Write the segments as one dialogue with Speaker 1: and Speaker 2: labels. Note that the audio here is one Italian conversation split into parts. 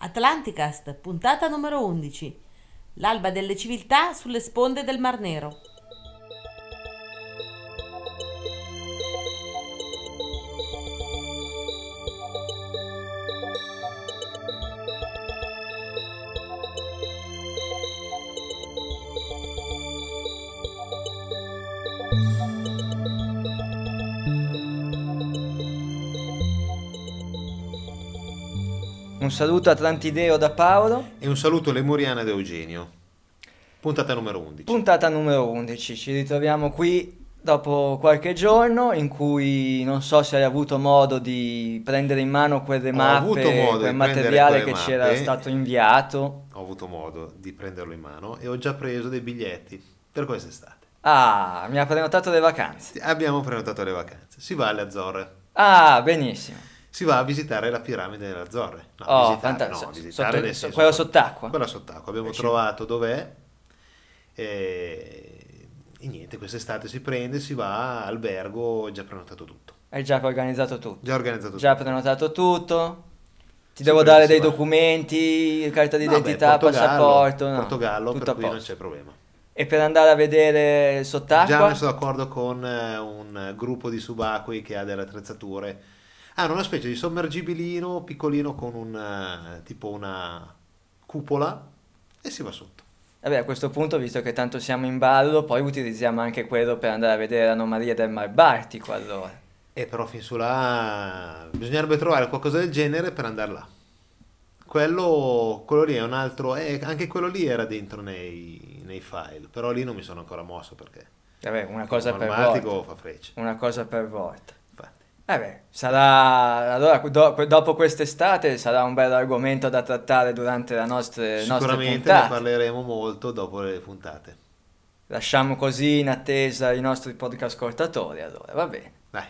Speaker 1: Atlanticast, puntata numero 11. L'alba delle civiltà sulle sponde del Mar Nero.
Speaker 2: Un saluto Atlantideo da Paolo.
Speaker 3: E un saluto lemuriana da Eugenio. Puntata numero 11.
Speaker 2: Puntata numero 11. Ci ritroviamo qui dopo qualche giorno in cui non so se hai avuto modo di prendere in mano quelle mappe, quel materiale che ci era stato inviato.
Speaker 3: Ho avuto modo di prenderlo in mano e ho già preso dei biglietti per quest'estate.
Speaker 2: Ah, mi ha prenotato le vacanze.
Speaker 3: Abbiamo prenotato le vacanze. Si va alle Azzorre.
Speaker 2: Ah, benissimo.
Speaker 3: Si va a visitare la piramide delle Azzorre.
Speaker 2: Fantastico. Quella sott'acqua.
Speaker 3: Quella sott'acqua. Abbiamo trovato dov'è e niente, quest'estate si prende, si va albergo, già prenotato tutto.
Speaker 2: Hai già organizzato tutto?
Speaker 3: Già organizzato
Speaker 2: tutto. Già prenotato tutto? Ti devo dare dei documenti, carta d'identità, passaporto? No,
Speaker 3: Portogallo,
Speaker 2: tutto
Speaker 3: per cui non c'è problema.
Speaker 2: E per andare a vedere sott'acqua?
Speaker 3: Già messo d'accordo con un gruppo di subacquei che ha delle attrezzature. Hanno una specie di sommergibilino piccolino con tipo una cupola e si va sotto.
Speaker 2: Vabbè, a questo punto, visto che tanto siamo in ballo, poi utilizziamo anche quello per andare a vedere l'anomalia del Mar Baltico, allora.
Speaker 3: Però fin su là bisognerebbe trovare qualcosa del genere per andare là. Quello lì è un altro, anche quello lì era dentro nei file, però lì non mi sono ancora mosso perché
Speaker 2: vabbè, una cosa per
Speaker 3: volta. Fa frecce.
Speaker 2: Una cosa per volta. Sarà allora dopo quest'estate sarà un bel argomento da trattare durante le nostre puntate.
Speaker 3: Sicuramente ne parleremo molto dopo le puntate.
Speaker 2: Lasciamo così in attesa i nostri podcast ascoltatori, allora va bene.
Speaker 3: Dai.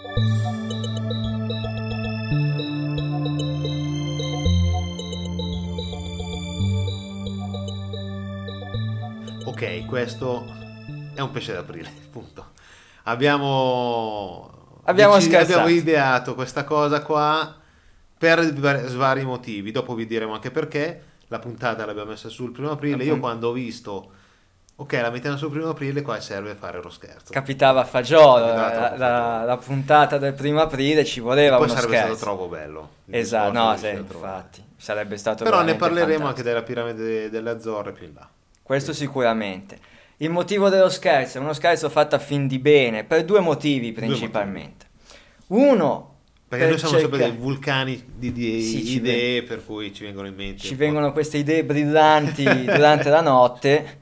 Speaker 3: Ok, questo è un pesce d'aprile, punto. Abbiamo ideato questa cosa qua per vari motivi, dopo vi diremo anche perché. La puntata l'abbiamo messa sul 1° aprile. Io quando ho visto la mettiamo sul 1° aprile, qua serve fare lo scherzo.
Speaker 2: Capitava a fagiolo, la puntata del 1° aprile ci voleva uno scherzo.
Speaker 3: Poi sarebbe stato troppo bello.
Speaker 2: Esatto, no, sì, infatti sarebbe stato
Speaker 3: però ne parleremo
Speaker 2: fantastico.
Speaker 3: Anche della piramide delle Azzorre più in là.
Speaker 2: Questo sicuramente. Il motivo dello scherzo è uno scherzo fatto a fin di bene, per due motivi principalmente. Uno,
Speaker 3: perché noi siamo sempre dei vulcani di idee, per cui ci vengono in mente.
Speaker 2: Ci vengono queste idee brillanti durante la notte.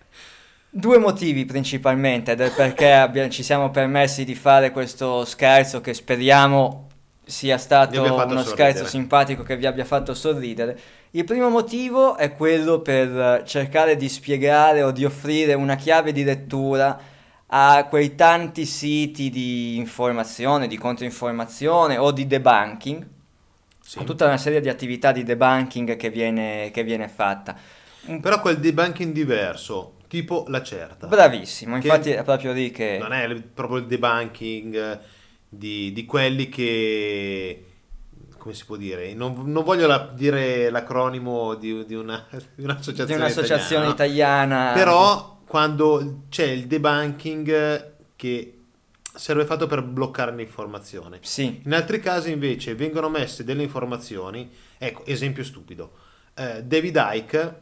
Speaker 2: Due motivi principalmente del perché ci siamo permessi di fare questo scherzo, che speriamo sia stato uno scherzo simpatico che vi abbia fatto sorridere. Il primo motivo è quello per cercare di spiegare o di offrire una chiave di lettura a quei tanti siti di informazione, di controinformazione o di debunking, a tutta una serie di attività di debunking che viene fatta.
Speaker 3: Però quel debunking diverso, tipo la certa.
Speaker 2: Bravissimo, infatti è proprio lì che...
Speaker 3: Non è proprio il debunking di quelli che... come si può dire? Non voglio dire l'acronimo di un'associazione
Speaker 2: italiana.
Speaker 3: Però quando c'è il debunking che serve fatto per bloccare l'informazione.
Speaker 2: Sì.
Speaker 3: In altri casi invece vengono messe delle informazioni, ecco, esempio stupido, David Icke,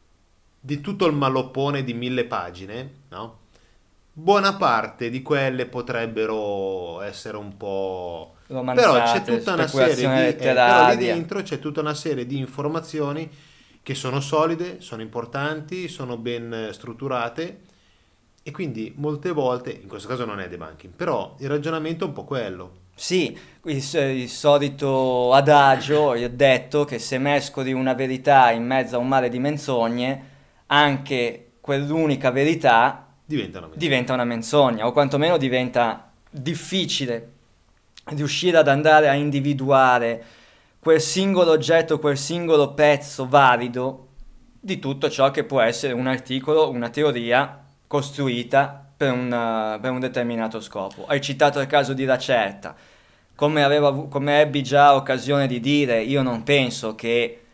Speaker 3: di tutto il maloppone di 1000 pagine, no? Buona parte di quelle potrebbero essere un po'...
Speaker 2: romanzate,
Speaker 3: però c'è tutta una serie però lì dentro c'è tutta una serie di informazioni che sono solide, sono importanti, sono ben strutturate, e quindi molte volte, in questo caso non è debunking, però il ragionamento è un po' quello.
Speaker 2: Sì, il solito adagio, il detto che se mescoli una verità in mezzo a un mare di menzogne, anche quell'unica verità diventa una menzogna, o quantomeno diventa difficile riuscire ad andare a individuare quel singolo oggetto, quel singolo pezzo valido di tutto ciò che può essere un articolo, una teoria costruita per un determinato scopo. Hai citato il caso di Lacerta. Come ebbi già occasione di dire, io non penso che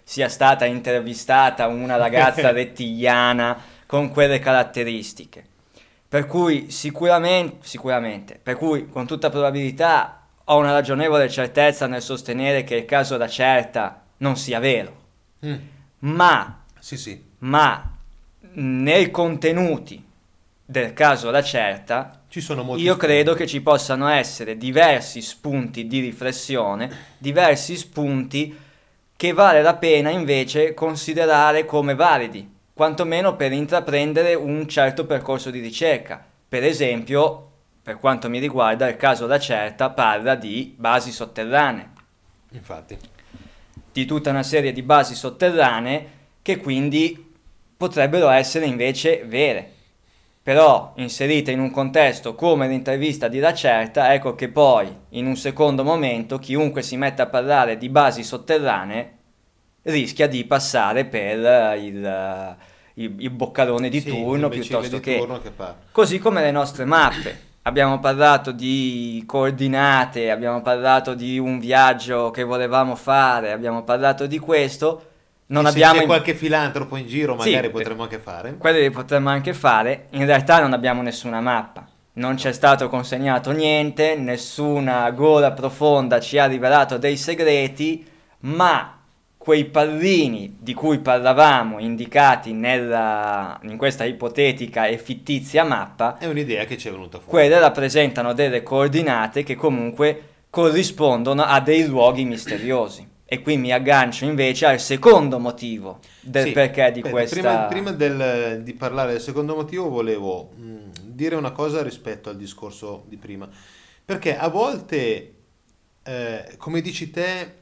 Speaker 2: sia stata intervistata una ragazza rettiliana con quelle caratteristiche. Per cui sicuramente, per cui con tutta probabilità ho una ragionevole certezza nel sostenere che il caso Lacerta non sia vero.
Speaker 3: Mm.
Speaker 2: Ma
Speaker 3: Sì.
Speaker 2: nei contenuti del caso Lacerta
Speaker 3: Ci sono molti
Speaker 2: io
Speaker 3: spunti.
Speaker 2: credo che ci possano essere diversi spunti di riflessione, diversi spunti che vale la pena invece considerare come validi, quantomeno per intraprendere un certo percorso di ricerca. Per esempio, per quanto mi riguarda, il caso Lacerta parla di basi sotterranee,
Speaker 3: Infatti.
Speaker 2: di tutta una serie di basi sotterranee che quindi potrebbero essere invece vere. Però inserite in un contesto come l'intervista di Lacerta, ecco che poi in un secondo momento chiunque si metta a parlare di basi sotterranee rischia di passare per il boccarone di
Speaker 3: Sì,
Speaker 2: turno
Speaker 3: l'imbecille
Speaker 2: piuttosto
Speaker 3: di
Speaker 2: che...
Speaker 3: turno che parla.
Speaker 2: Così come le nostre mappe. Abbiamo parlato di coordinate, abbiamo parlato di un viaggio che volevamo fare, abbiamo parlato di questo. Non
Speaker 3: E
Speaker 2: abbiamo
Speaker 3: se c'è qualche filantropo in giro magari
Speaker 2: Sì,
Speaker 3: potremmo anche fare.
Speaker 2: quello li potremmo anche fare. In realtà non abbiamo nessuna mappa. Non c'è stato consegnato niente, nessuna gola profonda ci ha rivelato dei segreti, ma quei pallini di cui parlavamo, indicati in questa ipotetica e fittizia mappa,
Speaker 3: È un'idea che ci è venuta fuori.
Speaker 2: quelle rappresentano delle coordinate che comunque corrispondono a dei luoghi misteriosi. E qui mi aggancio invece al secondo motivo del
Speaker 3: Sì,
Speaker 2: perché di
Speaker 3: aspetta,
Speaker 2: questa...
Speaker 3: prima di parlare del secondo motivo volevo dire una cosa rispetto al discorso di prima. Perché a volte, come dici te,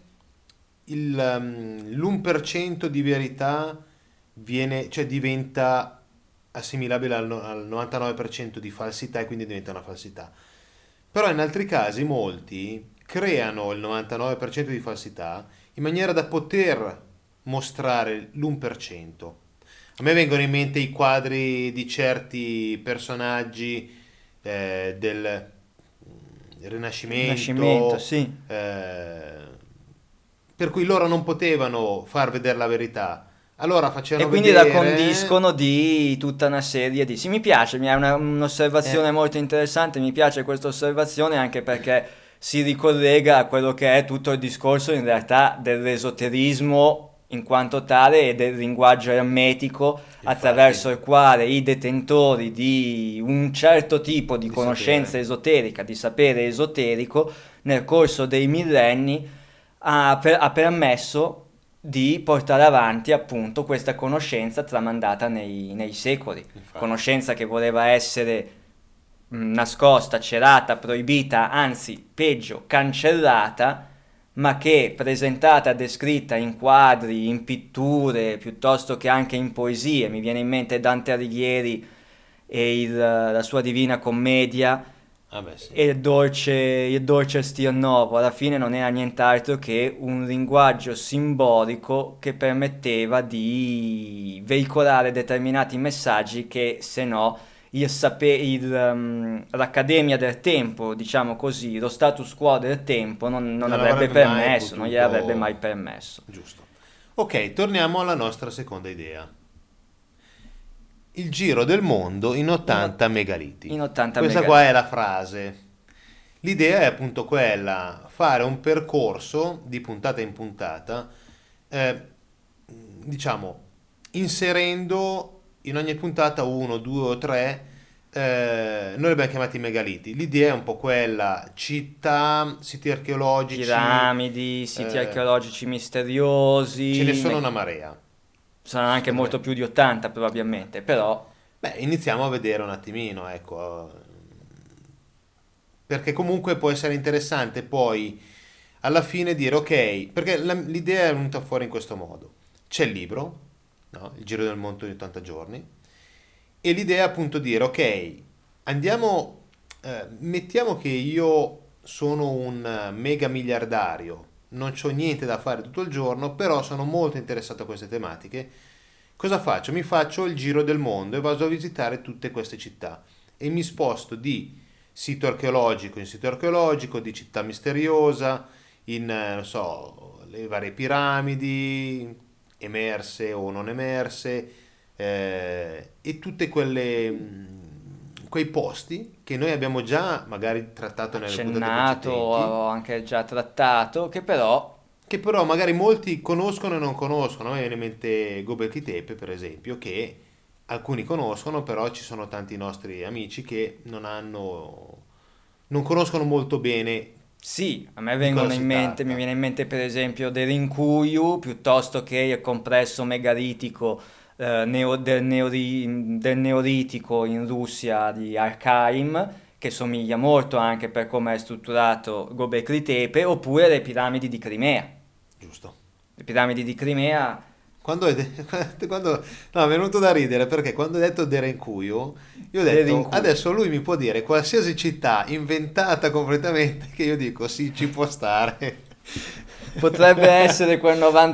Speaker 3: l'1% di verità diventa assimilabile al 99% di falsità e quindi diventa una falsità. Però in altri casi molti creano il 99% di falsità in maniera da poter mostrare l'1%. A me vengono in mente i quadri di certi personaggi del
Speaker 2: Rinascimento, sì.
Speaker 3: Per cui loro non potevano far vedere la verità. Allora facevano
Speaker 2: E quindi
Speaker 3: vedere...
Speaker 2: la condiscono di tutta una serie di... Sì, mi piace, mi è un'osservazione molto interessante, mi piace questa osservazione anche perché si ricollega a quello che è tutto il discorso in realtà dell'esoterismo in quanto tale e del linguaggio ermetico attraverso il quale i detentori di un certo tipo di conoscenza esoterica, di sapere esoterico, nel corso dei millenni ha permesso di portare avanti appunto questa conoscenza tramandata nei secoli.
Speaker 3: Infatti.
Speaker 2: Conoscenza che voleva essere nascosta, celata, proibita, anzi peggio, cancellata, ma che presentata, descritta in quadri, in pitture, piuttosto che anche in poesie. Mi viene in mente Dante Alighieri e la sua Divina Commedia,
Speaker 3: Ah beh, sì.
Speaker 2: e il dolce Stir Novo alla fine non era nient'altro che un linguaggio simbolico che permetteva di veicolare determinati messaggi che se no l'accademia del tempo, diciamo così, lo status quo del tempo non avrebbe permesso, non gliel'avrebbe mai permesso.
Speaker 3: Giusto. Ok, torniamo alla nostra seconda idea. Il giro del mondo in 80 megaliti.
Speaker 2: In 80
Speaker 3: Questa
Speaker 2: megaliti.
Speaker 3: qua è la frase. L'idea è appunto quella, fare un percorso di puntata in puntata, diciamo, inserendo in ogni puntata uno, due o tre, noi li abbiamo chiamati megaliti. L'idea è un po' quella, città, siti archeologici,
Speaker 2: Piramidi, siti archeologici misteriosi.
Speaker 3: ce ne sono una marea.
Speaker 2: Saranno anche molto più di 80 probabilmente, però...
Speaker 3: Beh, iniziamo a vedere un attimino, ecco, perché comunque può essere interessante poi alla fine dire ok, perché l'idea è venuta fuori in questo modo. C'è il libro, no? Il giro del mondo in 80 giorni, e l'idea è appunto dire ok, andiamo, mettiamo che io sono un mega miliardario, non c'ho niente da fare tutto il giorno, però sono molto interessato a queste tematiche. Cosa faccio? Mi faccio il giro del mondo e vado a visitare tutte queste città e mi sposto di sito archeologico in sito archeologico, di città misteriosa, in, non so, le varie piramidi, emerse o non emerse, e tutte quei posti che noi abbiamo già magari trattato nelle puntate
Speaker 2: accennato,
Speaker 3: precedenti,
Speaker 2: ho anche già trattato,
Speaker 3: che però magari molti conoscono e non conoscono. A me viene in mente Göbekli Tepe, per esempio, che alcuni conoscono, però ci sono tanti nostri amici che non conoscono molto bene
Speaker 2: sì, a me
Speaker 3: di cosa
Speaker 2: vengono in
Speaker 3: si
Speaker 2: mente, mi
Speaker 3: tratta.
Speaker 2: viene in mente per esempio dell'Incuyu piuttosto che il complesso megalitico del Neolitico in Russia di Arkaim, che somiglia molto anche per come è strutturato Göbekli Tepe, oppure le piramidi di Crimea.
Speaker 3: Giusto.
Speaker 2: Le piramidi di Crimea,
Speaker 3: No, è venuto da ridere perché quando hai detto Derenkuyu, io ho detto
Speaker 2: dell'Incuyu.
Speaker 3: adesso lui mi può dire qualsiasi città inventata completamente che io dico sì, ci può stare.
Speaker 2: Potrebbe essere quel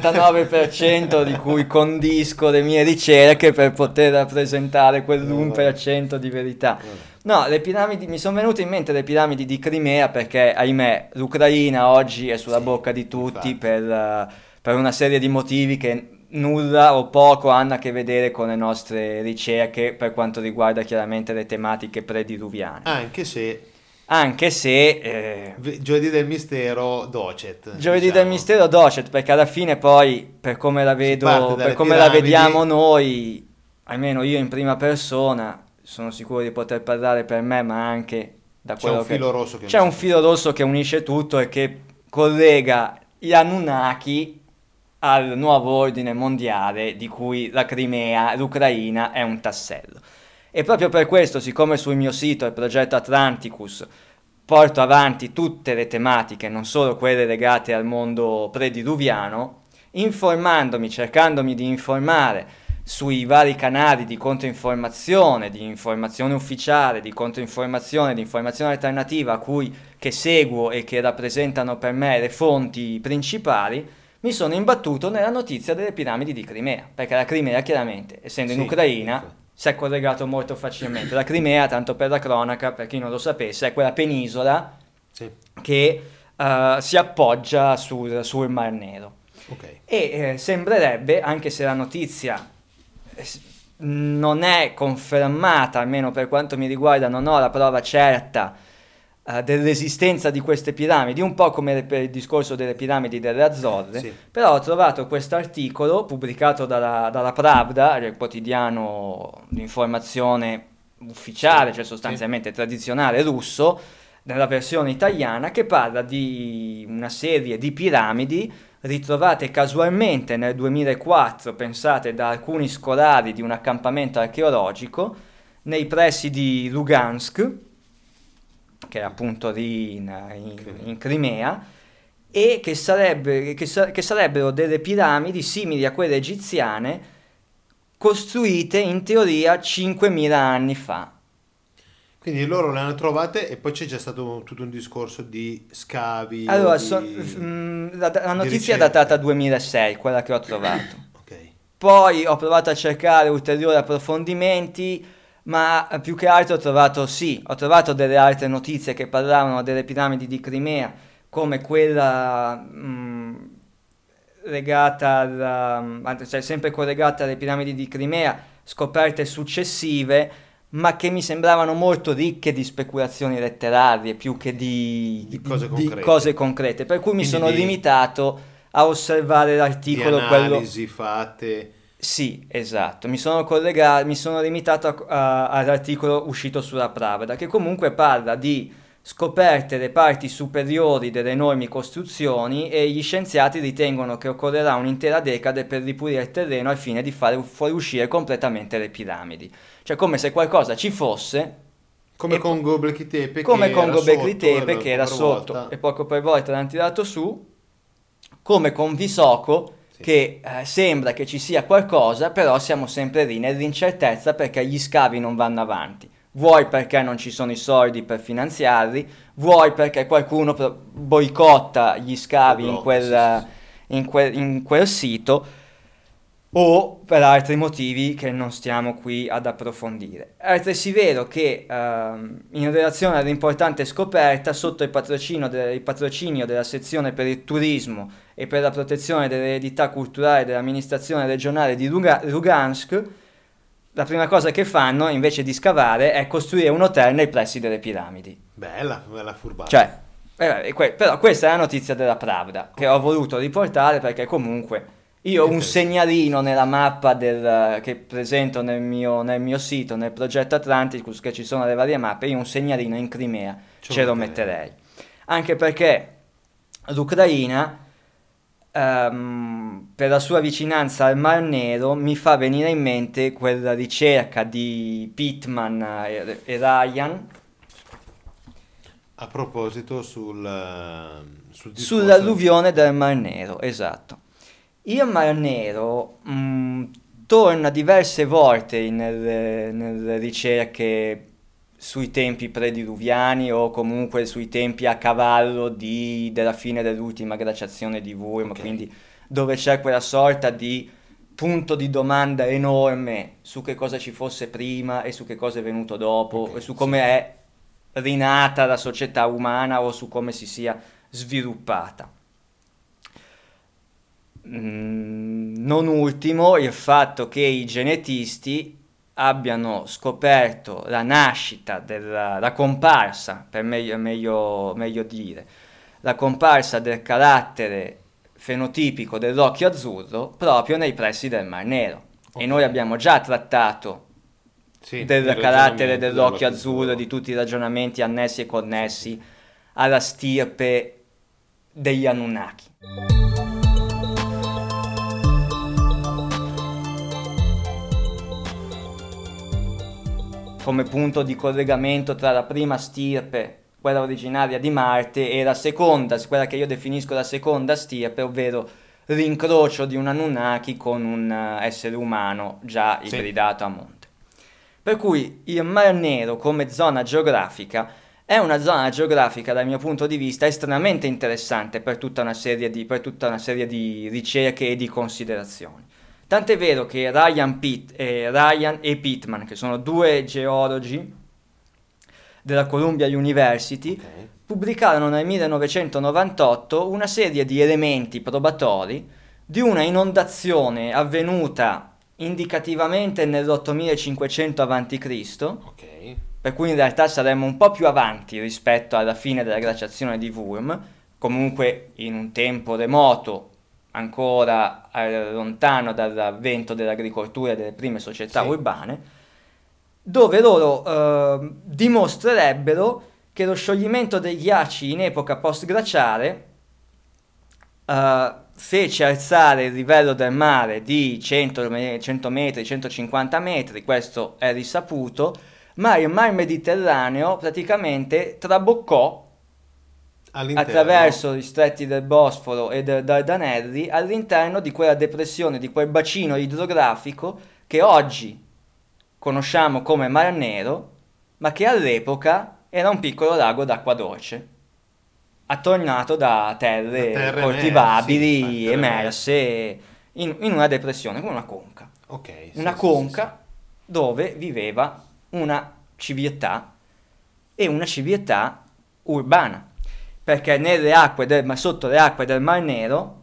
Speaker 2: 99% di cui condisco le mie ricerche per poter rappresentare quell'1% di verità. No, le piramidi, mi sono venute in mente le piramidi di Crimea perché, ahimè, l'Ucraina oggi è sulla
Speaker 3: Sì,
Speaker 2: bocca di tutti
Speaker 3: infatti.
Speaker 2: per una serie di motivi che nulla o poco hanno a che vedere con le nostre ricerche per quanto riguarda chiaramente le tematiche prediluviane.
Speaker 3: Anche se
Speaker 2: Anche se
Speaker 3: giovedì del mistero docet,
Speaker 2: giovedì del
Speaker 3: diciamo.
Speaker 2: mistero docet, perché alla fine poi, per come la
Speaker 3: Si parte
Speaker 2: vedo, per
Speaker 3: dalle
Speaker 2: come la
Speaker 3: piramidi.
Speaker 2: vediamo noi, almeno io in prima persona, sono sicuro di poter parlare per me, ma anche da
Speaker 3: C'è
Speaker 2: quello
Speaker 3: un filo rosso che
Speaker 2: c'è un filo rosso che unisce tutto e che collega gli Anunnaki al nuovo ordine mondiale di cui la Crimea, l'Ucraina è un tassello. E proprio per questo, siccome sul mio sito, il progetto Atlanticus, porto avanti tutte le tematiche, non solo quelle legate al mondo prediluviano, informandomi, cercandomi di informare sui vari canali di controinformazione, di informazione ufficiale, di controinformazione, di informazione alternativa che seguo e che rappresentano per me le fonti principali, mi sono imbattuto nella notizia delle piramidi di Crimea, perché la Crimea chiaramente, essendo in
Speaker 3: Sì,
Speaker 2: Ucraina, si è collegato molto facilmente. La Crimea, tanto per la cronaca, per chi non lo sapesse, è quella penisola
Speaker 3: sì,
Speaker 2: che si appoggia sul Mar Nero.
Speaker 3: ok.
Speaker 2: E sembrerebbe, anche se la notizia non è confermata, almeno per quanto mi riguarda, non ho la prova certa dell'esistenza di queste piramidi, un po' come per il discorso delle piramidi delle Azzorre,
Speaker 3: Sì,
Speaker 2: però ho trovato questo articolo pubblicato dalla Pravda, il quotidiano di informazione ufficiale,
Speaker 3: sì,
Speaker 2: cioè
Speaker 3: sì.
Speaker 2: sostanzialmente tradizionale russo, nella versione italiana, che parla di una serie di piramidi ritrovate casualmente nel 2004, pensate, da alcuni scolari di un accampamento archeologico nei pressi di Lugansk, che è appunto lì in Crimea, e che sarebbero delle piramidi simili a quelle egiziane, costruite in teoria 5.000 anni fa.
Speaker 3: Quindi loro le hanno trovate e poi c'è già stato tutto un discorso di scavi o
Speaker 2: Allora, la
Speaker 3: di
Speaker 2: notizia è
Speaker 3: ricerca.
Speaker 2: datata 2006, quella che ho trovato.
Speaker 3: Ok,
Speaker 2: Poi ho provato a cercare ulteriori approfondimenti, ma più che altro ho trovato delle altre notizie che parlavano delle piramidi di Crimea, come quella legata cioè sempre collegata alle piramidi di Crimea, scoperte successive, ma che mi sembravano molto ricche di speculazioni letterarie più che
Speaker 3: di cose
Speaker 2: di
Speaker 3: concrete.
Speaker 2: cose concrete, per cui mi
Speaker 3: Quindi
Speaker 2: sono limitato a osservare
Speaker 3: di
Speaker 2: l'articolo, quello.
Speaker 3: analisi fatte.
Speaker 2: Sì, esatto, mi sono limitato all'articolo uscito sulla Pravda, che comunque parla di scoperte le parti superiori delle enormi costruzioni e gli scienziati ritengono che occorrerà un'intera decade per ripulire il terreno al fine di fare fuoriuscire completamente le piramidi. Cioè come se qualcosa ci fosse,
Speaker 3: Come
Speaker 2: e
Speaker 3: con Göbekli Tepe
Speaker 2: come
Speaker 3: che
Speaker 2: con
Speaker 3: era
Speaker 2: Göbekli
Speaker 3: sotto
Speaker 2: Tepe
Speaker 3: e
Speaker 2: che era
Speaker 3: per
Speaker 2: sotto
Speaker 3: volta.
Speaker 2: e poco per volta l'hanno tirato su, come con Visoko,
Speaker 3: Sì.
Speaker 2: che sembra che ci sia qualcosa, però siamo sempre lì nell'incertezza perché gli scavi non vanno avanti. Vuoi perché non ci sono i soldi per finanziarli, vuoi perché qualcuno boicotta gli scavi
Speaker 3: Lo
Speaker 2: in
Speaker 3: blocca, sì, sì.
Speaker 2: in quel sito, o per altri motivi che non stiamo qui ad approfondire. È altresì vero che in relazione all'importante scoperta, sotto il patrocinio della sezione per il turismo e per la protezione dell'eredità culturale dell'amministrazione regionale di Lugansk, la prima cosa che fanno, invece di scavare, è costruire un hotel nei pressi delle piramidi.
Speaker 3: Bella furbata.
Speaker 2: Cioè, però questa è la notizia della Pravda, che ho voluto riportare perché comunque io ho un segnalino nella mappa che presento nel mio sito, nel progetto Atlanticus, che ci sono le varie mappe, io un segnalino in Crimea ce lo metterei. Anche perché l'Ucraina, per la sua vicinanza al Mar Nero, mi fa venire in mente quella ricerca di Pittman e Ryan
Speaker 3: A proposito
Speaker 2: sull'alluvione del Mar Nero, esatto. Il Mar Nero torna diverse volte nelle ricerche sui tempi prediluviani o comunque sui tempi a cavallo della fine dell'ultima glaciazione di Würm, quindi dove c'è quella sorta di punto di domanda enorme su che cosa ci fosse prima e su che cosa è venuto dopo, e su come è rinata la società umana o su come si sia sviluppata. Non ultimo il fatto che i genetisti abbiano scoperto la nascita la comparsa, per meglio dire, la comparsa del carattere fenotipico dell'occhio azzurro proprio nei pressi del Mar Nero. E noi abbiamo già trattato del carattere dell'occhio azzurro, di tutti i ragionamenti annessi e connessi alla stirpe degli Anunnaki. Come punto di collegamento tra la prima stirpe, quella originaria di Marte, e la seconda, quella che io definisco la seconda stirpe, ovvero l'incrocio di un Anunnaki con un essere umano già ibridato a monte. Per cui il Mar Nero come zona geografica è una zona geografica dal mio punto di vista estremamente interessante per tutta una serie di ricerche e di considerazioni. Tant'è vero che Ryan e Pittman, che sono due geologi della Columbia University, pubblicarono nel 1998 una serie di elementi probatori di una inondazione avvenuta indicativamente nell'8500 a.C., per cui in realtà saremmo un po' più avanti rispetto alla fine della glaciazione di Würm, comunque in un tempo remoto, ancora lontano dall'avvento dell'agricoltura e delle prime società urbane, dove loro dimostrerebbero che lo scioglimento dei ghiacci in epoca post-glaciale fece alzare il livello del mare di 100 metri, 150 metri, questo è risaputo, ma il Mar Mediterraneo praticamente traboccò attraverso gli stretti del Bosforo e del Dardanelli all'interno di quella depressione, di quel bacino idrografico che oggi conosciamo come Mar Nero, ma che all'epoca era un piccolo lago d'acqua dolce, attornato da terre coltivabili emerse in una depressione, come una conca. Una conca dove viveva una civiltà, e una civiltà urbana, perché sotto le acque del Mar Nero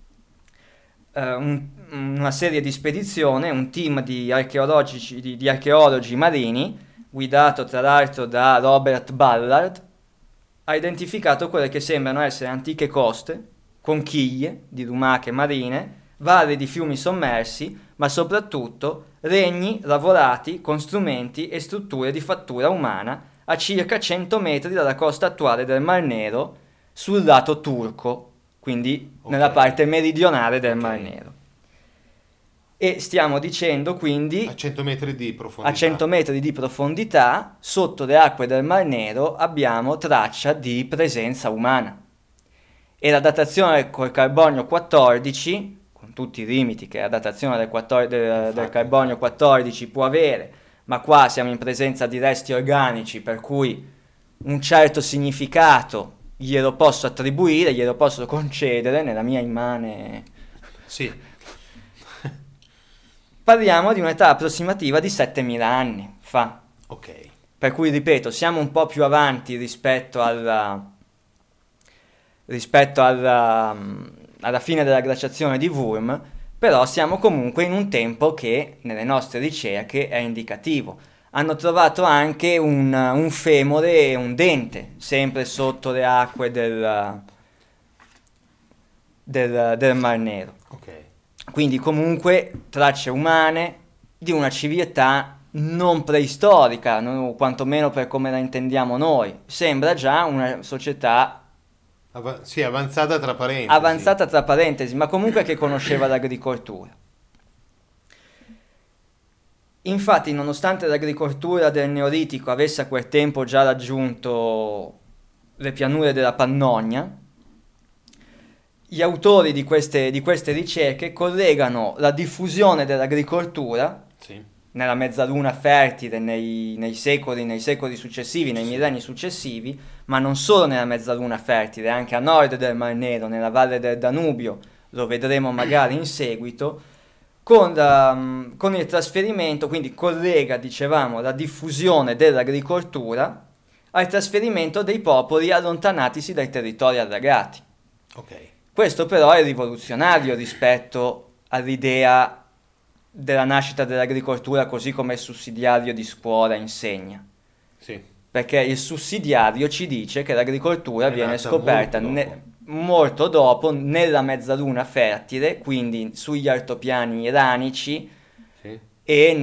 Speaker 2: una serie di spedizioni, un team di archeologi marini, guidato tra l'altro da Robert Ballard, ha identificato quelle che sembrano essere antiche coste, conchiglie di lumache marine, valli di fiumi sommersi, ma soprattutto regni lavorati con strumenti e strutture di fattura umana a circa 100 metri dalla costa attuale del Mar Nero, sul lato turco, quindi nella parte meridionale del Mar Nero. E stiamo dicendo quindi
Speaker 3: a 100 metri di profondità.
Speaker 2: A 100 metri di profondità, sotto le acque del Mar Nero, abbiamo traccia di presenza umana. E la datazione col carbonio 14, con tutti i limiti che la datazione del carbonio 14 può avere, ma qua siamo in presenza di resti organici, per cui un certo significato glielo posso attribuire, glielo posso concedere nella mia immane...
Speaker 3: Sì.
Speaker 2: Parliamo di un'età approssimativa di 7000 anni fa. Per cui, ripeto, siamo un po' più avanti rispetto alla alla fine della glaciazione di Würm, però siamo comunque in un tempo che nelle nostre ricerche è indicativo. Hanno trovato anche un femore e un dente, sempre sotto le acque del Mar Nero.
Speaker 3: Ok.
Speaker 2: Quindi comunque tracce umane di una civiltà non preistorica, quantomeno per come la intendiamo noi. Sembra già una società
Speaker 3: Sì, avanzata tra parentesi.
Speaker 2: avanzata tra parentesi, ma comunque che conosceva l'agricoltura. Infatti, nonostante l'agricoltura del Neolitico avesse a quel tempo già raggiunto le pianure della Pannonia, gli autori di queste ricerche collegano la diffusione dell'agricoltura
Speaker 3: Sì.
Speaker 2: nella mezzaluna fertile nei secoli successivi, nei millenni successivi, ma non solo nella mezzaluna fertile, anche a nord del Mar Nero, nella valle del Danubio, lo vedremo magari in seguito, con il trasferimento, quindi collega, dicevamo, la diffusione dell'agricoltura al trasferimento dei popoli allontanatisi dai territori allagati.
Speaker 3: Ok.
Speaker 2: Questo però è rivoluzionario rispetto all'idea della nascita dell'agricoltura così come il sussidiario di scuola insegna.
Speaker 3: Sì.
Speaker 2: Perché il sussidiario ci dice che l'agricoltura
Speaker 3: È
Speaker 2: viene
Speaker 3: nata
Speaker 2: scoperta
Speaker 3: molto dopo.
Speaker 2: molto dopo nella mezzaluna fertile, quindi sugli altopiani iranici
Speaker 3: Sì.
Speaker 2: e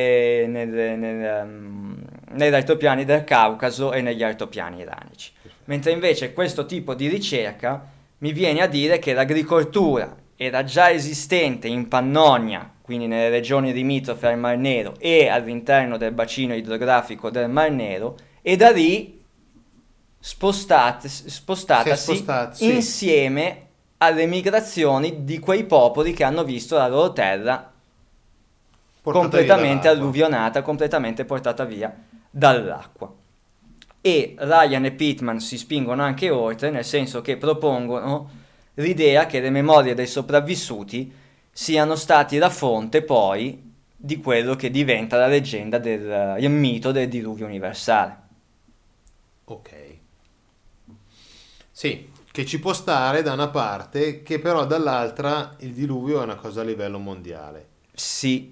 Speaker 2: negli altopiani del Caucaso e negli altopiani iranici. Mentre invece questo tipo di ricerca mi viene a dire che l'agricoltura era già esistente in Pannonia, quindi nelle regioni limitrofe al Mar Nero e all'interno del bacino idrografico del Mar Nero, e da lì spostatasi
Speaker 3: Sì.
Speaker 2: insieme alle migrazioni di quei popoli che hanno visto la loro terra
Speaker 3: Portata
Speaker 2: completamente
Speaker 3: via dall'acqua.
Speaker 2: alluvionata, completamente portata via dall'acqua. E Ryan e Pittman si spingono anche oltre, nel senso che propongono l'idea che le memorie dei sopravvissuti siano stati la fonte poi di quello che diventa la leggenda il mito del diluvio universale.
Speaker 3: Ok. Sì, che ci può stare da una parte, che però dall'altra il diluvio è una cosa a livello mondiale.
Speaker 2: Sì,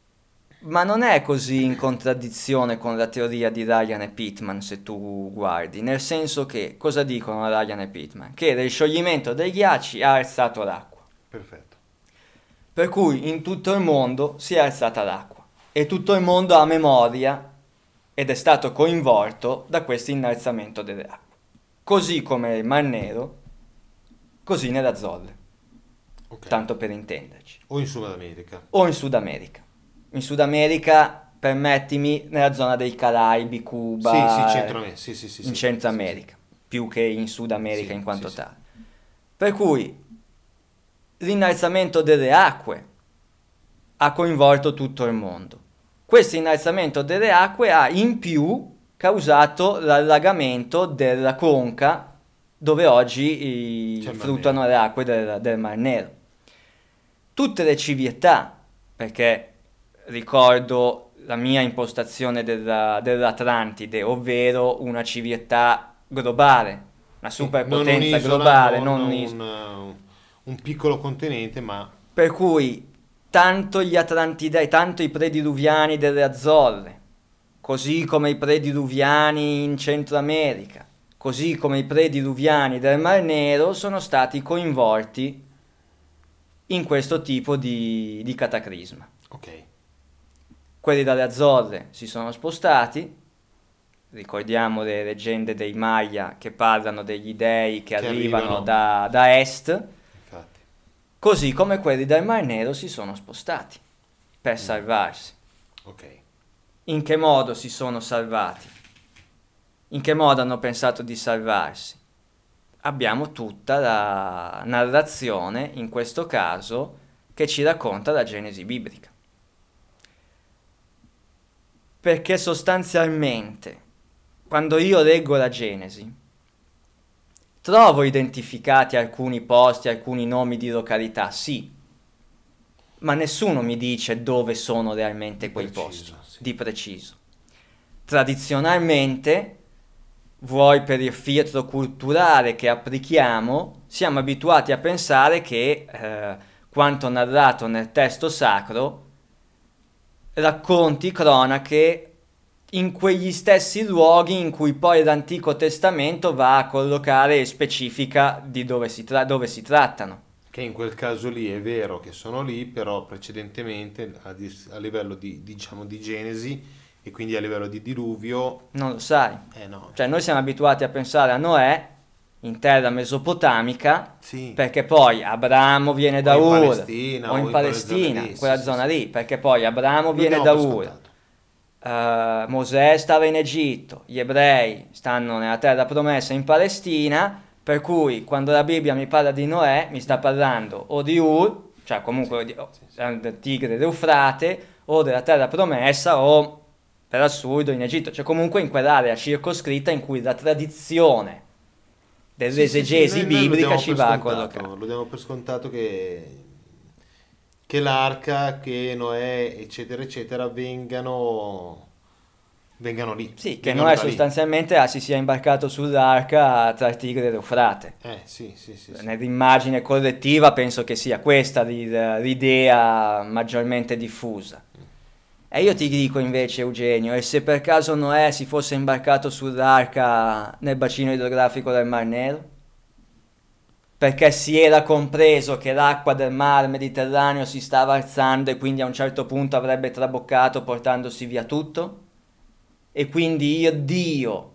Speaker 2: ma non è così in contraddizione con la teoria di Ryan e Pittman se tu guardi, nel senso che cosa dicono Ryan e Pittman? Che il scioglimento dei ghiacci ha alzato l'acqua,
Speaker 3: Perfetto.
Speaker 2: per cui in tutto il mondo si è alzata l'acqua e tutto il mondo ha memoria ed è stato coinvolto da questo innalzamento delle acque, così come il Mar Nero, così nelle Azzorre,
Speaker 3: Ok.
Speaker 2: tanto per intenderci,
Speaker 3: O in Sud America.
Speaker 2: o in Sud America. In Sud America, permettimi, nella zona dei Caraibi, Cuba,
Speaker 3: Sì, Centro America. Sì,
Speaker 2: in Centro
Speaker 3: sì,
Speaker 2: America, più che in Sud America
Speaker 3: Sì,
Speaker 2: in quanto
Speaker 3: sì.
Speaker 2: tale. Per cui l'innalzamento delle acque ha coinvolto tutto il mondo. Questo innalzamento delle acque ha in più causato l'allagamento della conca dove oggi
Speaker 3: C'è il Mar
Speaker 2: fruttano
Speaker 3: Nero.
Speaker 2: le acque del Mar Nero. Tutte le civiltà, perché ricordo la mia impostazione dell'Atlantide, ovvero una civiltà globale, una superpotenza
Speaker 3: un'isola,
Speaker 2: globale,
Speaker 3: non
Speaker 2: non un'isola.
Speaker 3: un piccolo continente, ma
Speaker 2: Per cui tanto gli Atlantidei, tanto i prediluviani delle Azzorre, così come i prediluviani in Centro America, così come i prediluviani del Mar Nero sono stati coinvolti in questo tipo di cataclisma.
Speaker 3: ok.
Speaker 2: Quelli dalle Azzorre si sono spostati, ricordiamo le leggende dei Maya che parlano degli dei che arrivano da est,
Speaker 3: Infatti.
Speaker 2: così come quelli del Mar Nero si sono spostati per salvarsi.
Speaker 3: Ok.
Speaker 2: In che modo si sono salvati? In che modo hanno pensato di salvarsi? Abbiamo tutta la narrazione, in questo caso, che ci racconta la Genesi biblica. Perché sostanzialmente, quando io leggo la Genesi, trovo identificati alcuni posti, alcuni nomi di località, sì, ma nessuno mi dice dove sono realmente quei
Speaker 3: Preciso,
Speaker 2: posti,
Speaker 3: sì.
Speaker 2: di preciso. Tradizionalmente vuoi per il fiat culturale che applichiamo, siamo abituati a pensare che quanto narrato nel testo sacro racconti cronache in quegli stessi luoghi in cui poi l'Antico Testamento va a collocare e specifica di dove si trattano.
Speaker 3: Che in quel caso lì è vero che sono lì, però precedentemente a livello diciamo, di Genesi e quindi a livello di diluvio,
Speaker 2: Non lo sai.
Speaker 3: no.
Speaker 2: Cioè noi siamo abituati a pensare a Noè in terra mesopotamica,
Speaker 3: Sì.
Speaker 2: perché poi Abramo viene da
Speaker 3: in
Speaker 2: Ur,
Speaker 3: Palestina,
Speaker 2: o in
Speaker 3: o in
Speaker 2: Palestina,
Speaker 3: quelle zone lì,
Speaker 2: quella
Speaker 3: sì,
Speaker 2: zona
Speaker 3: sì,
Speaker 2: lì, perché poi Abramo
Speaker 3: Lo
Speaker 2: viene
Speaker 3: diamo
Speaker 2: da
Speaker 3: per
Speaker 2: Ur,
Speaker 3: scontato.
Speaker 2: Mosè stava in Egitto, gli ebrei stanno nella terra promessa in Palestina, per cui quando la Bibbia mi parla di Noè mi sta parlando o di Ur, cioè comunque del Tigre d'Eufrate, o della terra promessa, o per assurdo in Egitto, cioè comunque in quell'area circoscritta in cui la tradizione dell'esegesi
Speaker 3: noi
Speaker 2: biblica ci va a collocare.
Speaker 3: lo diamo per scontato che l'arca, che Noè, eccetera, eccetera, vengano lì.
Speaker 2: Sì, che
Speaker 3: Vengano
Speaker 2: Noè
Speaker 3: da lì.
Speaker 2: sostanzialmente si sia imbarcato sull'arca tra il Tigre e l'Eufrate.
Speaker 3: Sì, sì, sì.
Speaker 2: Nell'immagine collettiva penso che sia questa l'idea maggiormente diffusa. E io ti dico invece, Eugenio, e se per caso Noè si fosse imbarcato sull'arca nel bacino idrografico del Mar Nero? Perché si era compreso che l'acqua del mar Mediterraneo si stava alzando e quindi a un certo punto avrebbe traboccato portandosi via tutto? E quindi Dio,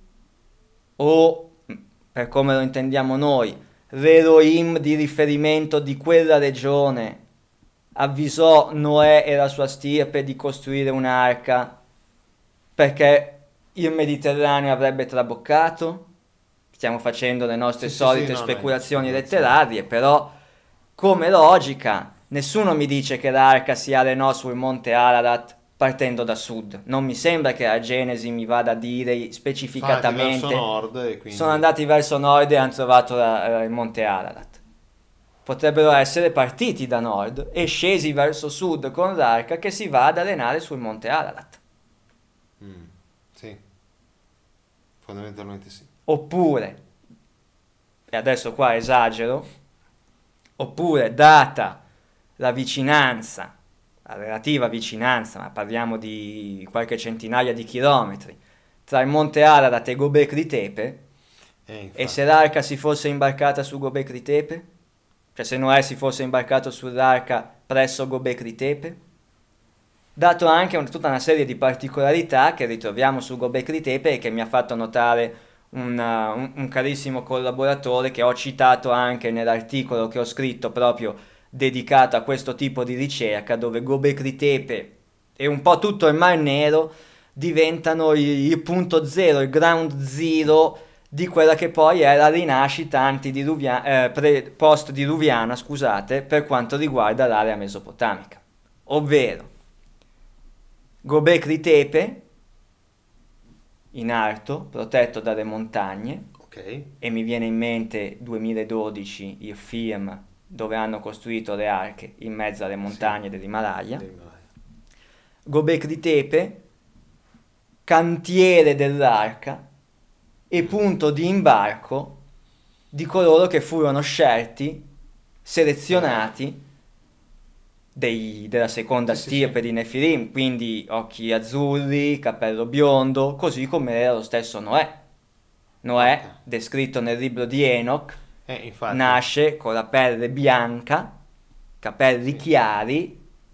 Speaker 2: o per come lo intendiamo noi, l'Elohim di riferimento di quella regione, avvisò Noè e la sua stirpe di costruire un'arca perché il Mediterraneo avrebbe traboccato? Stiamo facendo le nostre
Speaker 3: Sì,
Speaker 2: solite
Speaker 3: no,
Speaker 2: speculazioni
Speaker 3: no,
Speaker 2: letterarie, però come logica nessuno mi dice che l'arca si arenò sul monte Ararat partendo da sud. Non mi sembra che la Genesi mi vada a dire specificatamente.
Speaker 3: Verso nord e quindi...
Speaker 2: Sono andati verso nord e hanno trovato il monte Ararat. Potrebbero essere partiti da nord e scesi verso sud con l'arca che si va ad arenare sul monte Ararat.
Speaker 3: Sì, fondamentalmente sì.
Speaker 2: Oppure, e adesso qua esagero, oppure data la vicinanza, la relativa vicinanza, ma parliamo di qualche centinaia di chilometri, tra il monte Ararat e Gobekli Tepe, e se l'arca si fosse imbarcata su Gobekli Tepe? Cioè se Noè si fosse imbarcato sull'arca presso Gobekli Tepe? Dato anche tutta una serie di particolarità che ritroviamo su Gobekli Tepe e che mi ha fatto notare un carissimo collaboratore che ho citato anche nell'articolo che ho scritto proprio dedicato a questo tipo di ricerca, dove Gobekli Tepe e un po' tutto il Mar Nero diventano il punto zero, il ground zero di quella che poi è la rinascita post-diluviana, scusate, per quanto riguarda l'area mesopotamica. Ovvero, Gobekli Tepe, in alto, protetto dalle montagne, e mi viene in mente 2012 il film dove hanno costruito le arche in mezzo alle montagne dell'Himalaya. Gobekli Tepe, cantiere dell'arca e punto di imbarco di coloro che furono scelti, selezionati della seconda stirpe di Nefilim, quindi occhi azzurri, capello biondo, così come era lo stesso Noè. Noè, descritto nel libro di Enoch, nasce con la pelle bianca, capelli chiari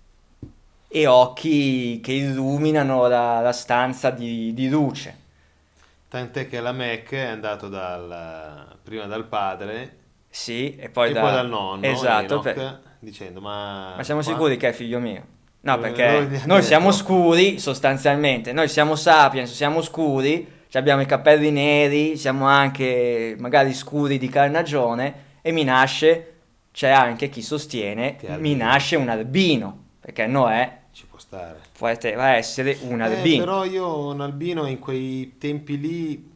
Speaker 2: e occhi che illuminano la stanza di luce.
Speaker 3: Tant'è che Lamech è andato prima dal padre,
Speaker 2: sì, e poi
Speaker 3: dal nonno,
Speaker 2: esatto,
Speaker 3: Enoch, dicendo ma
Speaker 2: siamo sicuri che è figlio mio? No,
Speaker 3: Noi
Speaker 2: perché noi siamo scuri sostanzialmente, noi siamo sapiens, siamo scuri, abbiamo i capelli neri, siamo anche magari scuri di carnagione e c'è anche chi sostiene, mi nasce un albino, perché Noè
Speaker 3: ci può stare.
Speaker 2: Poteva essere un albino.
Speaker 3: Però io un albino in quei tempi lì,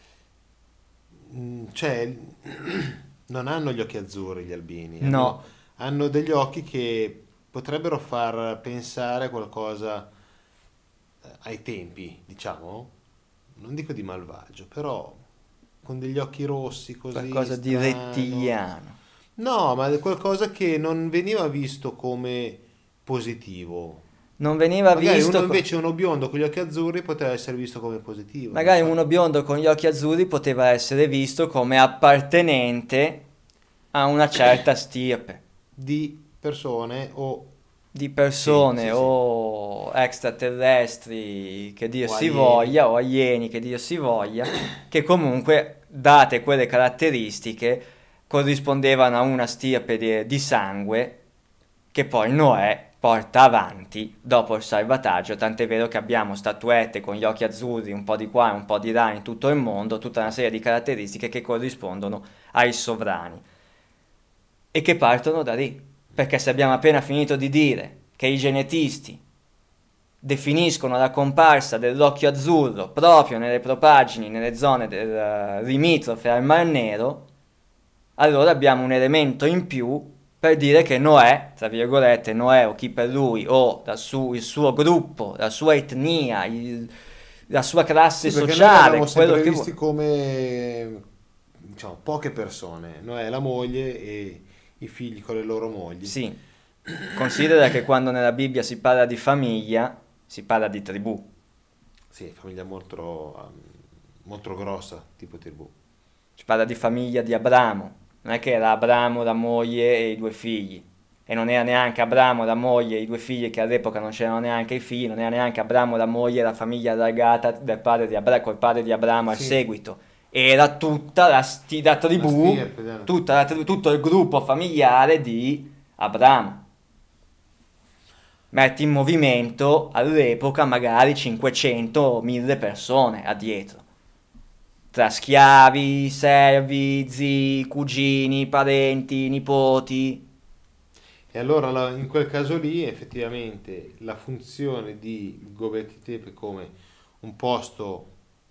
Speaker 3: cioè, non hanno gli occhi azzurri gli albini.
Speaker 2: No.
Speaker 3: Hanno degli occhi che potrebbero far pensare qualcosa ai tempi, diciamo, non dico di malvagio, però con degli occhi rossi così,
Speaker 2: qualcosa di
Speaker 3: strano.
Speaker 2: rettiliano.
Speaker 3: No, ma è qualcosa che non veniva visto come positivo.
Speaker 2: Non veniva
Speaker 3: Magari
Speaker 2: visto...
Speaker 3: uno invece, uno biondo con gli occhi azzurri poteva essere visto come positivo.
Speaker 2: Magari
Speaker 3: non so.
Speaker 2: uno biondo con gli occhi azzurri poteva essere visto come appartenente a una certa stirpe
Speaker 3: Di persone o
Speaker 2: di persone
Speaker 3: Sì, sì, sì.
Speaker 2: o extraterrestri che dir
Speaker 3: O
Speaker 2: si
Speaker 3: alieni.
Speaker 2: voglia, o alieni che dir si voglia, che comunque, date quelle caratteristiche, corrispondevano a una stirpe di sangue che poi Noè porta avanti dopo il salvataggio, tant'è vero che abbiamo statuette con gli occhi azzurri un po' di qua e un po' di là in tutto il mondo, tutta una serie di caratteristiche che corrispondono ai sovrani e che partono da lì, perché se abbiamo appena finito di dire che i genetisti definiscono la comparsa dell'occhio azzurro proprio nelle propaggini, nelle zone limitrofe al Mar Nero, allora abbiamo un elemento in più per dire che Noè, tra virgolette, Noè o chi per lui, o il suo gruppo, la sua etnia, la sua classe
Speaker 3: Sì, perché noi
Speaker 2: sociale,
Speaker 3: l'abbiamo
Speaker 2: quello
Speaker 3: sempre
Speaker 2: che
Speaker 3: visti come, diciamo, poche persone. Noè, la moglie e i figli con le loro mogli.
Speaker 2: Sì, considera che quando nella Bibbia si parla di famiglia, si parla di tribù.
Speaker 3: Sì, famiglia molto, molto grossa, tipo tribù.
Speaker 2: Si parla di famiglia di Abramo. Non è che era Abramo, la moglie e i due figli. E non era neanche Abramo, la moglie e i due figli, che all'epoca non c'erano neanche i figli, non era neanche Abramo, la moglie e la famiglia allargata del padre di Abramo, col padre di Abramo al
Speaker 3: Sì.
Speaker 2: seguito. Era tutta la tribù,
Speaker 3: La stirpe,
Speaker 2: tutto il gruppo familiare di Abramo. Metti in movimento all'epoca magari 500-1000 persone a dietro. Tra schiavi, servi, zii, cugini, parenti, nipoti.
Speaker 3: E allora in quel caso lì effettivamente la funzione di Göbekli Tepe come un posto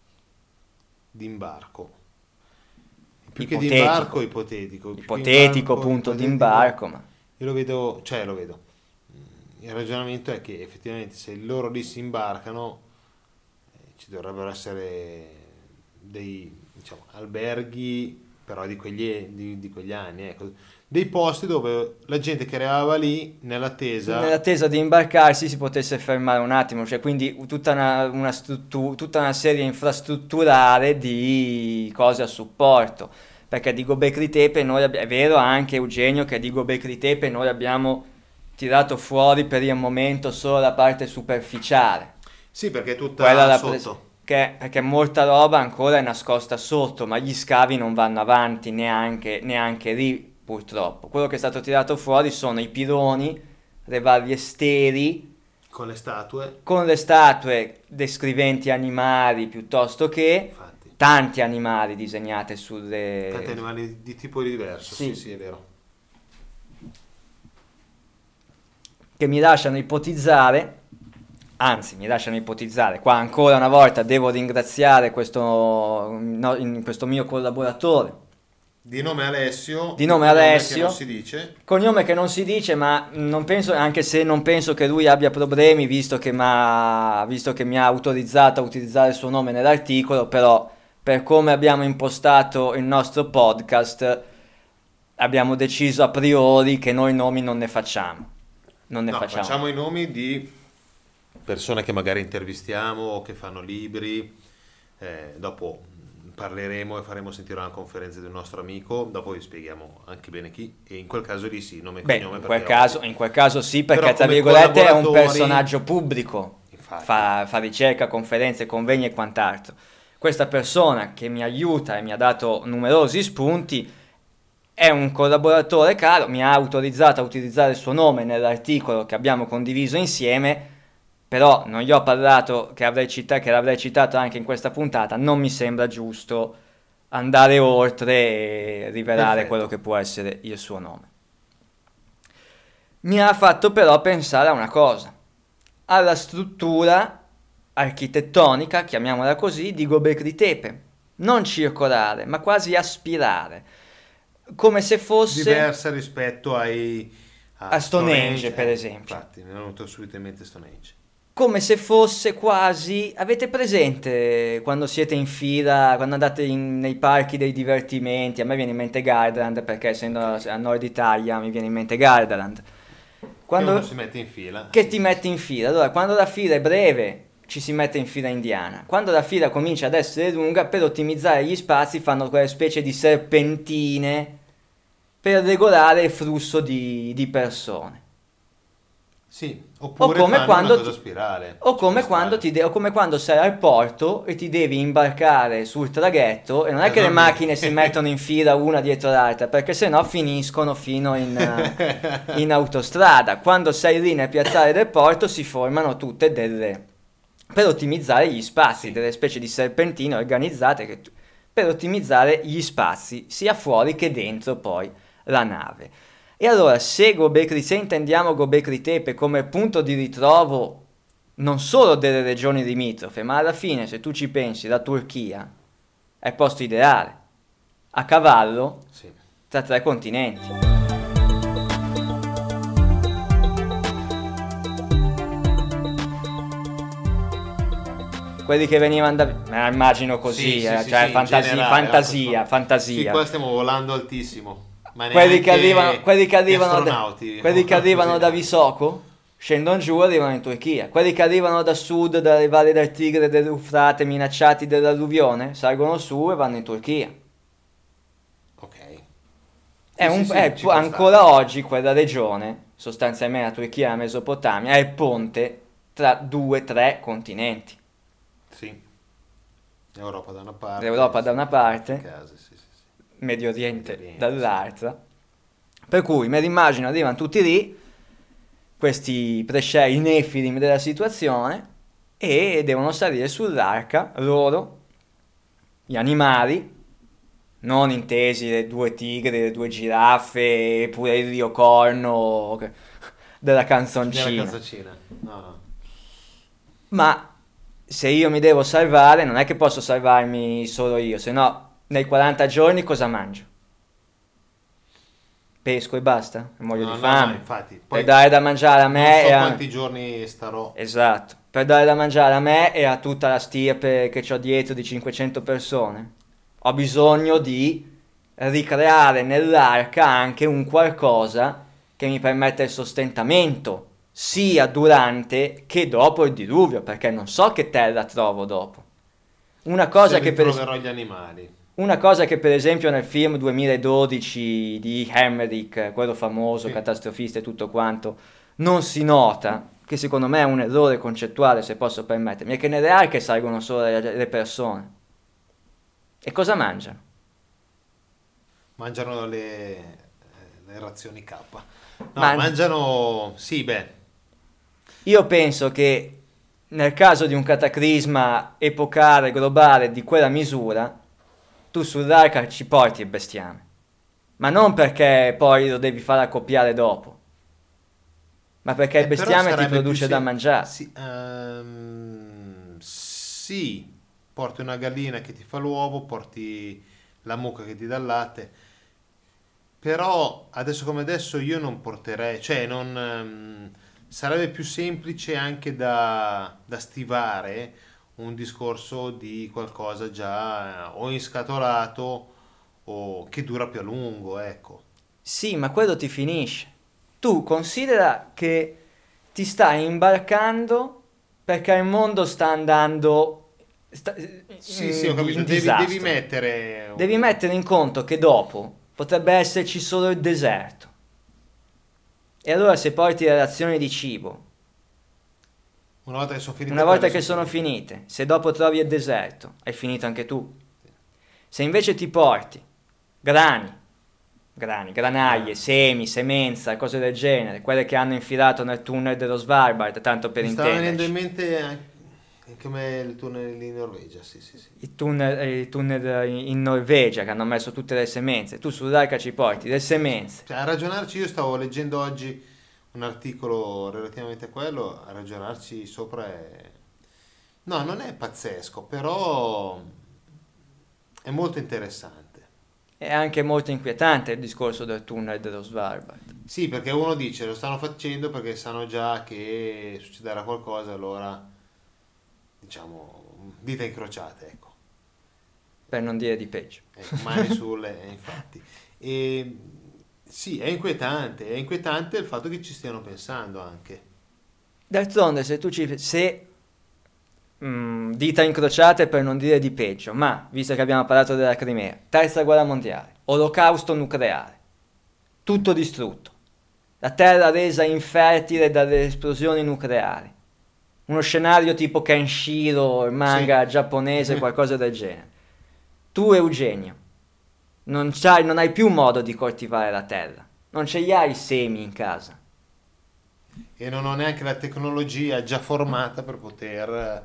Speaker 3: di imbarco, più che di
Speaker 2: Ipotetico.
Speaker 3: imbarco ipotetico, più che
Speaker 2: Ipotetico
Speaker 3: imbarco,
Speaker 2: punto di
Speaker 3: ipotetico,
Speaker 2: imbarco, ma
Speaker 3: io lo vedo, cioè lo vedo. Il ragionamento è che effettivamente se loro lì si imbarcano ci dovrebbero essere dei, diciamo, alberghi però di quegli anni, ecco. Dei posti dove la gente che arrivava lì
Speaker 2: nell'attesa di imbarcarsi si potesse fermare un attimo, cioè quindi tutta tutta una serie infrastrutturale di cose a supporto, perché di Göbekli Tepe è vero anche Eugenio che di Göbekli Tepe noi abbiamo tirato fuori per il momento solo la parte superficiale,
Speaker 3: Sì, perché è tutta
Speaker 2: quella
Speaker 3: sotto.
Speaker 2: perché molta roba ancora è nascosta sotto, ma gli scavi non vanno avanti neanche lì purtroppo. Quello che è stato tirato fuori sono i piloni, le varie steli,
Speaker 3: Con le statue,
Speaker 2: con le statue descriventi animali piuttosto che
Speaker 3: infatti.
Speaker 2: tanti animali disegnate sulle...
Speaker 3: Tanti animali di tipo diverso,
Speaker 2: Sì.
Speaker 3: sì, è vero.
Speaker 2: che mi lasciano ipotizzare, anzi mi lasciano ipotizzare, qua ancora una volta devo ringraziare questo mio collaboratore,
Speaker 3: Di nome Alessio.
Speaker 2: Di nome
Speaker 3: cognome
Speaker 2: Alessio.
Speaker 3: Che non si dice.
Speaker 2: cognome che non si dice, ma non penso, anche se non penso che lui abbia problemi, visto che mi ha autorizzato a utilizzare il suo nome nell'articolo, però per come abbiamo impostato il nostro podcast abbiamo deciso a priori che noi nomi non ne facciamo. Non ne
Speaker 3: No,
Speaker 2: facciamo.
Speaker 3: facciamo i nomi di persone che magari intervistiamo o che fanno libri. Dopo parleremo e faremo sentire una conferenza di un nostro amico. Dopo vi spieghiamo anche bene chi. E in quel caso lì sì, nome e
Speaker 2: Beh,
Speaker 3: cognome.
Speaker 2: in quel caso sì, perché
Speaker 3: Però
Speaker 2: tra
Speaker 3: come
Speaker 2: virgolette è un
Speaker 3: collaboratori-
Speaker 2: personaggio pubblico,
Speaker 3: Infatti.
Speaker 2: fa ricerca, conferenze, convegni e quant'altro. Questa persona che mi aiuta e mi ha dato numerosi spunti è un collaboratore caro, mi ha autorizzato a utilizzare il suo nome nell'articolo che abbiamo condiviso insieme, però non gli ho parlato che l'avrei citato anche in questa puntata, non mi sembra giusto andare oltre e rivelare
Speaker 3: Perfetto.
Speaker 2: quello che può essere il suo nome. Mi ha fatto però pensare a una cosa, alla struttura architettonica, chiamiamola così, di Göbekli Tepe, non circolare, ma quasi a spirale, come se fosse
Speaker 3: Diversa rispetto a
Speaker 2: Stonehenge, per esempio.
Speaker 3: Infatti, mi è venuto subito in mente Stonehenge.
Speaker 2: come se fosse quasi... Avete presente quando siete in fila, quando andate nei parchi dei divertimenti? A me viene in mente Gardaland, perché essendo a Nord Italia mi viene in mente Gardaland.
Speaker 3: Che uno
Speaker 2: Quando...
Speaker 3: si mette in fila.
Speaker 2: Che ti metti in fila. Allora, quando la fila è breve, ci si mette in fila indiana. Quando la fila comincia ad essere lunga, per ottimizzare gli spazi, fanno quelle specie di serpentine per regolare il flusso di persone.
Speaker 3: Sì, oppure
Speaker 2: O come
Speaker 3: fanno
Speaker 2: quando
Speaker 3: una cosa
Speaker 2: ti-
Speaker 3: spirale.
Speaker 2: O come
Speaker 3: Ci può
Speaker 2: quando,
Speaker 3: stare.
Speaker 2: o come quando sei al porto e ti devi imbarcare sul traghetto e non è che le
Speaker 3: Esatto.
Speaker 2: macchine si mettono in fila una dietro l'altra, perché sennò finiscono fino in autostrada. Quando sei lì nel piazzale del porto si formano tutte delle... per ottimizzare gli spazi,
Speaker 3: Sì.
Speaker 2: delle specie di serpentine organizzate per ottimizzare gli spazi sia fuori che dentro poi la nave. E allora, se se intendiamo Göbekli Tepe come punto di ritrovo non solo delle regioni limitrofe, ma alla fine, se tu ci pensi, la Turchia è il posto ideale, a cavallo
Speaker 3: Sì.
Speaker 2: tra tre continenti. Quelli che venivano da... immagino così,
Speaker 3: Sì, sì,
Speaker 2: cioè
Speaker 3: sì, in
Speaker 2: fantasia,
Speaker 3: generale,
Speaker 2: fantasia,
Speaker 3: Sì,
Speaker 2: fantasia.
Speaker 3: qua stiamo volando altissimo. Ma
Speaker 2: Quelli che
Speaker 3: neanche
Speaker 2: arrivano, quelli che
Speaker 3: gli
Speaker 2: arrivano,
Speaker 3: astronauti.
Speaker 2: quelli che arrivano
Speaker 3: Così,
Speaker 2: da
Speaker 3: no.
Speaker 2: Visoko scendono giù e arrivano in Turchia. Quelli che arrivano da sud, dalle valli del Tigre e dell'Eufrate, minacciati dall'alluvione, salgono su e vanno in Turchia.
Speaker 3: Ok. Ci può
Speaker 2: Ancora
Speaker 3: stare.
Speaker 2: oggi quella regione, sostanzialmente la Turchia e la Mesopotamia, è il ponte tra due, tre continenti.
Speaker 3: Sì. Europa da una parte.
Speaker 2: L'Europa da una parte,
Speaker 3: Africa, sì, sì, sì.
Speaker 2: Medio Oriente
Speaker 3: Medio Oriente,
Speaker 2: dall'altra. Per cui me li immagino, arrivano tutti lì, questi prescelli nefilim della situazione, e devono salire sull'arca, loro, gli animali, non intesi le due tigri, le due giraffe, pure il Rio Corno della
Speaker 3: Nella
Speaker 2: canzoncina.
Speaker 3: canzoncina. No, no.
Speaker 2: Ma se io mi devo salvare, non è che posso salvarmi solo io, se no nei 40 giorni cosa mangio? Pesco e basta? Muoio
Speaker 3: No,
Speaker 2: di
Speaker 3: no,
Speaker 2: fame.
Speaker 3: no, infatti.
Speaker 2: Per
Speaker 3: Poi
Speaker 2: dare da mangiare a
Speaker 3: non
Speaker 2: me
Speaker 3: so
Speaker 2: e a...
Speaker 3: quanti giorni starò.
Speaker 2: Esatto, per dare da mangiare a me e a tutta la stirpe che ho dietro di 500 persone. Ho bisogno di ricreare nell'arca anche un qualcosa che mi permetta il sostentamento, sia durante che dopo il diluvio, perché non so che terra trovo dopo. Una cosa
Speaker 3: Se
Speaker 2: che per
Speaker 3: ritroverò gli animali.
Speaker 2: Una cosa che per esempio nel film 2012 di Emmerich, quello famoso,
Speaker 3: Sì.
Speaker 2: catastrofista e tutto quanto, non si nota, che secondo me è un errore concettuale se posso permettermi, è che nelle arche salgono solo le persone. E cosa mangiano?
Speaker 3: Mangiano le razioni K. No,
Speaker 2: Man-
Speaker 3: mangiano... Sì, beh.
Speaker 2: Io penso che nel caso di un cataclisma epocale, globale di quella misura, tu sull'arca ci porti il bestiame. Ma non perché poi lo devi far accoppiare dopo, ma perché il
Speaker 3: Però
Speaker 2: bestiame ti
Speaker 3: sarebbe
Speaker 2: produce
Speaker 3: più
Speaker 2: da
Speaker 3: sem-
Speaker 2: mangiare.
Speaker 3: Sì, sì, porti una gallina che ti fa l'uovo, porti la mucca che ti dà il latte. Però adesso come adesso io non porterei, cioè non sarebbe più semplice anche da stivare un discorso di qualcosa già o inscatolato o che dura più a lungo, ecco.
Speaker 2: Sì, ma quello ti finisce. Tu considera che ti stai imbarcando perché il mondo sta andando
Speaker 3: Sì, sì, ho capito,
Speaker 2: in
Speaker 3: devi
Speaker 2: disastro.
Speaker 3: mettere
Speaker 2: Devi mettere in conto che dopo potrebbe esserci solo il deserto. E allora se porti le razioni di cibo,
Speaker 3: una volta che sono finite
Speaker 2: una volta
Speaker 3: quelle,
Speaker 2: che sono
Speaker 3: finite.
Speaker 2: finite, se dopo trovi il deserto, hai finito anche tu. Se invece ti porti grani, granaglie, semi, semenza, cose del genere, quelle che hanno infilato nel tunnel dello Svalbard, tanto per
Speaker 3: Mi stava venendo in
Speaker 2: intenderci,
Speaker 3: mente anche come il tunnel in Norvegia, sì, sì, sì.
Speaker 2: i tunnel in Norvegia che hanno messo tutte le semenze, tu sull'arca ci porti le semenze.
Speaker 3: Cioè, a ragionarci, io stavo leggendo oggi un articolo relativamente a quello, a ragionarci sopra è... No, non è pazzesco, però è molto interessante.
Speaker 2: È anche molto inquietante il discorso del tunnel dello Svalbard.
Speaker 3: Sì, perché uno dice lo stanno facendo perché sanno già che succederà qualcosa, allora diciamo dita incrociate, ecco.
Speaker 2: per non dire di peggio.
Speaker 3: Ecco, mani sulle, infatti. E sì, è inquietante il fatto che ci stiano pensando anche.
Speaker 2: D'altronde, dita incrociate per non dire di peggio, ma visto che abbiamo parlato della Crimea, terza guerra mondiale, olocausto nucleare, tutto distrutto, la terra resa infertile dalle esplosioni nucleari, uno scenario tipo Kenshiro, il manga
Speaker 3: Sì.
Speaker 2: giapponese, qualcosa del genere. Tu, Eugenio, non hai più modo di coltivare la terra, non ce li hai i semi in casa.
Speaker 3: E non ho neanche la tecnologia già formata per poter...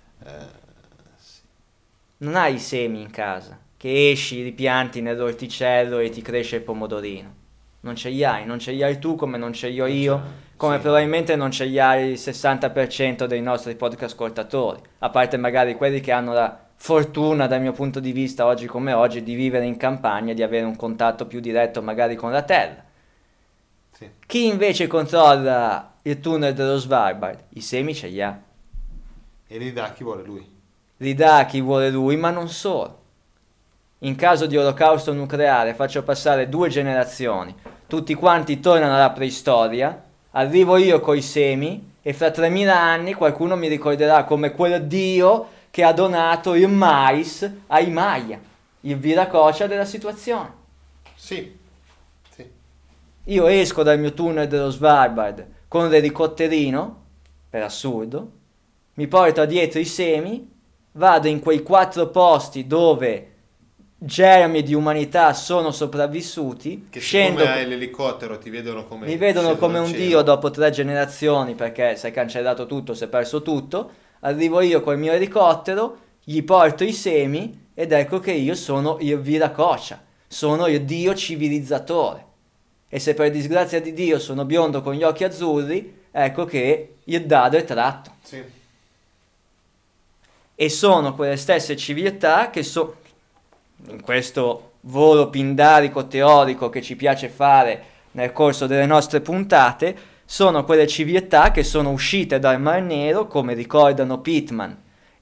Speaker 3: sì.
Speaker 2: Non hai i semi in casa, che esci, li pianti nell'orticello e ti cresce il pomodorino. Non ce li hai tu come non ce li ho
Speaker 3: Non
Speaker 2: io, come
Speaker 3: sì.
Speaker 2: probabilmente non ce li ha il 60% dei nostri podcast ascoltatori, a parte magari quelli che hanno la fortuna, dal mio punto di vista, oggi come oggi, di vivere in campagna, di avere un contatto più diretto magari con la terra.
Speaker 3: Sì.
Speaker 2: Chi invece controlla il tunnel dello Svalbard, i semi ce li ha.
Speaker 3: E li dà chi vuole lui.
Speaker 2: Li dà a chi vuole lui, ma non solo. In caso di olocausto nucleare faccio passare 2 generazioni, tutti quanti tornano alla preistoria, arrivo io coi semi e fra 3000 anni qualcuno mi ricorderà come quel dio che ha donato il mais ai Maya, il viracoccia della situazione.
Speaker 3: Sì. Sì.
Speaker 2: Io esco dal mio tunnel dello Svalbard con l'elicotterino, per assurdo, mi porto dietro i semi, vado in quei 4 posti dove germi di umanità sono sopravvissuti,
Speaker 3: Che
Speaker 2: scendo,
Speaker 3: siccome hai l'elicottero ti vedono come...
Speaker 2: mi vedono
Speaker 3: sceso
Speaker 2: come
Speaker 3: dal
Speaker 2: un
Speaker 3: cielo.
Speaker 2: dio dopo 3 generazioni perché si è cancellato tutto, si è perso tutto, arrivo io col mio elicottero, gli porto i semi ed ecco che io sono il viracoccia, sono il dio civilizzatore. E se per disgrazia di Dio sono biondo con gli occhi azzurri, ecco che il dado è tratto.
Speaker 3: Sì.
Speaker 2: E sono quelle stesse civiltà che in questo volo pindarico teorico che ci piace fare nel corso delle nostre puntate, sono quelle civiltà che sono uscite dal Mar Nero, come ricordano Pittman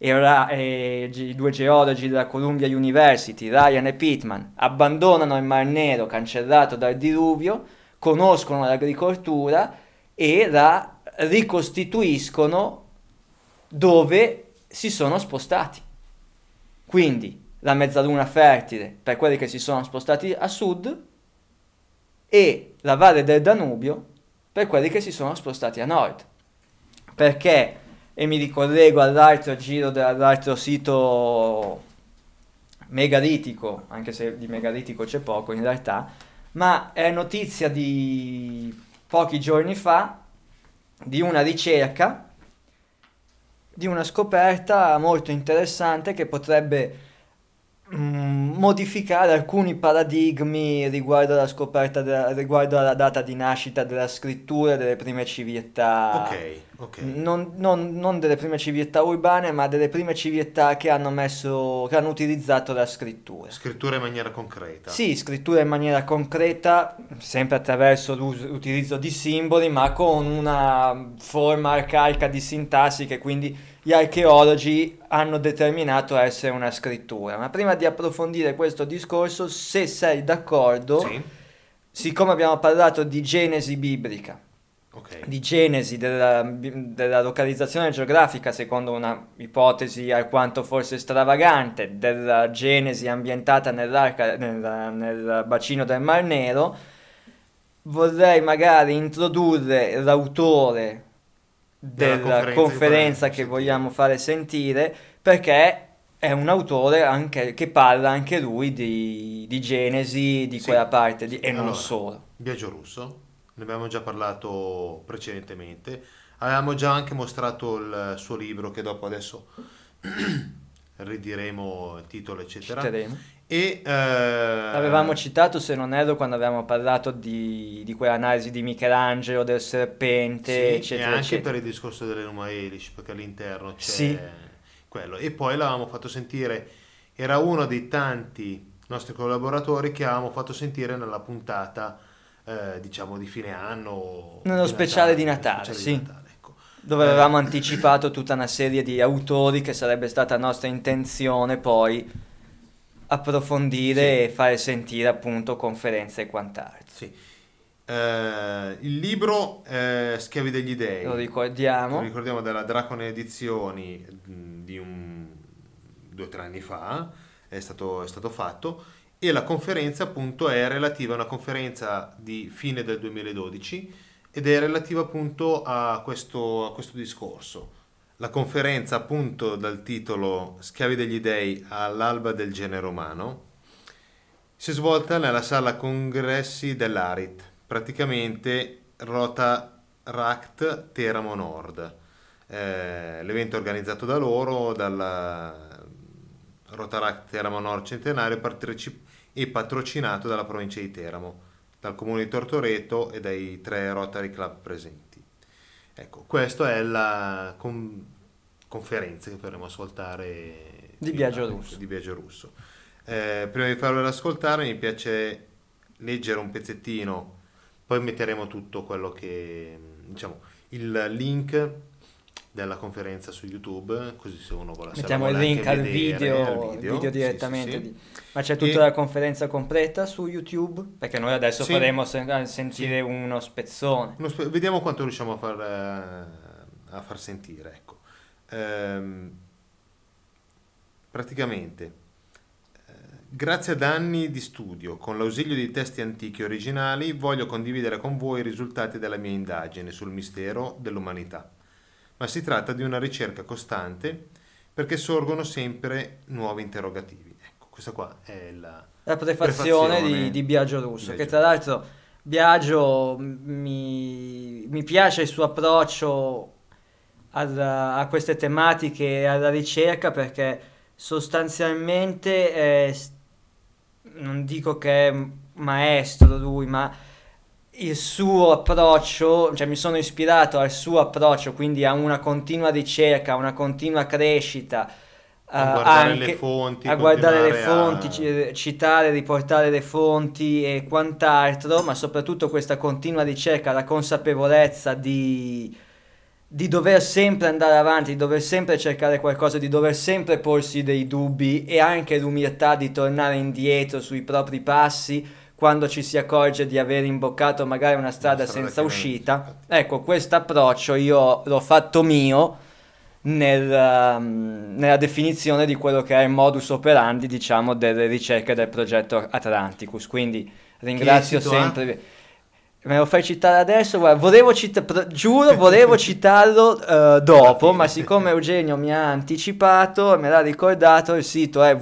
Speaker 2: e i 2 geologi della Columbia University, Ryan e Pittman, abbandonano il Mar Nero cancellato dal diluvio, conoscono l'agricoltura e la ricostituiscono dove si sono spostati. Quindi la mezzaluna fertile per quelli che si sono spostati a sud e la valle del Danubio per quelli che si sono spostati a nord. Perché, e mi ricollego all'altro sito megalitico, anche se di megalitico c'è poco in realtà, ma è notizia di pochi giorni fa di una ricerca, di una scoperta molto interessante che potrebbe modificare alcuni paradigmi riguardo alla scoperta, riguardo alla data di nascita della scrittura delle prime civiltà.
Speaker 3: Ok, ok.
Speaker 2: Non delle prime civiltà urbane, ma delle prime civiltà che hanno utilizzato la scrittura.
Speaker 3: Scrittura in maniera concreta.
Speaker 2: Sì, scrittura in maniera concreta, sempre attraverso l'utilizzo di simboli, ma con una forma arcaica di sintassi che quindi gli archeologi hanno determinato essere una scrittura. Ma prima di approfondire questo discorso, se sei d'accordo,
Speaker 3: Sì.
Speaker 2: siccome abbiamo parlato di genesi biblica,
Speaker 3: Ok.
Speaker 2: di genesi della localizzazione geografica secondo una ipotesi alquanto forse stravagante, della genesi ambientata nel bacino del Mar Nero, vorrei magari introdurre l'autore della conferenza che vogliamo fare sentire, perché è un autore anche, che parla anche lui di genesi di
Speaker 3: Sì.
Speaker 2: quella parte e non
Speaker 3: Allora,
Speaker 2: solo.
Speaker 3: Biagio Russo, ne abbiamo già parlato precedentemente, avevamo già anche mostrato il suo libro che dopo adesso ridiremo titolo eccetera.
Speaker 2: Citeremo.
Speaker 3: E
Speaker 2: L'avevamo citato, se non erro, quando avevamo parlato di quell'analisi di Michelangelo, del serpente,
Speaker 3: sì,
Speaker 2: eccetera,
Speaker 3: e anche
Speaker 2: eccetera.
Speaker 3: per il discorso dell'Enuma Elish, perché all'interno c'è
Speaker 2: Sì.
Speaker 3: quello. E poi l'avevamo fatto sentire, era uno dei tanti nostri collaboratori che avevamo fatto sentire nella puntata diciamo di fine anno,
Speaker 2: Nello speciale di Natale,
Speaker 3: speciale
Speaker 2: sì.
Speaker 3: di Natale, ecco.
Speaker 2: Dove avevamo anticipato tutta una serie di autori che sarebbe stata nostra intenzione poi approfondire
Speaker 3: Sì.
Speaker 2: e fare sentire appunto conferenze e quant'altro.
Speaker 3: Sì. Il libro Schiavi degli Dei,
Speaker 2: Lo
Speaker 3: che
Speaker 2: ricordiamo.
Speaker 3: ricordiamo della Dracone Edizioni di 2 o 3 anni fa, è stato fatto, e la conferenza appunto è relativa a una conferenza di fine del 2012 ed è relativa appunto a questo discorso. La conferenza appunto dal titolo Schiavi degli Dei all'alba del genere umano si è svolta nella sala congressi dell'ARIT, praticamente Rotaract Teramo Nord. L'evento è organizzato da loro, dalla Rotaract Teramo Nord Centenario e patrocinato dalla provincia di Teramo, dal comune di Tortoreto e dai 3 Rotary Club presenti. Ecco, questa è la conferenza che faremo ascoltare
Speaker 2: Di Biagio Russo.
Speaker 3: Di Biagio Russo. Prima di farvelo ascoltare mi piace leggere un pezzettino, poi metteremo tutto quello che, diciamo, il link della conferenza su YouTube, così se uno vuole
Speaker 2: Mettiamo il link al video
Speaker 3: sì,
Speaker 2: direttamente.
Speaker 3: sì, sì.
Speaker 2: Ma c'è tutta la conferenza completa su YouTube? Perché noi adesso
Speaker 3: Sì.
Speaker 2: faremo sentire uno spezzone.
Speaker 3: Vediamo quanto riusciamo a far sentire, ecco. Praticamente, grazie ad anni di studio, con l'ausilio di testi antichi e originali, voglio condividere con voi i risultati della mia indagine sul mistero dell'umanità. Ma si tratta di una ricerca costante perché sorgono sempre nuovi interrogativi. Ecco, questa qua è
Speaker 2: La prefazione di Biagio Russo, che tra l'altro Biagio mi piace il suo approccio a queste tematiche e alla ricerca, perché sostanzialmente non dico che è maestro lui, ma il suo approccio, cioè mi sono ispirato al suo approccio, quindi a una continua ricerca, a una continua crescita,
Speaker 3: a guardare
Speaker 2: anche
Speaker 3: le fonti,
Speaker 2: a guardare le
Speaker 3: continuare
Speaker 2: fonti, citare, riportare le fonti e quant'altro, ma soprattutto questa continua ricerca, la consapevolezza di dover sempre andare avanti, di dover sempre cercare qualcosa, di dover sempre porsi dei dubbi e anche l'umiltà di tornare indietro sui propri passi quando ci si accorge di aver imboccato magari una strada senza uscita. Ecco, questo approccio io l'ho fatto mio nella definizione di quello che è il modus operandi, diciamo, delle ricerche del progetto Atlanticus. Quindi ringrazio sempre. Me lo fai citare adesso? Guarda, giuro, volevo citarlo dopo, ma siccome Eugenio mi ha anticipato e me l'ha ricordato, il sito è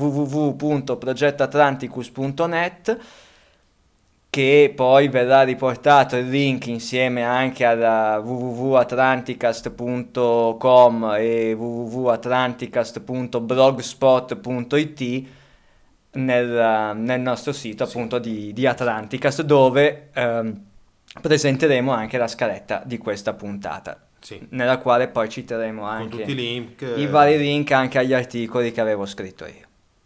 Speaker 2: www.progettoatlanticus.net, che poi verrà riportato il link insieme anche alla www.atlanticast.com e www.atlanticast.blogspot.it nel nostro sito appunto di Atlanticast, dove presenteremo anche la scaletta di questa puntata, nella quale poi citeremo anche
Speaker 3: con tutti i link,
Speaker 2: i vari link anche agli articoli che avevo scritto io.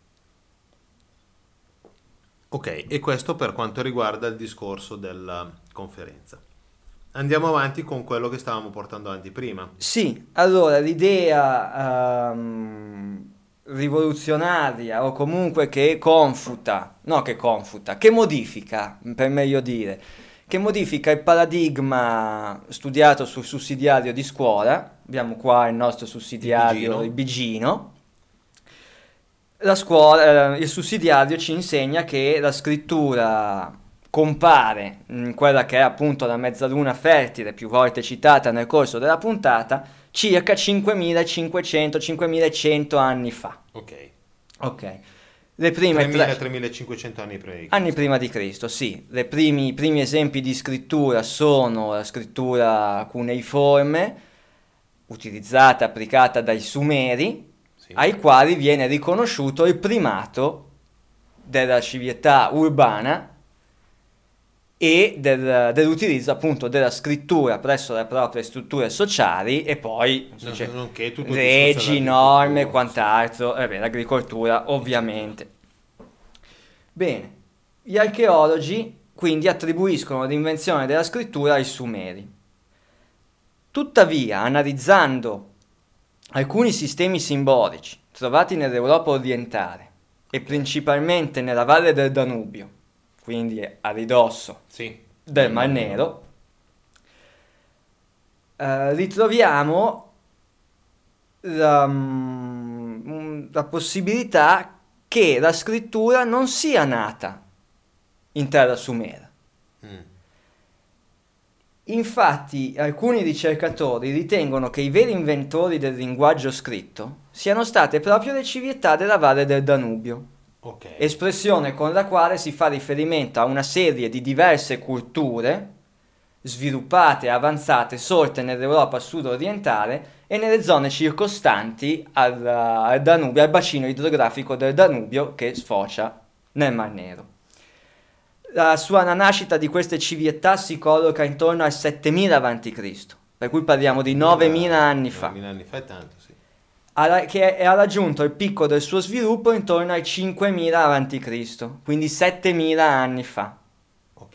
Speaker 3: Ok, e questo per quanto riguarda il discorso della conferenza. Andiamo avanti con quello che stavamo portando avanti prima.
Speaker 2: Sì, allora l'idea rivoluzionaria, o comunque che modifica, per meglio dire, che modifica il paradigma studiato sul sussidiario di scuola. Abbiamo qua il nostro sussidiario, il Bigino. La scuola, il sussidiario ci insegna che la scrittura compare in quella che è appunto la mezzaluna fertile, più volte citata nel corso della puntata, circa 5.500-5.100 anni fa.
Speaker 3: Ok.
Speaker 2: Le prime
Speaker 3: 3.000-3.500
Speaker 2: anni prima di Cristo, sì. I primi esempi di scrittura sono la scrittura cuneiforme, utilizzata, applicata dai Sumeri, ai quali viene riconosciuto il primato della civiltà urbana e dell'utilizzo appunto della scrittura presso le proprie strutture sociali, e poi leggi, norme, quant'altro, l'agricoltura ovviamente. Bene, gli archeologi quindi attribuiscono l'invenzione della scrittura ai Sumeri. Tuttavia, analizzando alcuni sistemi simbolici trovati nell'Europa orientale e principalmente nella valle del Danubio, quindi a ridosso
Speaker 3: Sì.
Speaker 2: del Mar Nero, ritroviamo la possibilità che la scrittura non sia nata in terra sumera. Infatti, alcuni ricercatori ritengono che i veri inventori del linguaggio scritto siano state proprio le civiltà della valle del Danubio,
Speaker 3: Ok.
Speaker 2: espressione con la quale si fa riferimento a una serie di diverse culture sviluppate e avanzate sorte nell'Europa sud-orientale e nelle zone circostanti al Danubio, al bacino idrografico del Danubio che sfocia nel Mar Nero. La nascita di queste civiltà si colloca intorno al 7000 a.C., per cui parliamo di 9000 anni fa,
Speaker 3: 9000 anni fa è tanto, sì.
Speaker 2: che ha raggiunto il picco del suo sviluppo intorno ai 5000 a.C., quindi 7000 anni fa.
Speaker 3: Ok.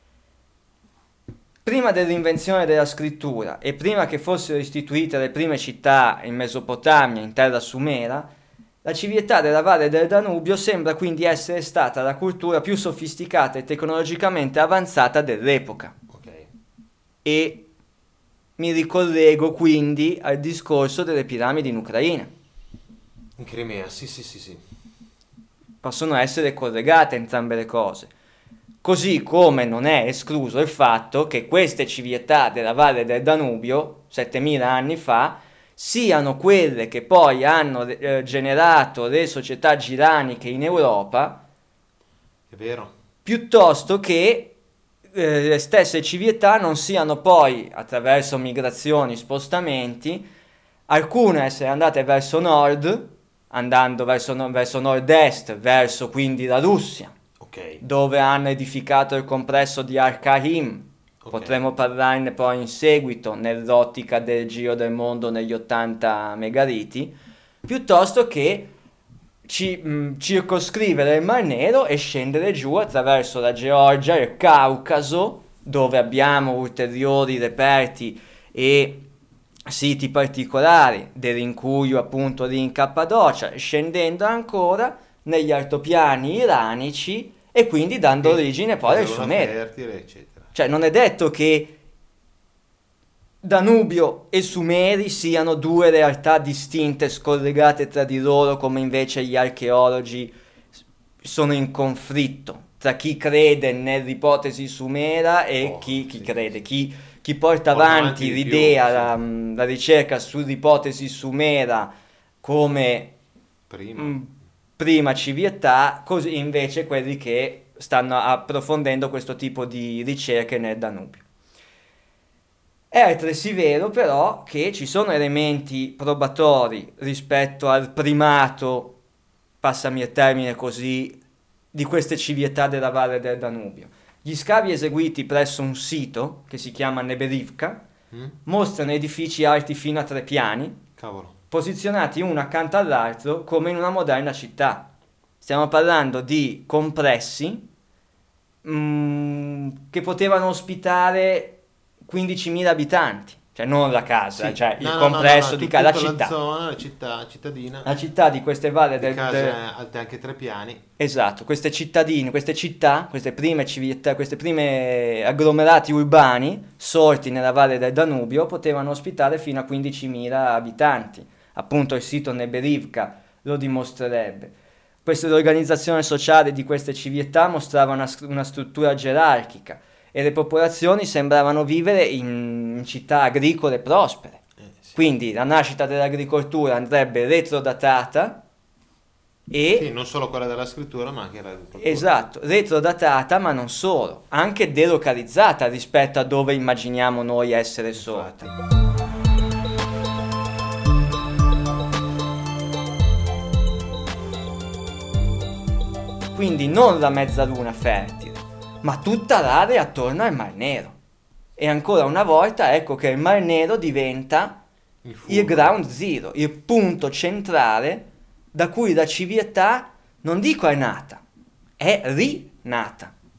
Speaker 2: Prima dell'invenzione della scrittura e prima che fossero istituite le prime città in Mesopotamia, in terra sumera, la civiltà della valle del Danubio sembra quindi essere stata la cultura più sofisticata e tecnologicamente avanzata dell'epoca.
Speaker 3: Ok.
Speaker 2: E mi ricollego quindi al discorso delle piramidi in Ucraina.
Speaker 3: In Crimea, sì, sì, sì, sì.
Speaker 2: Possono essere collegate entrambe le cose. Così come non è escluso il fatto che queste civiltà della valle del Danubio, 7000 anni fa, siano quelle che poi hanno generato le società giraniche in Europa,
Speaker 3: È vero.
Speaker 2: piuttosto che le stesse civiltà non siano poi, attraverso migrazioni, spostamenti, alcune essere andate verso nord, andando verso nord-est, verso quindi la Russia,
Speaker 3: Ok.
Speaker 2: dove hanno edificato il complesso di Al-Kahim.
Speaker 3: Ok.
Speaker 2: Potremo parlarne poi in seguito nell'ottica del giro del mondo negli 80 megaliti, piuttosto che circoscrivere il Mar Nero e scendere giù attraverso la Georgia, il Caucaso, dove abbiamo ulteriori reperti e siti particolari dell'Incuio appunto lì in Cappadocia, scendendo ancora negli altopiani iranici e quindi dando origine poi ai
Speaker 3: Zona
Speaker 2: Sumeri.
Speaker 3: fertile, eccetera.
Speaker 2: Cioè non è detto che Danubio e Sumeri siano due realtà distinte, scollegate tra di loro, come invece gli archeologi sono in conflitto tra chi crede nell'ipotesi sumera e chi
Speaker 3: sì,
Speaker 2: crede,
Speaker 3: sì.
Speaker 2: chi porta avanti
Speaker 3: di più,
Speaker 2: l'idea,
Speaker 3: sì.
Speaker 2: la ricerca sull'ipotesi sumera come
Speaker 3: Prima.
Speaker 2: prima civiltà, così invece quelli che stanno approfondendo questo tipo di ricerche nel Danubio. È altresì vero però che ci sono elementi probatori rispetto al primato, passami il termine così, di queste civiltà della valle del Danubio. Gli scavi eseguiti presso un sito che si chiama Neberivka mostrano edifici alti fino a 3 piani,
Speaker 3: Cavolo.
Speaker 2: posizionati uno accanto all'altro come in una moderna città. Stiamo parlando di complessi che potevano ospitare 15.000 abitanti, cioè non la casa,
Speaker 3: Sì.
Speaker 2: cioè il
Speaker 3: No,
Speaker 2: complesso di casa, la
Speaker 3: tutta
Speaker 2: città.
Speaker 3: La zona, cittadina.
Speaker 2: La città di queste valle
Speaker 3: Di case alte anche 3 piani.
Speaker 2: Esatto, queste cittadine, queste città, queste prime civiltà, questi primi agglomerati urbani sorti nella valle del Danubio potevano ospitare fino a 15.000 abitanti. Appunto il sito Neberivka lo dimostrerebbe. L'organizzazione sociale di queste civiltà mostrava una struttura gerarchica e le popolazioni sembravano vivere in città agricole prospere.
Speaker 3: Sì.
Speaker 2: Quindi la nascita dell'agricoltura andrebbe retrodatata e...
Speaker 3: Sì, non solo quella della scrittura, ma anche la
Speaker 2: Esatto, retrodatata, ma non solo, anche delocalizzata rispetto a dove immaginiamo noi essere sorti. Quindi non la mezzaluna fertile, ma tutta l'area attorno al Mar Nero. E ancora una volta ecco che il Mar Nero diventa il ground zero, il punto centrale da cui la civiltà, non dico è nata, è rinata.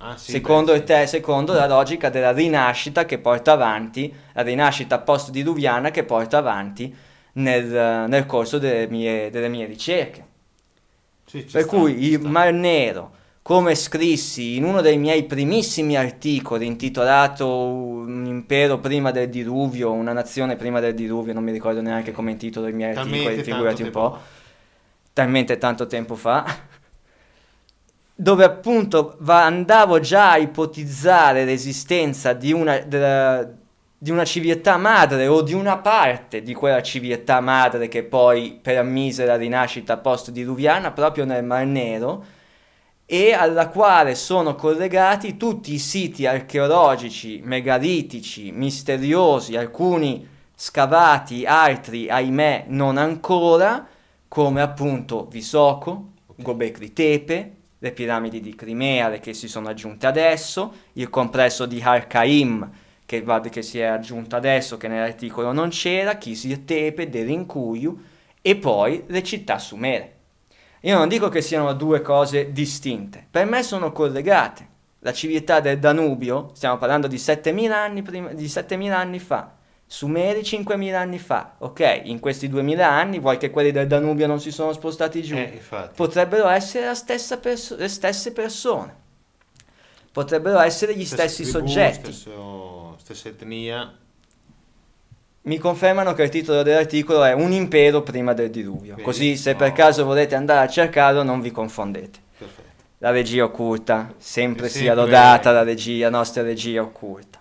Speaker 3: Ah, sì,
Speaker 2: secondo,
Speaker 3: beh, sì.
Speaker 2: secondo la logica della rinascita che porta avanti, la rinascita post-diluviana che porta avanti nel corso delle mie ricerche.
Speaker 3: Sì, ci
Speaker 2: Per
Speaker 3: sta,
Speaker 2: cui
Speaker 3: ci
Speaker 2: il
Speaker 3: sta.
Speaker 2: Mar Nero, come scrissi in uno dei miei primissimi articoli intitolato Un impero prima del diluvio, una nazione prima del diluvio, non mi ricordo neanche
Speaker 3: Ok.
Speaker 2: come intitolo i miei articoli,
Speaker 3: Talmente tanto
Speaker 2: figurati un
Speaker 3: tempo
Speaker 2: po',
Speaker 3: fa.
Speaker 2: talmente tanto tempo fa, dove appunto andavo già a ipotizzare l'esistenza di una civiltà madre o di una parte di quella civiltà madre che poi permise la rinascita post-diluviana proprio nel Mar Nero e alla quale sono collegati tutti i siti archeologici, megalitici, misteriosi, alcuni scavati, altri, ahimè, non ancora, come appunto Visoko,
Speaker 3: Ok.
Speaker 2: Gobekli Tepe, le piramidi di Crimea, le che si sono aggiunte adesso, il complesso di Harkaim, che si è aggiunto adesso, che nell'articolo non c'era, Kisir Tepe, Derinkuyu, e poi le città sumere. Io non dico che siano due cose distinte, per me sono collegate. La civiltà del Danubio, stiamo parlando di 7000 anni, di 7000 anni fa, Sumeri 5000 anni fa, ok? In questi 2000 anni, vuoi che quelli del Danubio non si sono spostati giù?
Speaker 3: Infatti.
Speaker 2: Potrebbero essere le stesse persone, potrebbero essere gli
Speaker 3: Stessa
Speaker 2: stessi
Speaker 3: tribù,
Speaker 2: soggetti.
Speaker 3: stessa etnia.
Speaker 2: Mi confermano che il titolo dell'articolo è Un impero prima del diluvio,
Speaker 3: Vedi?
Speaker 2: così se per caso
Speaker 3: Oh,
Speaker 2: volete andare a cercarlo non vi confondete.
Speaker 3: perfetto.
Speaker 2: La regia occulta,
Speaker 3: È
Speaker 2: sempre sia lodata
Speaker 3: sempre...
Speaker 2: la regia, nostra regia occulta.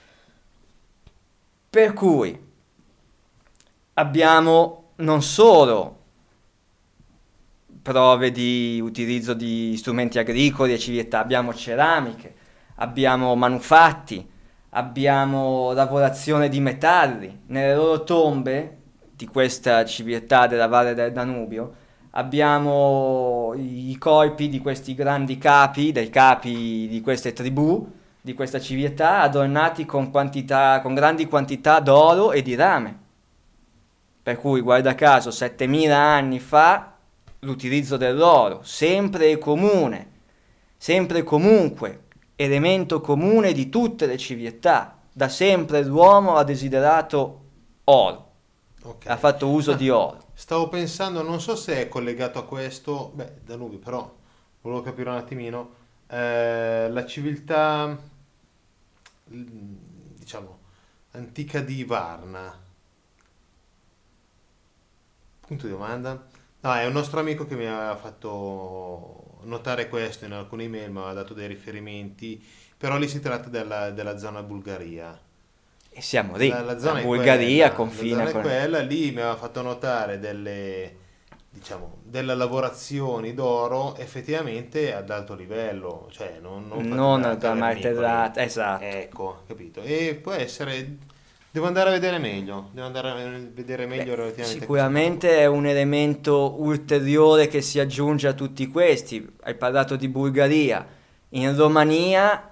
Speaker 2: Per cui abbiamo non solo prove di utilizzo di strumenti agricoli e civiltà, abbiamo ceramiche, abbiamo manufatti, abbiamo lavorazione di metalli. Nelle loro tombe di questa civiltà della Valle del Danubio abbiamo i corpi di questi grandi capi, dei capi di queste tribù, di questa civiltà, adornati con grandi quantità d'oro e di rame. Per cui, guarda caso, 7000 anni fa l'utilizzo dell'oro, sempre e comune, sempre e comunque, elemento comune di tutte le civiltà. Da sempre l'uomo ha desiderato oro, ha
Speaker 3: Ok.
Speaker 2: fatto uso di
Speaker 3: No,
Speaker 2: oro.
Speaker 3: stavo pensando, non so se è collegato a questo, beh, Danubio, però volevo capire un attimino, la civiltà, diciamo, antica di Varna. Punto di domanda? No, è un nostro amico che mi aveva fatto notare questo in alcune email, mi aveva dato dei riferimenti, però lì si tratta della zona Bulgaria.
Speaker 2: E siamo
Speaker 3: La,
Speaker 2: lì,
Speaker 3: la
Speaker 2: la
Speaker 3: zona è
Speaker 2: Bulgaria
Speaker 3: quella, la
Speaker 2: confina
Speaker 3: zona è
Speaker 2: con...
Speaker 3: quella, lì mi aveva fatto notare delle lavorazioni d'oro effettivamente ad alto livello, cioè non fatte
Speaker 2: Non
Speaker 3: da
Speaker 2: da
Speaker 3: cavernicoli.
Speaker 2: martellata, esatto.
Speaker 3: Ecco, capito? E può essere, devo andare a vedere meglio, devo andare a vedere meglio
Speaker 2: Beh,
Speaker 3: relativamente a questa cosa qua.
Speaker 2: sicuramente è un elemento ulteriore che si aggiunge a tutti questi. Hai parlato di Bulgaria. In Romania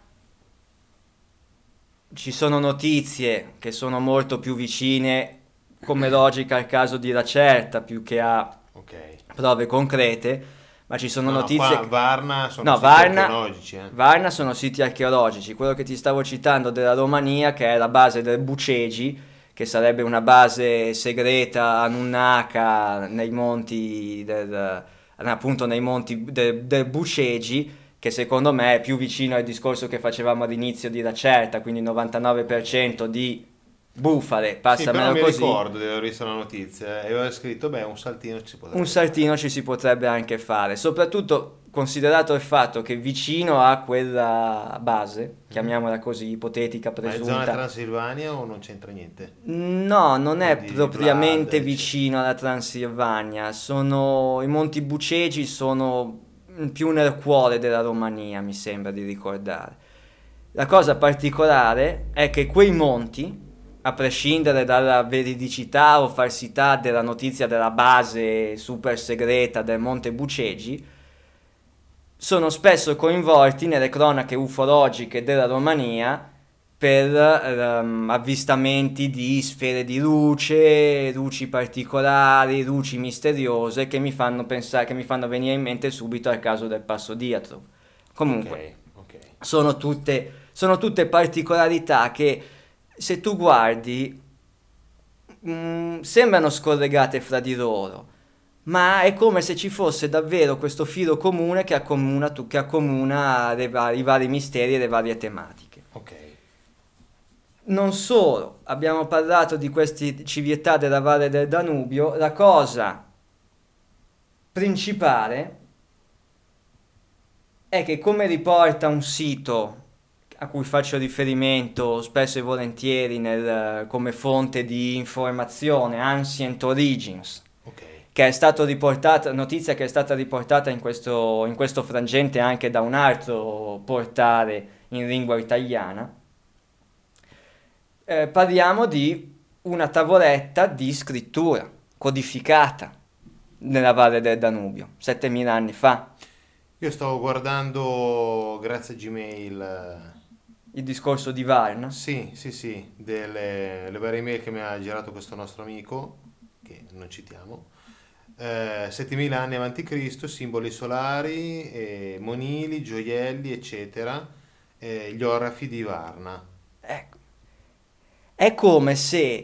Speaker 2: ci sono notizie che sono molto più vicine, come logica, al caso di Lacerta, più che a
Speaker 3: Ok.
Speaker 2: prove concrete, ma ci sono
Speaker 3: No, no, qua
Speaker 2: notizie...
Speaker 3: Varna sono
Speaker 2: No,
Speaker 3: siti
Speaker 2: Varna,
Speaker 3: archeologici, eh.
Speaker 2: Varna sono siti archeologici. Quello che ti stavo citando della Romania, che è la base del Bucegi, che sarebbe una base segreta Anunnaka nei monti appunto nei monti del Bucegi, che secondo me è più vicino al discorso che facevamo all'inizio di Lacerta, quindi
Speaker 3: Ok.
Speaker 2: 99% di bufale,
Speaker 3: Sì, però
Speaker 2: passamelo
Speaker 3: mi
Speaker 2: così.
Speaker 3: ricordo di aver visto la notizia e aveva scritto, beh, un saltino ci si
Speaker 2: Un
Speaker 3: potrebbe
Speaker 2: saltino
Speaker 3: fare.
Speaker 2: ci si potrebbe anche fare, soprattutto considerato il fatto che vicino a quella base,
Speaker 3: Mhm.
Speaker 2: chiamiamola così, ipotetica,
Speaker 3: Ma è zona
Speaker 2: presunta,
Speaker 3: Transilvania o non c'entra niente?
Speaker 2: no, non è
Speaker 3: Quindi Vlad,
Speaker 2: propriamente
Speaker 3: eccetera.
Speaker 2: vicino alla Transilvania, i Monti Bucegi sono più nel cuore della Romania, mi sembra di ricordare. La cosa particolare è che quei monti, a prescindere dalla veridicità o falsità della notizia della base super segreta del Monte Bucegi, sono spesso coinvolti nelle cronache ufologiche della Romania per avvistamenti di sfere di luce, luci particolari, luci misteriose che mi fanno venire in mente subito al caso del Passo Diatrov.
Speaker 3: Ok,
Speaker 2: Comunque,
Speaker 3: ok.
Speaker 2: sono tutte particolarità che, se tu guardi, sembrano scollegate fra di loro, ma è come se ci fosse davvero questo filo comune che accomuna i vari misteri e le varie tematiche.
Speaker 3: Ok.
Speaker 2: Non solo, abbiamo parlato di queste civiltà della Valle del Danubio, la cosa principale è che, come riporta un sito a cui faccio riferimento spesso e volentieri come fonte di informazione, Ancient Origins,
Speaker 3: Ok.
Speaker 2: che è stato riportata, notizia che è stata riportata in questo frangente anche da un altro portale in lingua italiana, parliamo di una tavoletta di scrittura codificata nella Valle del Danubio, 7000 anni fa.
Speaker 3: Io stavo guardando, grazie a Gmail,
Speaker 2: Il discorso di Varna.
Speaker 3: sì, le varie email che mi ha girato questo nostro amico, che non citiamo. 7000 anni avanti Cristo, simboli solari, monili, gioielli, eccetera, gli orafi di Varna.
Speaker 2: Ecco. È come se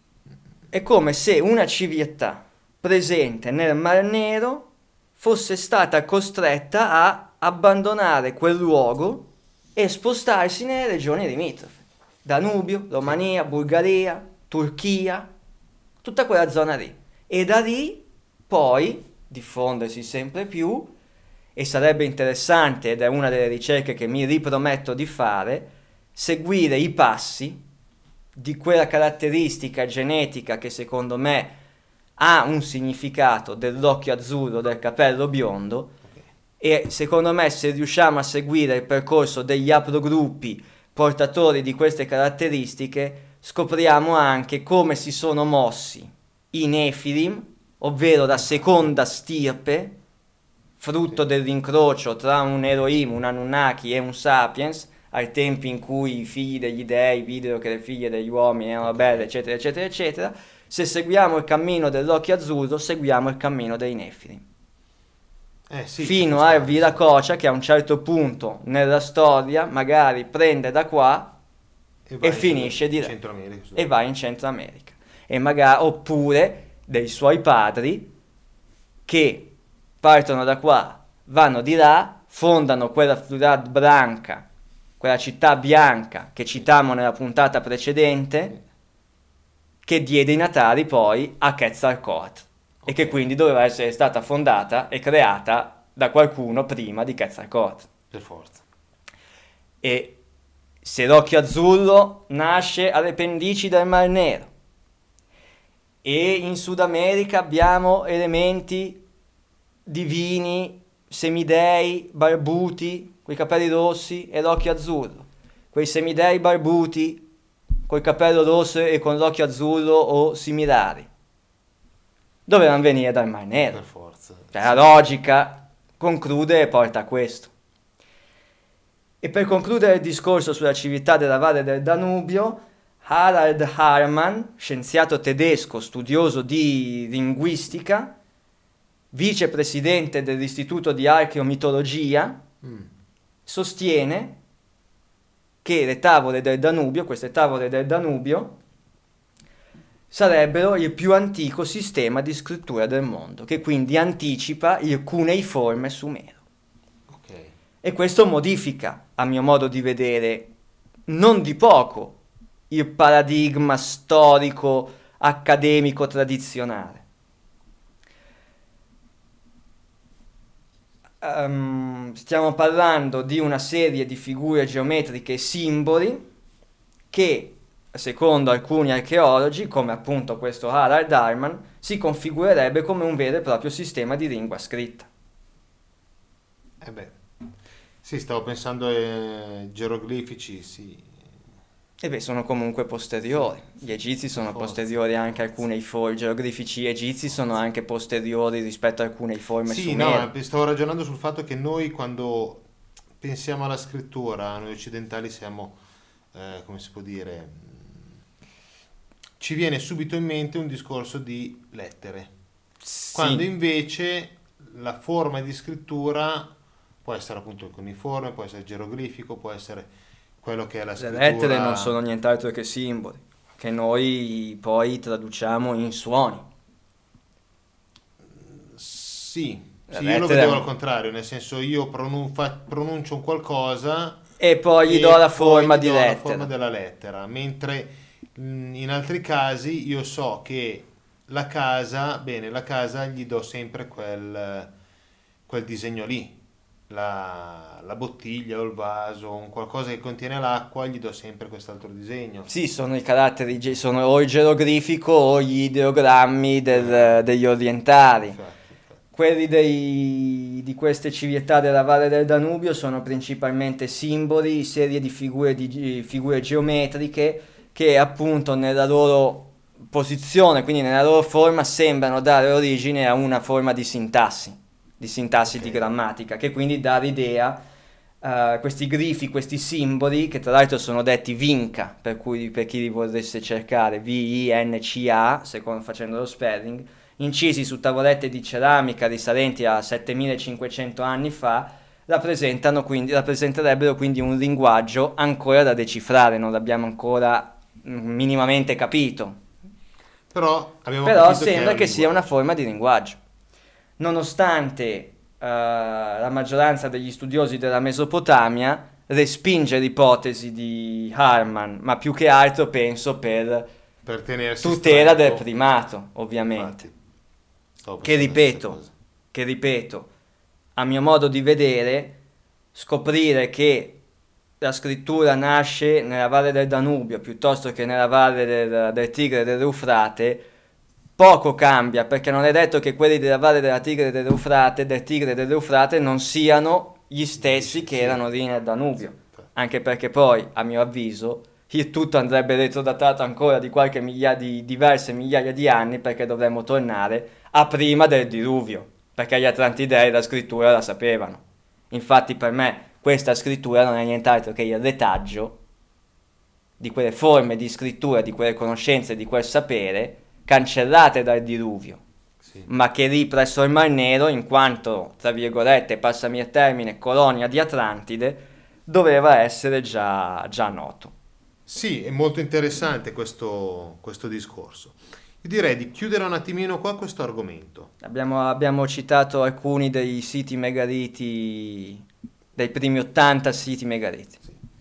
Speaker 2: una civiltà presente nel Mar Nero fosse stata costretta a abbandonare quel luogo e spostarsi nelle regioni limitrofe. Danubio, Romania, Bulgaria, Turchia, tutta quella zona lì. E da lì poi diffondersi sempre più, e sarebbe interessante, ed è una delle ricerche che mi riprometto di fare, seguire i passi di quella caratteristica genetica che secondo me ha un significato dell'occhio azzurro, del capello biondo, e secondo me, se riusciamo a seguire il percorso degli haplogruppi portatori di queste caratteristiche, scopriamo anche come si sono mossi i Nefilim, ovvero la seconda stirpe, frutto dell'incrocio tra un Elohim, un Anunnaki e un Sapiens, ai tempi in cui i figli degli dei videro che le figlie degli uomini erano belle, eccetera, eccetera, eccetera. Se seguiamo il cammino dell'occhio azzurro, seguiamo il cammino dei Nefilim.
Speaker 3: Sì,
Speaker 2: Fino a Viracocha, che a un certo punto nella storia magari prende da qua e finisce di là e va in Centro America, e magari, oppure dei suoi padri che partono da qua, vanno di là, fondano quella Ciudad Blanca, quella città bianca che citammo nella puntata precedente, che diede i natali poi a Quetzalcoatl, e che quindi doveva essere stata fondata e creata da qualcuno prima di Quetzalcoatl.
Speaker 3: Per forza.
Speaker 2: E se l'occhio azzurro nasce alle pendici del Mar Nero, e in Sud America abbiamo elementi divini, semidei, barbuti, coi capelli rossi e l'occhio azzurro, quei semidei barbuti col capello rosso e con l'occhio azzurro o similari, dovevano venire dal Mar Nero.
Speaker 3: Per forza.
Speaker 2: Cioè, la logica conclude e porta a questo. E per concludere il discorso sulla civiltà della Valle del Danubio, Harald Hartmann, scienziato tedesco, studioso di linguistica, vicepresidente dell'Istituto di Archeomitologia, sostiene che le tavole del Danubio, queste tavole del Danubio, sarebbero il più antico sistema di scrittura del mondo, che quindi anticipa il cuneiforme sumero.
Speaker 3: Ok.
Speaker 2: E questo modifica, a mio modo di vedere, non di poco il paradigma storico accademico tradizionale. Stiamo parlando di una serie di figure geometriche e simboli che, secondo alcuni archeologi, come appunto questo Harald Hartmann, si configurerebbe come un vero e proprio sistema di lingua scritta.
Speaker 3: Sì, stavo pensando ai geroglifici, sì.
Speaker 2: E beh, sono comunque posteriori. Gli egizi sono posteriori anche al cuneiforme, i geroglifici egizi sono anche posteriori rispetto al cuneiforme sumero.
Speaker 3: No, stavo ragionando sul fatto che noi, quando pensiamo alla scrittura, noi occidentali siamo, come si può dire, ci viene subito in mente un discorso di lettere,
Speaker 2: Sì.
Speaker 3: quando invece la forma di scrittura può essere appunto il cuneiforme, può essere geroglifico, può essere quello che è la
Speaker 2: Le
Speaker 3: scrittura.
Speaker 2: lettere non sono nient'altro che simboli, che noi poi traduciamo in suoni.
Speaker 3: Sì,
Speaker 2: La
Speaker 3: sì, io lo
Speaker 2: lettera
Speaker 3: vedevo
Speaker 2: è
Speaker 3: al contrario, nel senso io pronuncio un qualcosa
Speaker 2: E poi gli
Speaker 3: e
Speaker 2: do la
Speaker 3: poi
Speaker 2: forma
Speaker 3: gli
Speaker 2: di
Speaker 3: do la
Speaker 2: lettera.
Speaker 3: forma della lettera, mentre in altri casi io so che la casa, bene, la casa gli do sempre quel disegno lì, la bottiglia o il vaso, un qualcosa che contiene l'acqua, gli do sempre quest'altro disegno.
Speaker 2: Sì, sono i caratteri, sono o il geroglifico o gli ideogrammi degli orientali.
Speaker 3: Infatti.
Speaker 2: Quelli di queste civiltà della Valle del Danubio sono principalmente simboli, serie di figure geometriche che appunto nella loro posizione, quindi nella loro forma, sembrano dare origine a una forma di sintassi
Speaker 3: Ok.
Speaker 2: di grammatica, che quindi dà l'idea, questi grifi, questi simboli, che tra l'altro sono detti vinca, per cui per chi li volesse cercare, V-I-N-C-A, facendo lo spelling, incisi su tavolette di ceramica risalenti a 7500 anni fa, rappresenterebbero quindi un linguaggio ancora da decifrare, non l'abbiamo ancora minimamente capito.
Speaker 3: Però abbiamo
Speaker 2: Però
Speaker 3: capito che è
Speaker 2: sembra
Speaker 3: un
Speaker 2: che sia una
Speaker 3: linguaggio.
Speaker 2: forma di linguaggio. Nonostante la maggioranza degli studiosi della Mesopotamia respinge l'ipotesi di Harman, ma più che altro penso per
Speaker 3: Per tenersi
Speaker 2: tutela del
Speaker 3: stretto.
Speaker 2: primato, ovviamente.
Speaker 3: Infatti, stavo
Speaker 2: Che
Speaker 3: pensando alla stessa
Speaker 2: ripeto,
Speaker 3: cosa.
Speaker 2: che ripeto, a mio modo di vedere, scoprire che la scrittura nasce nella valle del Danubio piuttosto che nella valle del Tigre e dell'Eufrate poco cambia, perché non è detto che quelli della valle della Tigre e del Tigre e dell'Eufrate non siano gli stessi che
Speaker 3: Sì.
Speaker 2: erano lì nel Danubio.
Speaker 3: Infatti.
Speaker 2: Anche perché poi, a mio avviso, il tutto andrebbe retrodatato ancora di diverse migliaia di anni, perché dovremmo tornare a prima del diluvio, perché gli Atlantidei la scrittura la sapevano. Infatti per me questa scrittura non è nient'altro che il retaggio di quelle forme di scrittura, di quelle conoscenze, di quel sapere cancellate dal diluvio,
Speaker 3: Sì.
Speaker 2: ma che lì presso il Mar Nero, in quanto, tra virgolette, passami il termine, colonia di Atlantide, doveva essere già noto.
Speaker 3: Sì, è molto interessante questo discorso. Io direi di chiudere un attimino qua questo argomento.
Speaker 2: Abbiamo citato alcuni dei siti megaliti, dei primi 80 siti megaliti.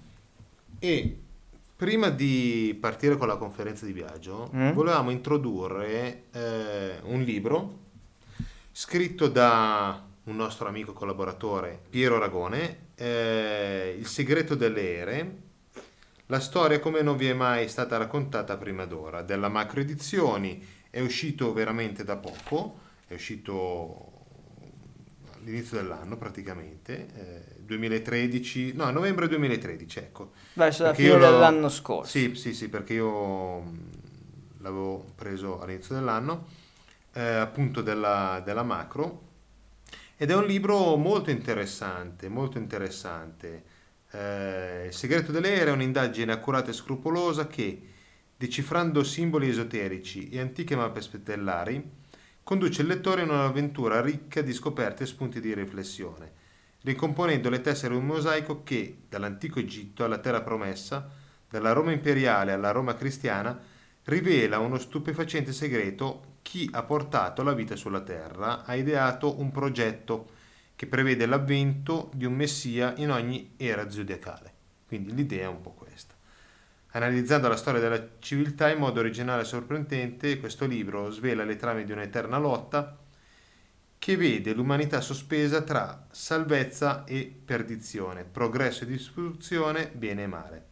Speaker 3: E prima di partire con la conferenza di viaggio, volevamo introdurre un libro scritto da un nostro amico collaboratore, Piero Ragone, Il segreto delle ere, la storia come non vi è mai stata raccontata prima d'ora, della Macro Edizioni. È uscito veramente da poco, è uscito all'inizio dell'anno praticamente, 2013, no, novembre 2013, ecco.
Speaker 2: Verso la
Speaker 3: Perché
Speaker 2: fine
Speaker 3: io
Speaker 2: dell'anno scorso.
Speaker 3: Sì, perché io l'avevo preso all'inizio dell'anno, appunto della Macro, ed è un libro molto interessante, molto interessante. Il segreto delle ere è un'indagine accurata e scrupolosa che, decifrando simboli esoterici e antiche mappe stellari, conduce il lettore in un'avventura ricca di scoperte e spunti di riflessione, ricomponendo le tessere di un mosaico che, dall'antico Egitto alla Terra Promessa, dalla Roma imperiale alla Roma cristiana, rivela uno stupefacente segreto: chi ha portato la vita sulla Terra ha ideato un progetto che prevede l'avvento di un messia in ogni era zodiacale. Quindi l'idea è un po' questa. Analizzando la storia della civiltà in modo originale e sorprendente, questo libro svela le trame di un'eterna lotta che vede l'umanità sospesa tra salvezza e perdizione, progresso e distruzione, bene e male.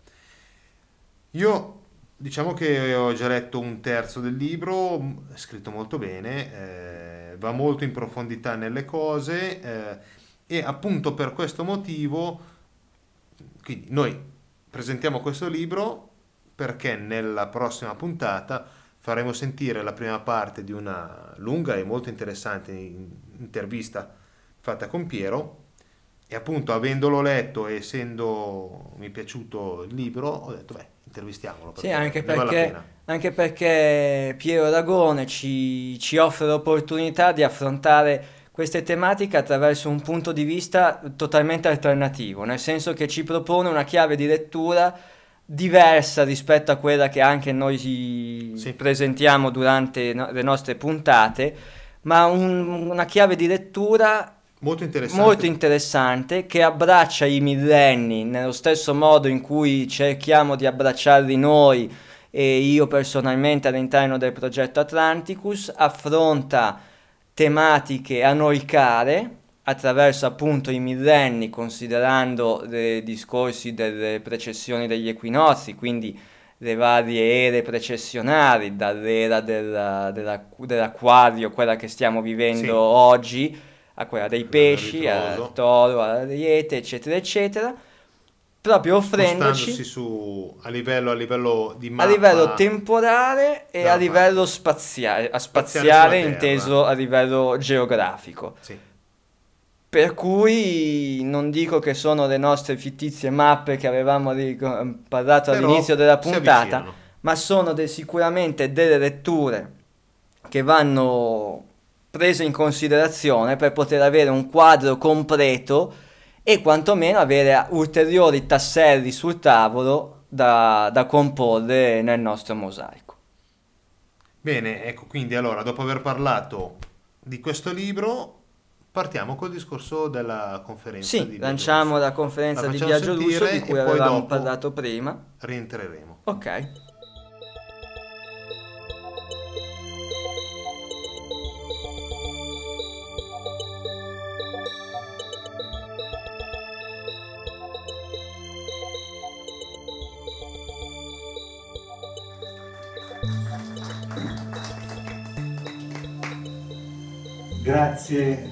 Speaker 3: Io diciamo che ho già letto un terzo del libro, è scritto molto bene, va molto in profondità nelle cose, e appunto per questo motivo, quindi noi presentiamo questo libro perché nella prossima puntata faremo sentire la prima parte di una lunga e molto interessante intervista fatta con Piero, e appunto avendolo letto e essendo mi piaciuto il libro ho detto beh, intervistiamolo
Speaker 2: Sì,
Speaker 3: perché ne vale la pena.
Speaker 2: anche perché Piero Aragone ci offre l'opportunità di affrontare queste tematiche attraverso un punto di vista totalmente alternativo, nel senso che ci propone una chiave di lettura diversa rispetto a quella che anche noi presentiamo durante le nostre puntate, ma una chiave di lettura molto interessante che abbraccia i millenni nello stesso modo in cui cerchiamo di abbracciarli noi e io personalmente all'interno del progetto Atlanticus. Affronta tematiche a noi care attraverso appunto i millenni, considerando dei discorsi delle precessioni degli equinozi, quindi le varie ere precessionali, dall'era dell'acquario, quella che stiamo vivendo oggi, a quella dei pesci, al toro, all'ariete, eccetera, eccetera, proprio offrendoci
Speaker 3: a livello di mappa,
Speaker 2: a livello temporale e a livello spaziale inteso a livello geografico.
Speaker 3: Sì.
Speaker 2: Per cui non dico che sono le nostre fittizie mappe che avevamo parlato all'inizio della puntata, ma sono sicuramente delle letture che vanno prese in considerazione per poter avere un quadro completo e quantomeno avere ulteriori tasselli sul tavolo da comporre nel nostro mosaico.
Speaker 3: Bene, ecco, quindi allora, dopo aver parlato di questo libro, partiamo col discorso della conferenza.
Speaker 2: Sì, lanciamo la conferenza di Biagio Russo di cui avevamo parlato prima.
Speaker 3: Rientreremo.
Speaker 2: Ok.
Speaker 4: Grazie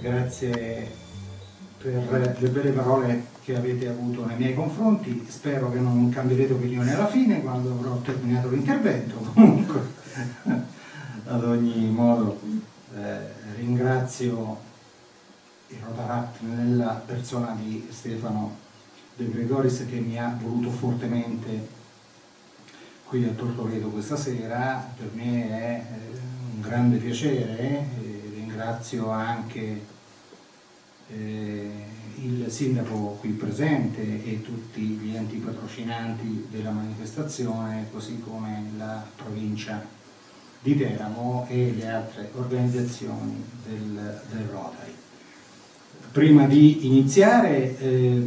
Speaker 4: per le belle parole che avete avuto nei miei confronti. Spero che non cambierete opinione alla fine quando avrò terminato l'intervento. Comunque, ad ogni modo, ringrazio il Rotaract nella persona di Stefano De Gregoris che mi ha voluto fortemente qui a Tortoreto questa sera. Per me è un grande piacere. Ringrazio anche il sindaco qui presente e tutti gli enti patrocinanti della manifestazione, così come la provincia di Teramo e le altre organizzazioni del Rotary. Prima di iniziare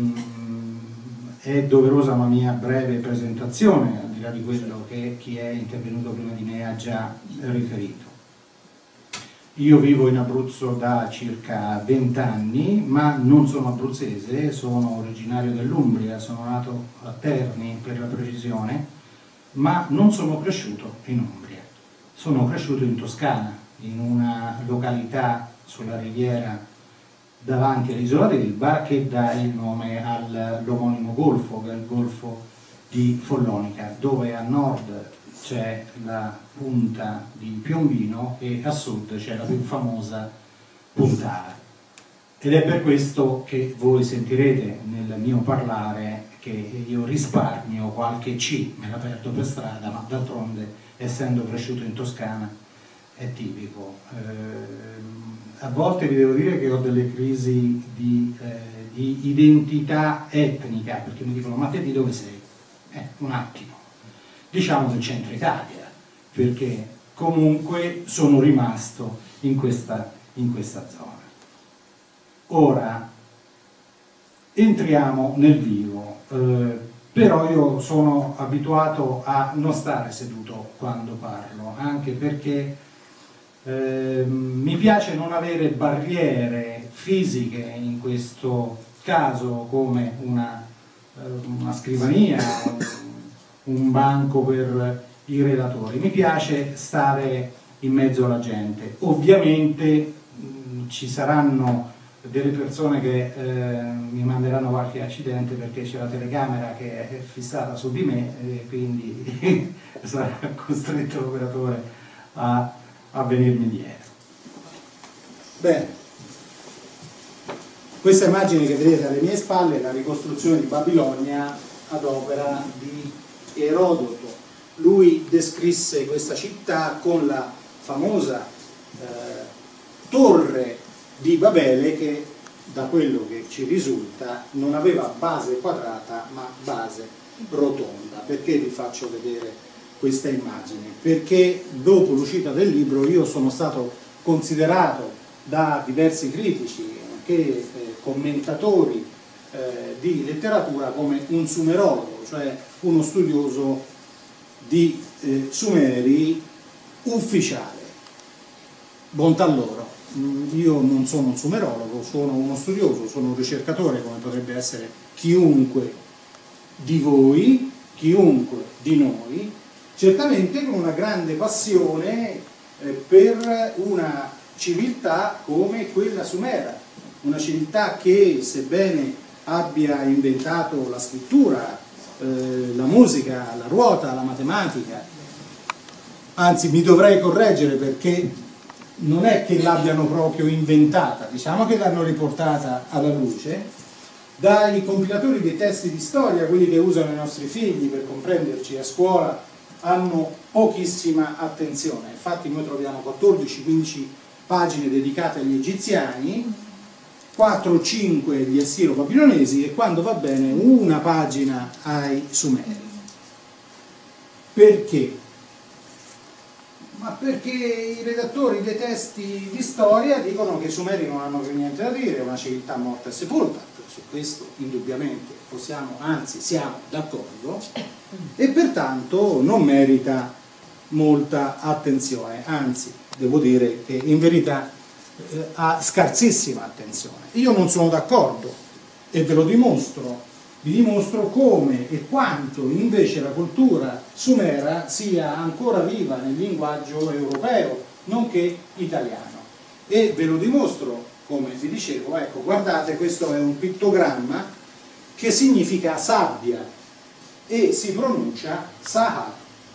Speaker 4: è doverosa una mia breve presentazione, al di là di quello che chi è intervenuto prima di me ha già riferito. Io vivo in Abruzzo da circa 20 anni, ma non sono abruzzese, sono originario dell'Umbria, sono nato a Terni per la precisione, ma non sono cresciuto in Umbria. Sono cresciuto in Toscana, in una località sulla riviera davanti all'isola d'Elba che dà il nome all'omonimo golfo, che è il golfo di Follonica, dove a nord c'è la punta di Piombino e a sud c'è la più famosa Puntara. Ed è per questo che voi sentirete nel mio parlare che io risparmio qualche C, me la perdo per strada, ma d'altronde, essendo cresciuto in Toscana, è tipico. A volte vi devo dire che ho delle crisi di identità etnica, perché mi dicono: ma te di dove sei? Un attimo. Diciamo del centro Italia, perché comunque sono rimasto in questa zona. Ora entriamo nel vivo, però io sono abituato a non stare seduto quando parlo, anche perché mi piace non avere barriere fisiche, in questo caso come una scrivania, un banco per i relatori. Mi piace stare in mezzo alla gente. Ovviamente ci saranno delle persone che mi manderanno qualche accidente perché c'è la telecamera che è fissata su di me e quindi sarà costretto l'operatore a venirmi dietro. Bene, questa immagine che vedete alle mie spalle è la ricostruzione di Babilonia ad opera di Erodoto. Lui descrisse questa città con la famosa torre di Babele, che da quello che ci risulta non aveva base quadrata ma base rotonda. Perché vi faccio vedere questa immagine? Perché dopo l'uscita del libro io sono stato considerato da diversi critici, anche commentatori di letteratura, come un sumerologo, cioè uno studioso di Sumeri ufficiale. Bontà loro. Io non sono un sumerologo, sono uno studioso, sono un ricercatore, come potrebbe essere chiunque di voi, chiunque di noi, certamente con una grande passione per una civiltà come quella sumera, una civiltà che, sebbene abbia inventato la scrittura, la musica, la ruota, la matematica, anzi mi dovrei correggere perché non è che l'abbiano proprio inventata, diciamo che l'hanno riportata alla luce, dai compilatori dei testi di storia, quelli che usano i nostri figli per comprenderci a scuola, hanno pochissima attenzione. Infatti noi troviamo 14-15 pagine dedicate agli egiziani, 4 o 5 agli assiro-babilonesi e, quando va bene, una pagina ai sumeri. Perché? Ma perché i redattori dei testi di storia dicono che i sumeri non hanno più niente da dire, è una civiltà morta e sepolta. Su questo indubbiamente possiamo, anzi siamo d'accordo, e pertanto non merita molta attenzione, anzi devo dire che in verità ha scarsissima attenzione. Io non sono d'accordo e ve lo dimostro. Vi dimostro come e quanto invece la cultura sumera sia ancora viva nel linguaggio europeo, nonché italiano. E ve lo dimostro, come vi dicevo, ecco, guardate, questo è un pittogramma che significa sabbia e si pronuncia Sahara,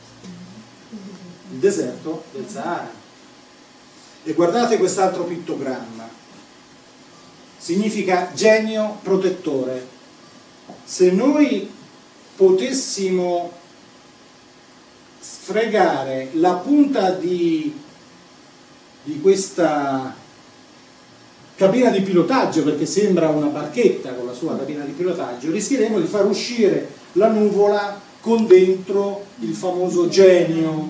Speaker 4: il deserto del Sahara. E guardate quest'altro pittogramma, significa genio protettore. Se noi potessimo sfregare la punta di questa cabina di pilotaggio, perché sembra una barchetta con la sua cabina di pilotaggio, rischieremo di far uscire la nuvola con dentro il famoso genio.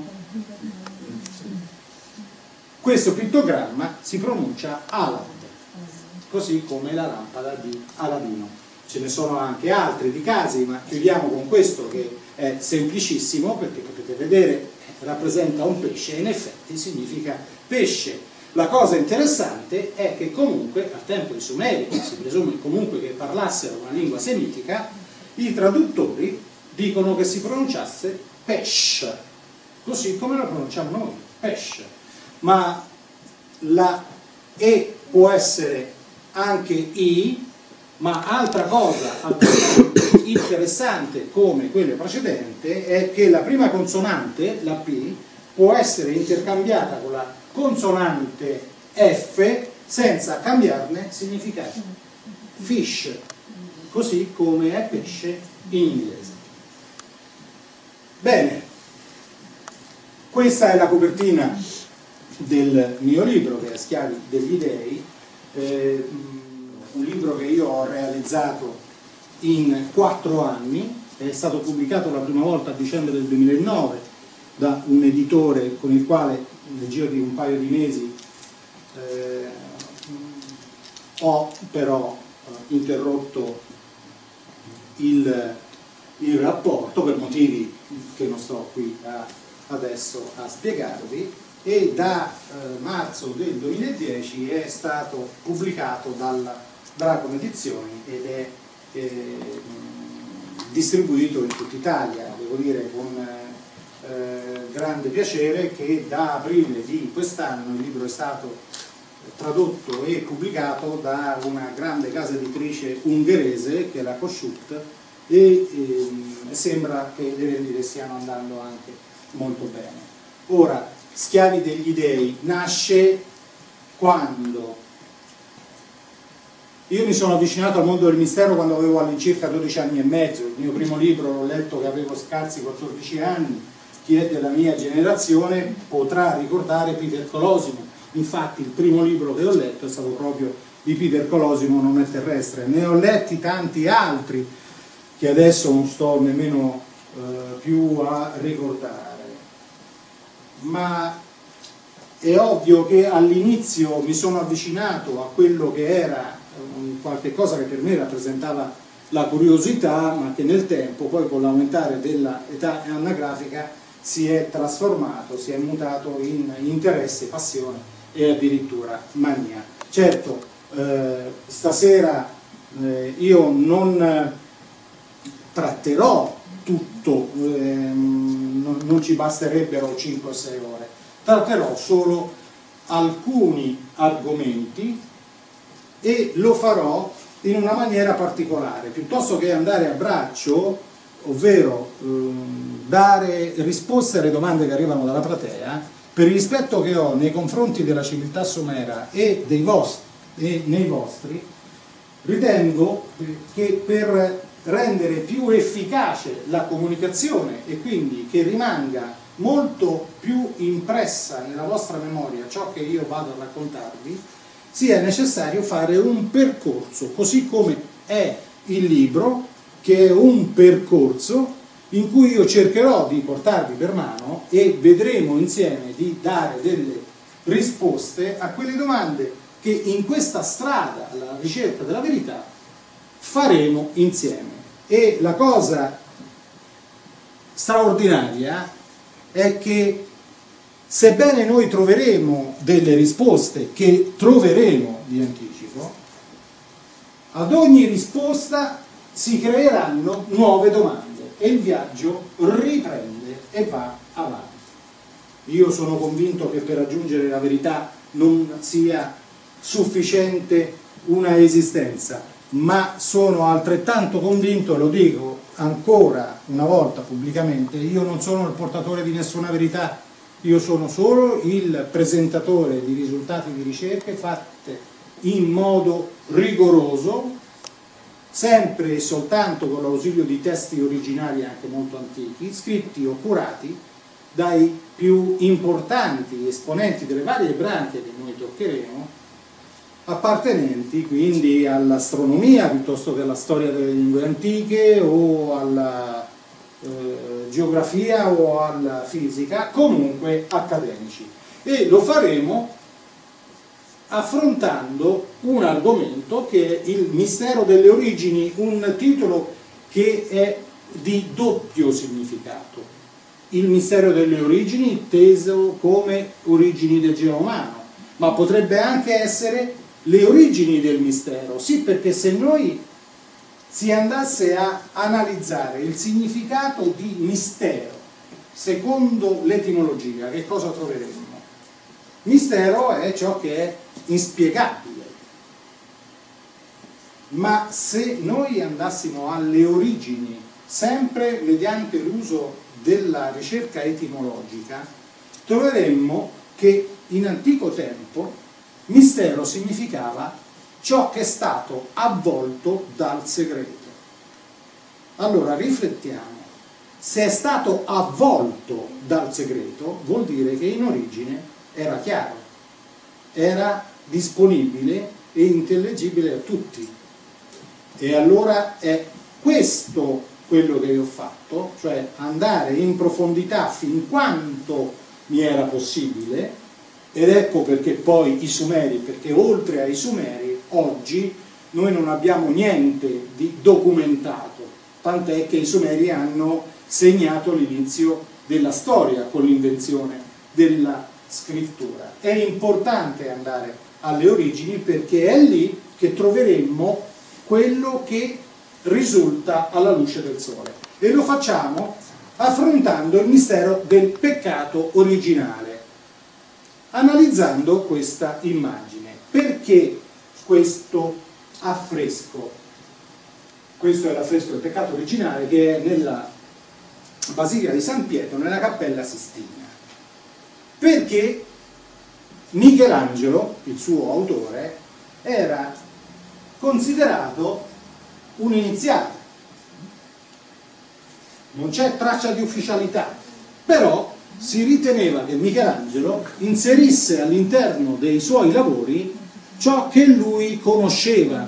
Speaker 4: Questo pittogramma si pronuncia Alad, così come la lampada di Aladino. Ce ne sono anche altri di casi, ma chiudiamo con questo che è semplicissimo, perché potete vedere rappresenta un pesce e in effetti significa pesce. La cosa interessante è che comunque al tempo dei Sumeri, si presume comunque che parlassero una lingua semitica, i traduttori dicono che si pronunciasse Pesh, così come lo pronunciamo noi, Pesh. Ma la E può essere anche I, ma altra cosa interessante come quelle precedenti è che la prima consonante, la P, può essere intercambiata con la consonante F senza cambiarne significato. Fish, così come è pesce in inglese. Bene, questa è la copertina del mio libro, che è Schiavi degli Dei, un libro che io ho realizzato in 4 anni, è stato pubblicato la prima volta a dicembre del 2009 da un editore con il quale nel giro di un paio di mesi ho però interrotto il rapporto per motivi che non sto qui adesso a spiegarvi, e da marzo del 2010 è stato pubblicato dalla Dracon Edizioni ed è distribuito in tutta Italia. Devo dire con grande piacere che da aprile di quest'anno il libro è stato tradotto e pubblicato da una grande casa editrice ungherese che è la Kossuth, e sembra che le vendite stiano andando anche molto bene. Ora, Schiavi degli Dei nasce quando io mi sono avvicinato al mondo del mistero quando avevo all'incirca 12 anni e mezzo. Il mio primo libro l'ho letto che avevo scarsi 14 anni. Chi è della mia generazione potrà ricordare Peter Colosimo, Infatti il primo libro che ho letto è stato proprio di Peter Colosimo, Non è terrestre. Ne ho letti tanti altri che adesso non sto nemmeno più a ricordare, ma è ovvio che all'inizio mi sono avvicinato a quello che era qualche cosa che per me rappresentava la curiosità, ma che nel tempo, poi con l'aumentare dell'età anagrafica, si è trasformato, si è mutato in interesse, passione e addirittura mania. Certo, stasera io non tratterò tutto, non ci basterebbero 5 o 6 ore, tratterò solo alcuni argomenti e lo farò in una maniera particolare, piuttosto che andare a braccio, ovvero dare risposte alle domande che arrivano dalla platea, per il rispetto che ho nei confronti della civiltà somera e nei vostri, ritengo che per rendere più efficace la comunicazione e quindi che rimanga molto più impressa nella vostra memoria ciò che io vado a raccontarvi, sia necessario fare un percorso, così come è il libro, che è un percorso in cui io cercherò di portarvi per mano e vedremo insieme di dare delle risposte a quelle domande che in questa strada alla ricerca della verità faremo insieme. E la cosa straordinaria è che, sebbene noi troveremo delle risposte che troveremo di anticipo, ad ogni risposta si creeranno nuove domande e il viaggio riprende e va avanti. Io sono convinto che per raggiungere la verità non sia sufficiente una esistenza, ma sono altrettanto convinto, lo dico ancora una volta pubblicamente, io non sono il portatore di nessuna verità, io sono solo il presentatore di risultati di ricerche fatte in modo rigoroso, sempre e soltanto con l'ausilio di testi originali anche molto antichi, scritti o curati dai più importanti esponenti delle varie branche che noi toccheremo, appartenenti quindi all'astronomia piuttosto che alla storia delle lingue antiche o alla geografia o alla fisica, comunque accademici. E lo faremo affrontando un argomento che è il mistero delle origini, un titolo che è di doppio significato. Il mistero delle origini inteso come origini del genere umano, ma potrebbe anche essere le origini del mistero, sì, perché se noi si andasse a analizzare il significato di mistero secondo l'etimologia, che cosa troveremmo? Mistero è ciò che è inspiegabile, ma se noi andassimo alle origini, sempre mediante l'uso della ricerca etimologica, troveremmo che in antico tempo mistero significava ciò che è stato avvolto dal segreto. Allora riflettiamo, se è stato avvolto dal segreto vuol dire che in origine era chiaro, era disponibile e intellegibile a tutti. E allora è questo quello che io ho fatto, cioè andare in profondità fin quanto mi era possibile. Ed ecco perché poi i Sumeri, perché oltre ai Sumeri oggi noi non abbiamo niente di documentato, tant'è che i Sumeri hanno segnato l'inizio della storia con l'invenzione della scrittura. È importante andare alle origini perché è lì che troveremmo quello che risulta alla luce del sole. E lo facciamo affrontando il mistero del peccato originale, analizzando questa immagine. Perché questo affresco? Questo è l'affresco del peccato originale che è nella Basilica di San Pietro, nella Cappella Sistina. Perché Michelangelo, il suo autore, era considerato un iniziato. Non c'è traccia di ufficialità, però si riteneva che Michelangelo inserisse all'interno dei suoi lavori ciò che lui conosceva,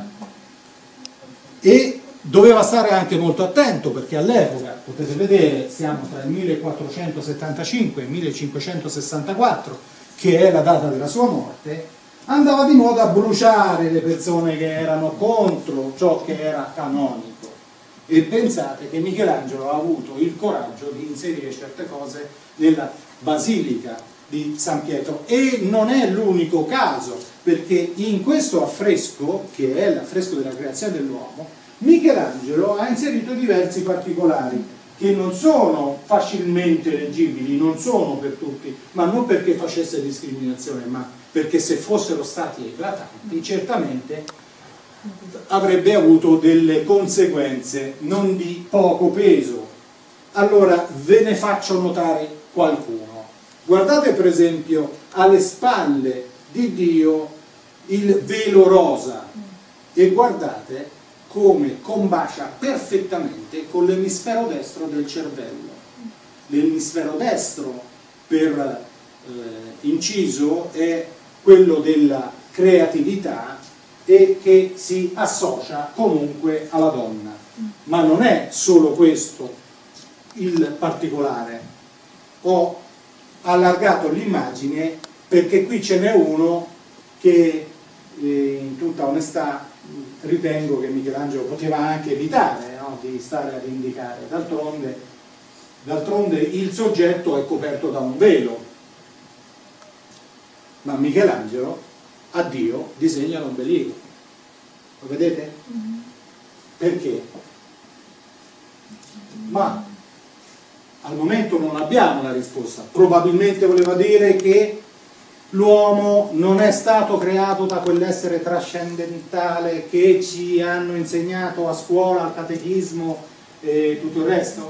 Speaker 4: e doveva stare anche molto attento, perché all'epoca, potete vedere, siamo tra il 1475 e il 1564, che è la data della sua morte, andava di moda a bruciare le persone che erano contro ciò che era canonico. E pensate che Michelangelo ha avuto il coraggio di inserire certe cose nella Basilica di San Pietro, e non è l'unico caso, perché in questo affresco, che è l'affresco della creazione dell'uomo, Michelangelo ha inserito diversi particolari che non sono facilmente leggibili, non sono per tutti, ma non perché facesse discriminazione, ma perché se fossero stati eclatanti certamente avrebbe avuto delle conseguenze non di poco peso. Allora ve ne faccio notare qualcuno. Guardate per esempio alle spalle di Dio il velo rosa, e guardate come combacia perfettamente con l'emisfero destro del cervello. L'emisfero destro, per inciso, è quello della creatività e che si associa comunque alla donna. Ma non è solo questo il particolare. Ho allargato l'immagine perché qui ce n'è uno che in tutta onestà ritengo che Michelangelo poteva anche evitare, no, di stare ad indicare. D'altronde il soggetto è coperto da un velo, ma Michelangelo a Dio disegna l'ombelico. Lo vedete? Perché? Ma al momento non abbiamo la risposta. Probabilmente voleva dire che l'uomo non è stato creato da quell'essere trascendentale che ci hanno insegnato a scuola, al catechismo e tutto il resto?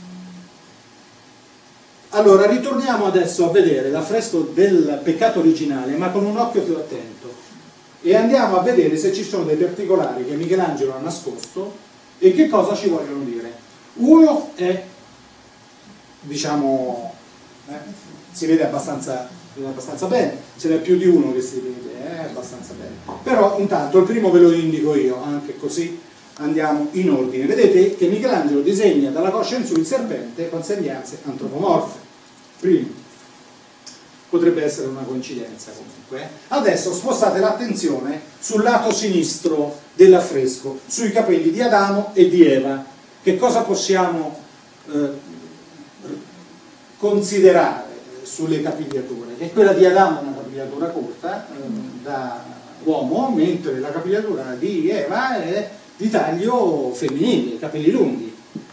Speaker 4: Allora ritorniamo adesso a vedere l'affresco del peccato originale, ma con un occhio più attento, e andiamo a vedere se ci sono dei particolari che Michelangelo ha nascosto e che cosa ci vogliono dire. Uno è, diciamo, si vede abbastanza bene, ce n'è più di uno che si vede abbastanza bene, però intanto il primo ve lo indico io, anche così andiamo in ordine. Vedete che Michelangelo disegna dalla coscia in su il serpente con sembianze antropomorfe. Primo, potrebbe essere una coincidenza comunque. Adesso spostate l'attenzione sul lato sinistro dell'affresco, sui capelli di Adamo e di Eva. Che cosa possiamo considerare sulle capigliature? Che quella di Adamo è una capigliatura corta da uomo, mentre la capigliatura di Eva è di taglio femminile, capelli lunghi.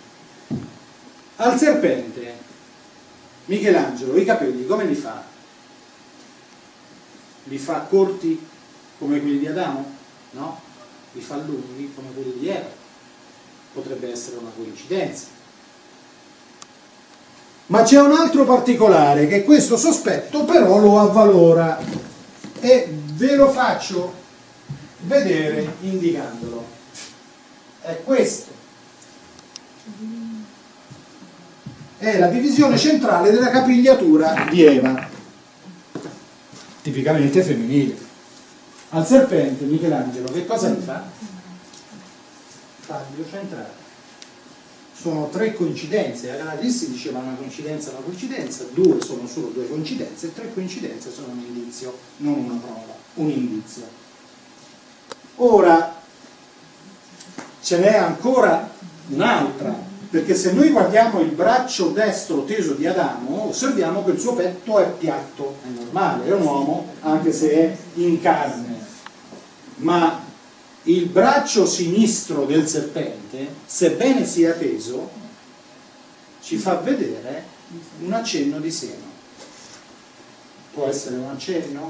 Speaker 4: Al serpente Michelangelo i capelli come li fa? Li fa corti come quelli di Adamo? No, li fa lunghi come quelli di Eva. Potrebbe essere una coincidenza. Ma c'è un altro particolare che questo sospetto però lo avvalora, e ve lo faccio vedere indicandolo. È questo. È la divisione centrale della capigliatura di Eva, tipicamente femminile. Al serpente Michelangelo che cosa gli fa? Taglio centrale. Sono tre coincidenze. Agranadissi diceva una coincidenza, due sono solo due coincidenze, tre coincidenze sono un indizio, non una prova, un indizio. Ora ce n'è ancora un'altra, perché se noi guardiamo il braccio destro teso di Adamo, osserviamo che il suo petto è piatto, è normale, è un uomo anche se è in carne, ma il braccio sinistro del serpente, sebbene sia teso, ci fa vedere un accenno di seno. Può essere un accenno?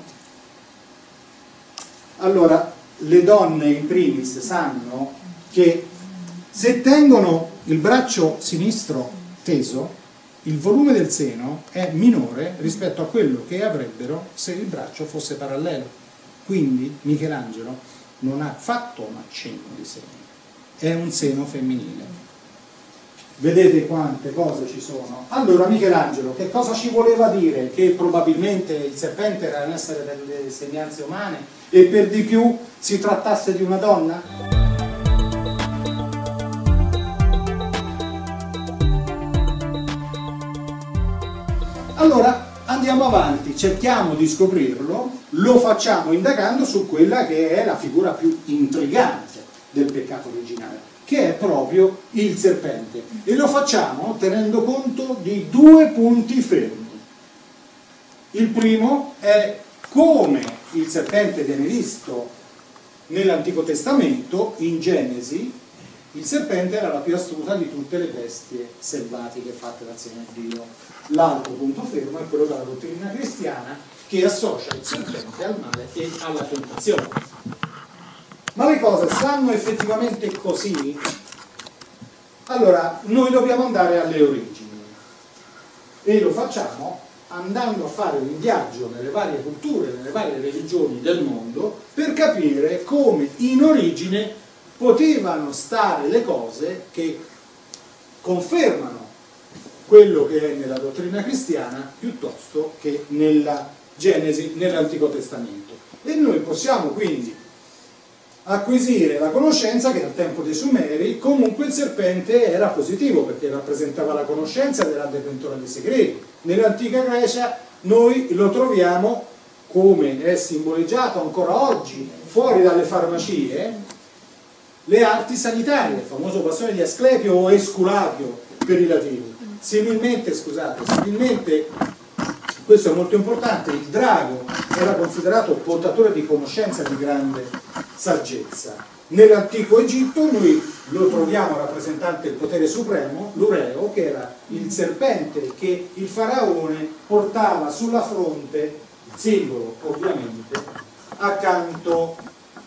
Speaker 4: Allora, le donne in primis sanno che se tengono il braccio sinistro teso, il volume del seno è minore rispetto a quello che avrebbero se il braccio fosse parallelo. Quindi Michelangelo non ha fatto un accenno di seno, è un seno femminile. Vedete quante cose ci sono. Allora Michelangelo che cosa ci voleva dire? Che probabilmente il serpente era un essere delle sembianze umane e per di più si trattasse di una donna? Allora andiamo avanti, cerchiamo di scoprirlo, lo facciamo indagando su quella che è la figura più intrigante del peccato originale, che è proprio il serpente, e lo facciamo tenendo conto di due punti fermi. Il primo è come il serpente viene visto nell'Antico Testamento. In Genesi il serpente era la più astuta di tutte le bestie selvatiche fatte dal Signore Dio. L'altro punto fermo è quello della dottrina cristiana, che associa il serpente al male e alla tentazione. Ma le cose stanno effettivamente così? Allora, noi dobbiamo andare alle origini e lo facciamo andando a fare un viaggio nelle varie culture, nelle varie religioni del mondo, per capire come in origine potevano stare le cose che confermano quello che è nella dottrina cristiana piuttosto che nella Genesi, nell'Antico Testamento. E noi possiamo quindi acquisire la conoscenza che al tempo dei Sumeri comunque il serpente era positivo, perché rappresentava la conoscenza della detentore dei segreti. Nell'antica Grecia noi lo troviamo, come è simboleggiato ancora oggi fuori dalle farmacie, le arti sanitarie, il famoso bastone di Asclepio o Esculapio per i latini. Similmente, questo è molto importante, il drago era considerato portatore di conoscenza di grande saggezza. Nell'antico Egitto noi lo troviamo rappresentante del potere supremo, l'ureo, che era il serpente che il faraone portava sulla fronte, simbolo ovviamente, accanto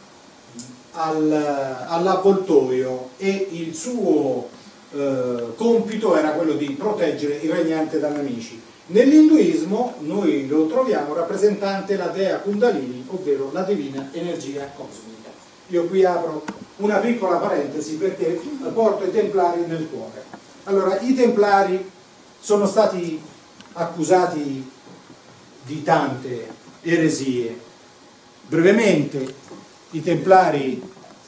Speaker 4: all'avvoltoio, e il suo compito era quello di proteggere il regnante da nemici. Nell'induismo noi lo troviamo rappresentante la dea Kundalini, ovvero la divina energia cosmica. Io qui apro una piccola parentesi perché porto i Templari nel cuore. Allora, i Templari sono stati accusati di tante eresie. Brevemente, i Templari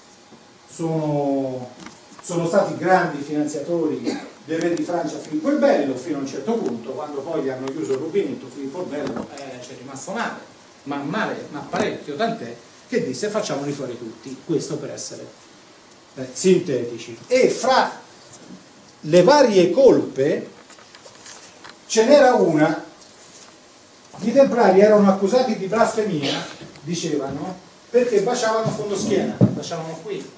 Speaker 4: sono stati grandi finanziatori del re di Francia Filippo il Bello, fino a un certo punto, quando poi gli hanno chiuso il rubinetto. Filippo il Bello ci è rimasto male, ma parecchio, tant'è che disse facciamoli fuori tutti, questo per essere sintetici. E fra le varie colpe ce n'era una: i Templari erano accusati di blasfemia, dicevano, perché baciavano fondoschiena, baciavano qui.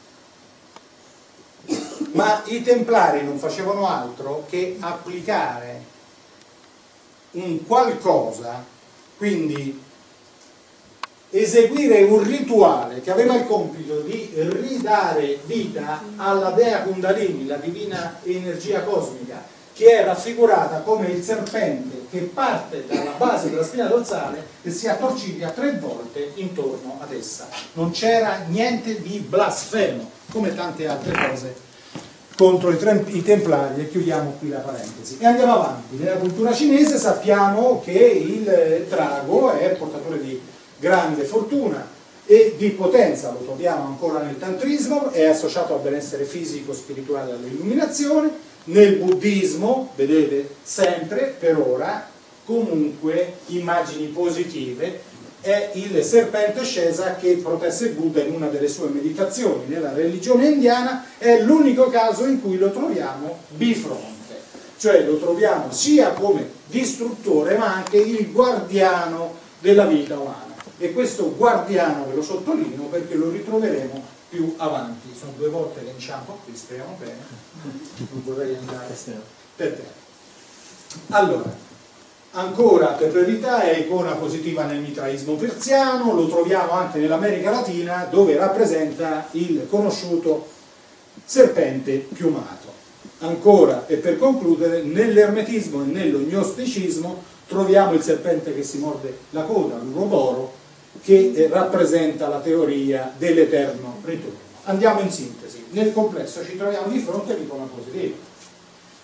Speaker 4: Ma i Templari non facevano altro che applicare un qualcosa, quindi eseguire un rituale che aveva il compito di ridare vita alla dea Kundalini, la divina energia cosmica, che è raffigurata come il serpente che parte dalla base della spina dorsale e si attorciglia 3 volte intorno ad essa. Non c'era niente di blasfemo, come tante altre cose contro i Templari, e chiudiamo qui la parentesi e andiamo avanti. Nella cultura cinese sappiamo che il drago è portatore di grande fortuna e di potenza, lo troviamo ancora nel tantrismo, è associato al benessere fisico, spirituale, all'illuminazione. Nel buddismo, vedete, sempre, per ora, comunque immagini positive. È il serpente scesa che protesse Buddha in una delle sue meditazioni. Nella religione indiana è l'unico caso in cui lo troviamo bifronte, cioè lo troviamo sia come distruttore ma anche il guardiano della vita umana. E questo guardiano ve lo sottolineo perché lo ritroveremo più avanti. Sono 2 volte che inciampo qui, speriamo bene, non vorrei andare per terra. Allora, ancora per brevità, è icona positiva nel mitraismo persiano, lo troviamo anche nell'America Latina, dove rappresenta il conosciuto serpente piumato. Ancora, e per concludere, nell'ermetismo e nello gnosticismo troviamo il serpente che si morde la coda, l'uroboro, che rappresenta la teoria dell'eterno ritorno. Andiamo in sintesi. Nel complesso ci troviamo di fronte all'icona positiva.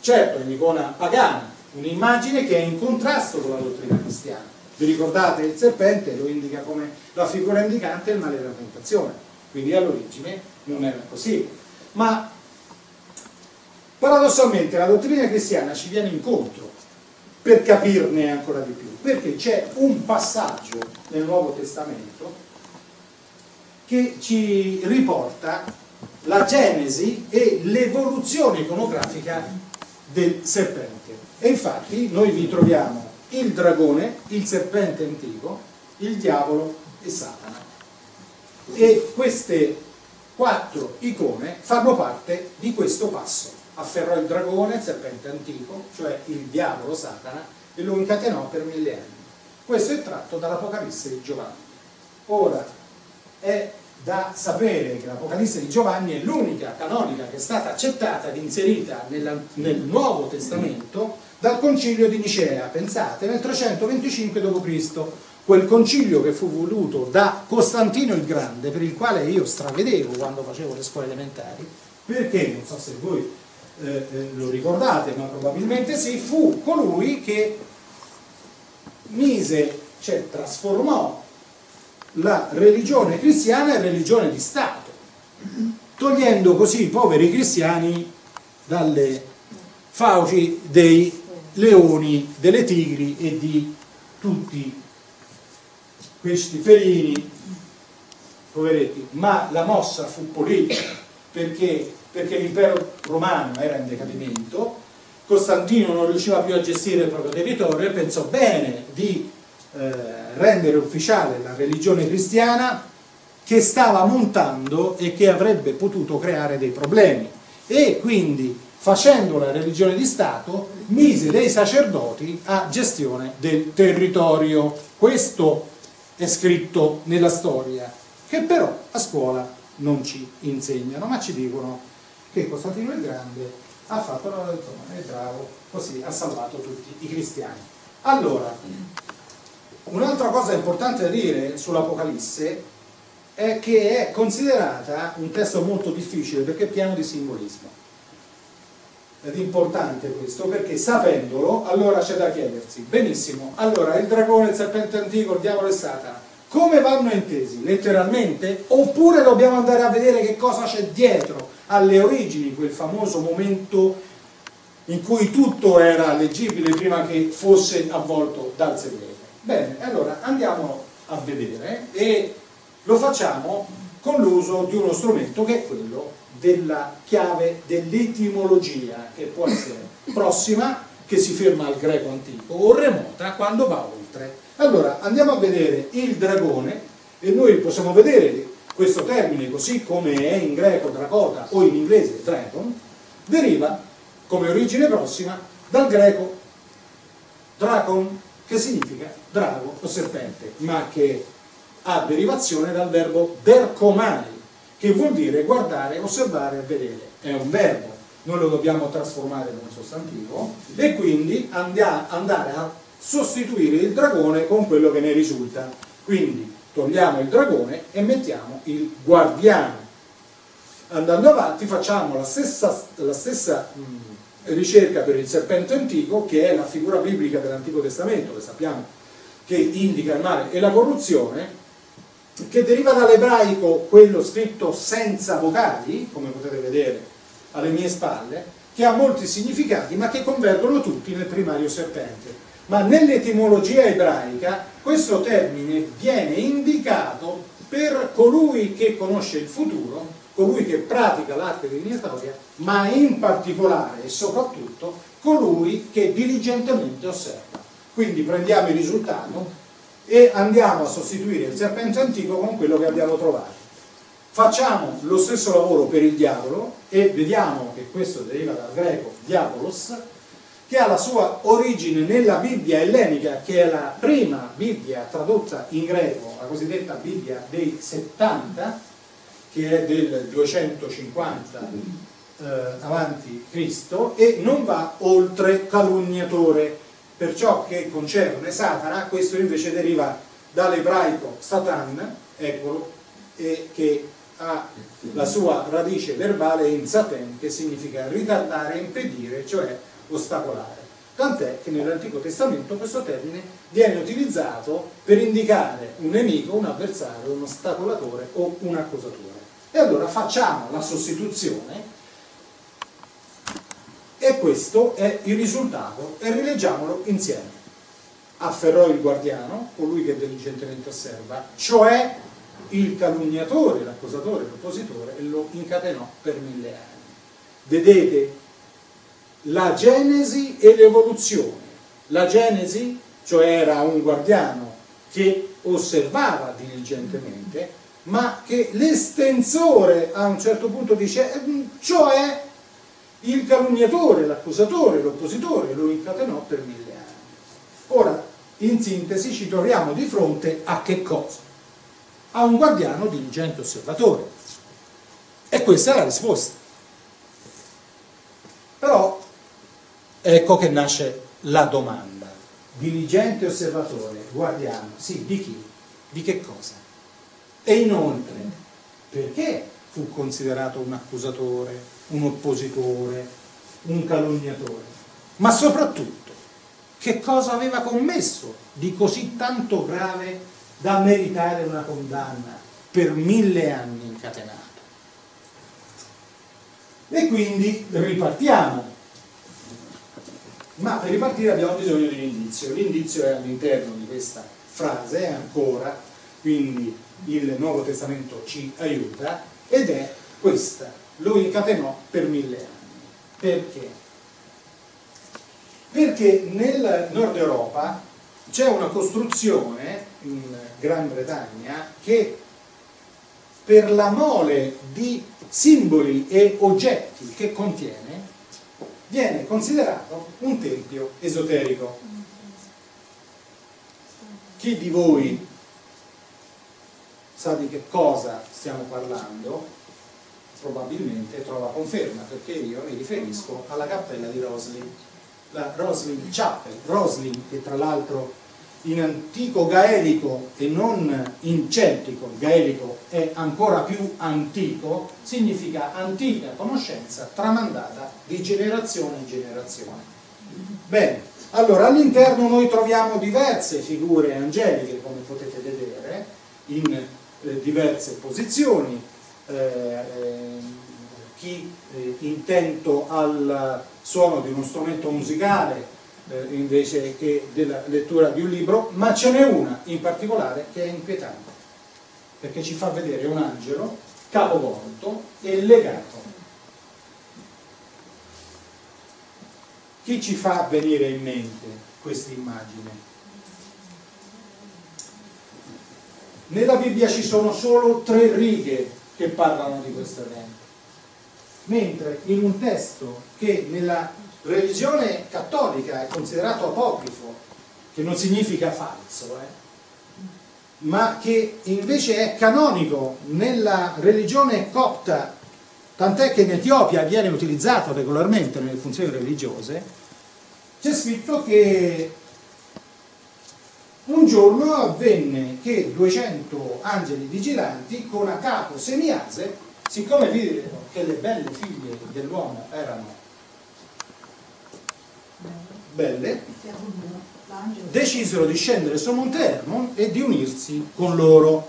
Speaker 4: Certo, è un'icona pagana, un'immagine che è in contrasto con la dottrina cristiana. Vi ricordate, il serpente lo indica come la figura indicante il male della tentazione, quindi all'origine non era così. Ma paradossalmente la dottrina cristiana ci viene incontro per capirne ancora di più, perché c'è un passaggio nel Nuovo Testamento che ci riporta la genesi e l'evoluzione iconografica del serpente. E infatti noi vi troviamo il dragone, il serpente antico, il diavolo e Satana. E queste 4 icone fanno parte di questo passo. Afferrò il dragone, il serpente antico, cioè il diavolo Satana, e lo incatenò per 1000 anni. Questo è tratto dall'Apocalisse di Giovanni. Ora, è da sapere che l'Apocalisse di Giovanni è l'unica canonica che è stata accettata ed inserita nel Nuovo Testamento dal concilio di Nicea, pensate, nel 325 d.C., quel concilio che fu voluto da Costantino il Grande, per il quale io stravedevo quando facevo le scuole elementari, perché, non so se voi lo ricordate, ma probabilmente sì, fu colui che trasformò la religione cristiana in religione di Stato, togliendo così i poveri cristiani dalle fauci dei leoni, delle tigri e di tutti questi felini, poveretti. Ma la mossa fu politica, perché l'impero romano era in decadimento, Costantino non riusciva più a gestire il proprio territorio e pensò bene di rendere ufficiale la religione cristiana, che stava montando e che avrebbe potuto creare dei problemi, e quindi, facendo la religione di Stato, mise dei sacerdoti a gestione del territorio. Questo è scritto nella storia, che però a scuola non ci insegnano, ma ci dicono che Costantino il Grande ha fatto è bravo, così ha salvato tutti i cristiani. Allora, un'altra cosa importante da dire sull'Apocalisse è che è considerata un testo molto difficile perché è pieno di simbolismo. Ed è importante questo, perché sapendolo, allora c'è da chiedersi, benissimo, allora il dragone, il serpente antico, il diavolo e Satana, come vanno intesi? Letteralmente? Oppure dobbiamo andare a vedere che cosa c'è dietro, alle origini, quel famoso momento in cui tutto era leggibile prima che fosse avvolto dal segreto? Bene, allora andiamo a vedere, e lo facciamo con l'uso di uno strumento che è quello della chiave dell'etimologia, che può essere prossima, che si ferma al greco antico, o remota, quando va oltre. Allora andiamo a vedere il dragone, e noi possiamo vedere questo termine, così come è in greco dracota o in inglese dragon, deriva come origine prossima dal greco dracon, che significa drago o serpente, ma che ha derivazione dal verbo dercomai, che vuol dire guardare, osservare e vedere. È un verbo, noi lo dobbiamo trasformare in un sostantivo, e quindi andare a sostituire il dragone con quello che ne risulta. Quindi togliamo il dragone e mettiamo il guardiano. Andando avanti facciamo la stessa ricerca per il serpente antico, che è la figura biblica dell'Antico Testamento, che sappiamo che indica il male e la corruzione, che deriva dall'ebraico, quello scritto senza vocali, come potete vedere alle mie spalle, che ha molti significati, ma che convergono tutti nel primario serpente. Ma nell'etimologia ebraica questo termine viene indicato per colui che conosce il futuro, colui che pratica l'arte divinatoria, ma in particolare e soprattutto colui che diligentemente osserva. Quindi prendiamo il risultato e andiamo a sostituire il serpente antico con quello che abbiamo trovato. Facciamo lo stesso lavoro per il diavolo e vediamo che questo deriva dal greco diabolos, che ha la sua origine nella Bibbia ellenica, che è la prima Bibbia tradotta in greco, la cosiddetta Bibbia dei 70, che è del 250 avanti Cristo, e non va oltre calunniatore. Per ciò che concerne Satana, questo invece deriva dall'ebraico Satan, eccolo, e che ha la sua radice verbale in Satan, che significa ritardare, impedire, cioè ostacolare. Tant'è che nell'Antico Testamento questo termine viene utilizzato per indicare un nemico, un avversario, un ostacolatore o un accusatore. E allora facciamo la sostituzione e questo è il risultato e rileggiamolo insieme. Afferrò il guardiano, colui che diligentemente osserva, cioè il calunniatore, l'accusatore, l'oppositore, e lo incatenò per 1000 anni. Vedete la genesi e l'evoluzione. La genesi, cioè era un guardiano che osservava diligentemente, ma che l'estensore a un certo punto dice, cioè il calunniatore, l'accusatore, l'oppositore, lo incatenò per 1000 anni. Ora, in sintesi, ci troviamo di fronte a che cosa? A un guardiano diligente osservatore. E questa è la risposta. Però ecco che nasce la domanda. Diligente osservatore, guardiano, sì, di chi? Di che cosa? E inoltre, perché fu considerato un accusatore, un oppositore, un calunniatore? Ma soprattutto, che cosa aveva commesso di così tanto grave da meritare una condanna per 1000 anni incatenato? E quindi ripartiamo. Ma per ripartire abbiamo bisogno di un indizio. L'indizio è all'interno di questa frase, ancora, quindi il Nuovo Testamento ci aiuta, ed è questa: lo incatenò per 1000 anni. Perché? Perché nel Nord Europa c'è una costruzione in Gran Bretagna che, per la mole di simboli e oggetti che contiene, viene considerato un tempio esoterico. Chi di voi sa di che cosa stiamo parlando? Probabilmente trova conferma, perché io mi riferisco alla cappella di Roslin, la Roslin Chapel. Roslin, che tra l'altro in antico gaelico e non in celtico, gaelico è ancora più antico, significa antica conoscenza tramandata di generazione in generazione. Bene, allora all'interno noi troviamo diverse figure angeliche, come potete vedere, in diverse posizioni, chi intento al suono di uno strumento musicale invece che della lettura di un libro, ma ce n'è una in particolare che è inquietante, perché ci fa vedere un angelo capovolto e legato. Chi ci fa venire in mente questa immagine? Nella Bibbia ci sono solo 3 righe che parlano di questo evento, mentre in un testo che nella religione cattolica è considerato apocrifo, che non significa falso, ma che invece è canonico nella religione copta, tant'è che in Etiopia viene utilizzato regolarmente nelle funzioni religiose, c'è scritto che un giorno avvenne che 200 angeli vigilanti con a capo Semiase, siccome videro che le belle figlie dell'uomo erano belle, decisero di scendere su Monte Hermon e di unirsi con loro.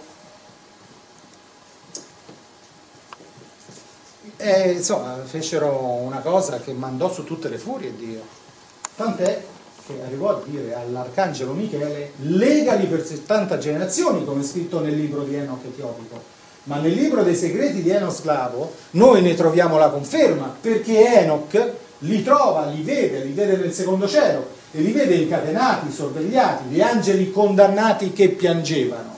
Speaker 4: E insomma fecero una cosa che mandò su tutte le furie Dio, tant'è che arrivò a dire all'arcangelo Michele: legali per 70 generazioni, come è scritto nel libro di Enoch etiopico. Ma nel libro dei segreti di Enoch Sclavo noi ne troviamo la conferma, perché Enoch li trova, li vede nel secondo cielo e li vede incatenati, sorvegliati, gli angeli condannati che piangevano.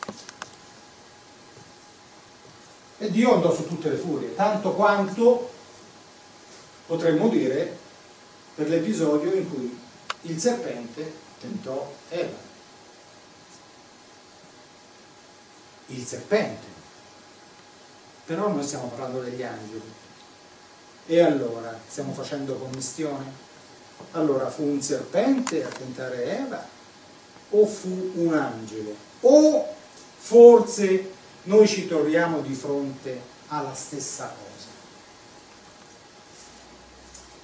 Speaker 4: E Dio andò su tutte le furie, tanto quanto potremmo dire per l'episodio in cui il serpente tentò Eva. Il serpente. Però noi stiamo parlando degli angeli. E allora, stiamo facendo commistione? Allora, fu un serpente a tentare Eva? O fu un angelo? O forse noi ci troviamo di fronte alla stessa cosa?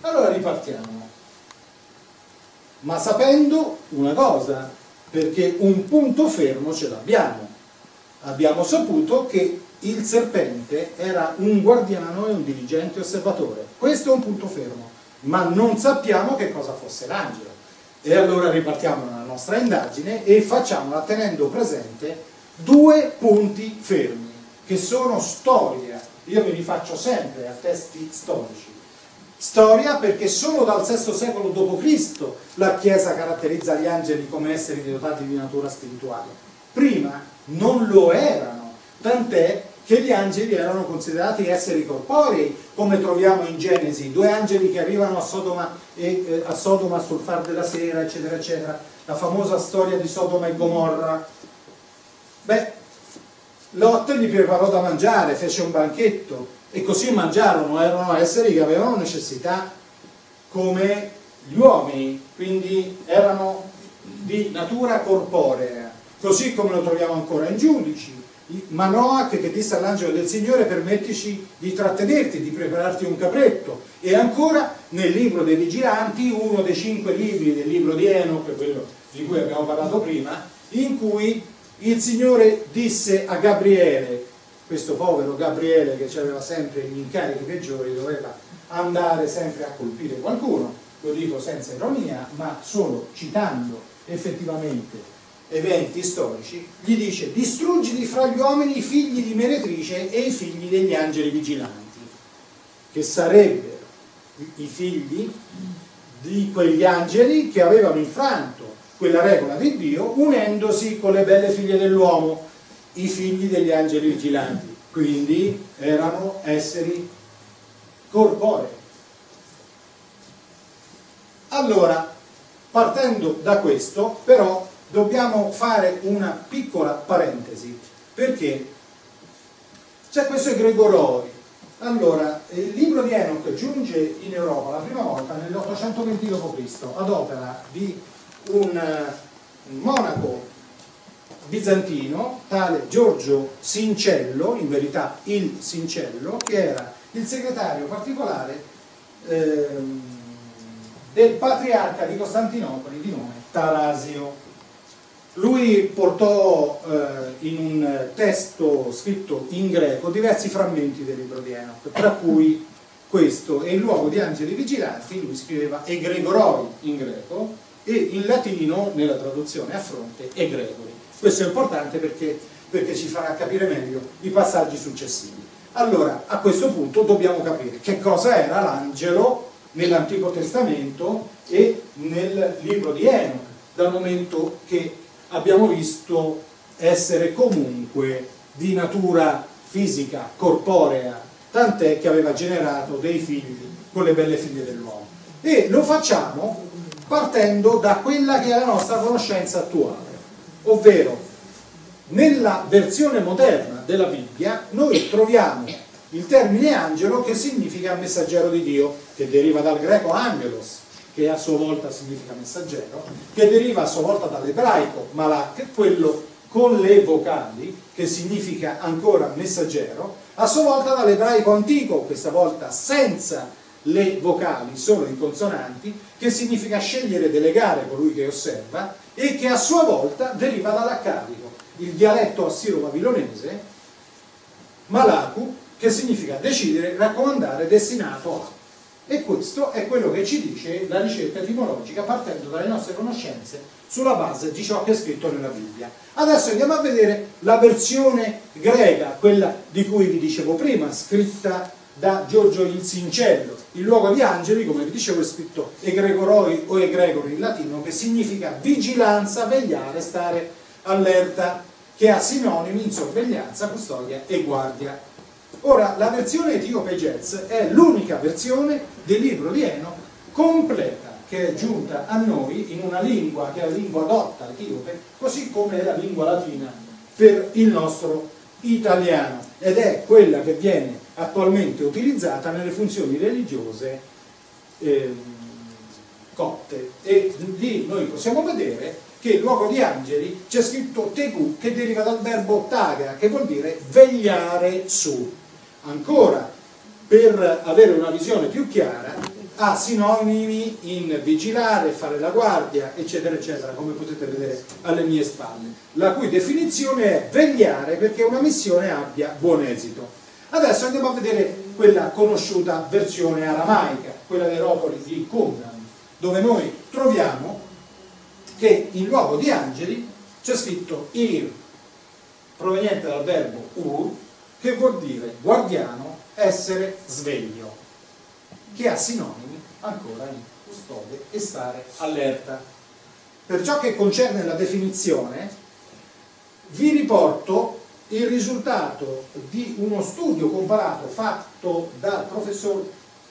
Speaker 4: Allora ripartiamo, ma sapendo una cosa, perché un punto fermo ce l'abbiamo. Abbiamo saputo che il serpente era un guardiano e un diligente osservatore. Questo è un punto fermo, ma non sappiamo che cosa fosse l'angelo. E allora ripartiamo nella nostra indagine e facciamola tenendo presente due punti fermi, che sono storia. Io mi rifaccio sempre a testi storici. Storia perché solo dal VI secolo d.C. la Chiesa caratterizza gli angeli come esseri dotati di natura spirituale. Prima non lo erano, tant'è che gli angeli erano considerati esseri corporei, come troviamo in Genesi, due angeli che arrivano a Sodoma sul far della sera, eccetera, eccetera, la famosa storia di Sodoma e Gomorra. Beh, Lot gli preparò da mangiare, fece un banchetto, e così mangiarono, erano esseri che avevano necessità come gli uomini, quindi erano di natura corporea, così come lo troviamo ancora in Giudici. Manoach che disse all'angelo del Signore: permettici di trattenerti, di prepararti un capretto. E ancora nel libro dei vigilanti, uno dei 5 libri del libro di Enoch, quello di cui abbiamo parlato prima, in cui il Signore disse a Gabriele, questo povero Gabriele che aveva sempre gli incarichi peggiori, doveva andare sempre a colpire qualcuno, lo dico senza ironia, ma solo citando effettivamente eventi storici, gli dice: distruggiti fra gli uomini i figli di meretrice e i figli degli angeli vigilanti, che sarebbero i figli di quegli angeli che avevano infranto quella regola di Dio unendosi con le belle figlie dell'uomo, i figli degli angeli vigilanti, quindi erano esseri corporei. Allora, partendo da questo, però, dobbiamo fare una piccola parentesi, perché c'è questo egregoroi. Allora, il libro di Enoch giunge in Europa la prima volta nell'820 d.C. ad opera di un monaco bizantino, tale Giorgio Sincello, in verità il Sincello, che era il segretario particolare del patriarca di Costantinopoli di nome Tarasio. Lui portò in un testo scritto in greco diversi frammenti del libro di Enoch, tra cui questo, e in luogo di angeli vigilanti lui scriveva egregoroi in greco e in latino, nella traduzione a fronte, egregori. Questo è importante perché ci farà capire meglio i passaggi successivi. Allora, a questo punto dobbiamo capire che cosa era l'angelo nell'Antico Testamento e nel libro di Enoch, dal momento che abbiamo visto essere comunque di natura fisica, corporea, tant'è che aveva generato dei figli con le belle figlie dell'uomo. E lo facciamo partendo da quella che è la nostra conoscenza attuale, ovvero nella versione moderna della Bibbia noi troviamo il termine angelo, che significa messaggero di Dio, che deriva dal greco angelos, che a sua volta significa messaggero, che deriva a sua volta dall'ebraico malak, quello con le vocali, che significa ancora messaggero, a sua volta dall'ebraico antico, questa volta senza le vocali, solo in consonanti, che significa scegliere, delegare colui che osserva, e che a sua volta deriva dall'accadico, il dialetto assiro-babilonese, malaku, che significa decidere, raccomandare, destinato a. E questo è quello che ci dice la ricerca etimologica partendo dalle nostre conoscenze sulla base di ciò che è scritto nella Bibbia. Adesso andiamo a vedere la versione greca, quella di cui vi dicevo prima, scritta da Giorgio il Sincello. Il luogo di angeli, come vi dicevo, è scritto egregoroi o egregori in latino, che significa vigilanza, vegliare, stare allerta, che ha sinonimi in sorveglianza, custodia e guardia. Ora, la versione etiope Jazz è l'unica versione del libro di Enoch completa, che è giunta a noi in una lingua che è la lingua dotta etiope, così come è la lingua latina per il nostro italiano, ed è quella che viene attualmente utilizzata nelle funzioni religiose copte. E lì noi possiamo vedere che il luogo di angeli c'è scritto tegu, che deriva dal verbo taga, che vuol dire vegliare su. Ancora, per avere una visione più chiara, ha sinonimi in vigilare, fare la guardia, eccetera, eccetera, come potete vedere alle mie spalle, la cui definizione è vegliare perché una missione abbia buon esito. Adesso andiamo a vedere quella conosciuta versione aramaica, quella dei rotoli di Qumran, dove noi troviamo che in luogo di angeli c'è scritto Ir, proveniente dal verbo ur, che vuol dire guardiano, essere sveglio, che ha sinonimi ancora in custode e stare allerta. Per ciò che concerne la definizione, vi riporto il risultato di uno studio comparato fatto dal professor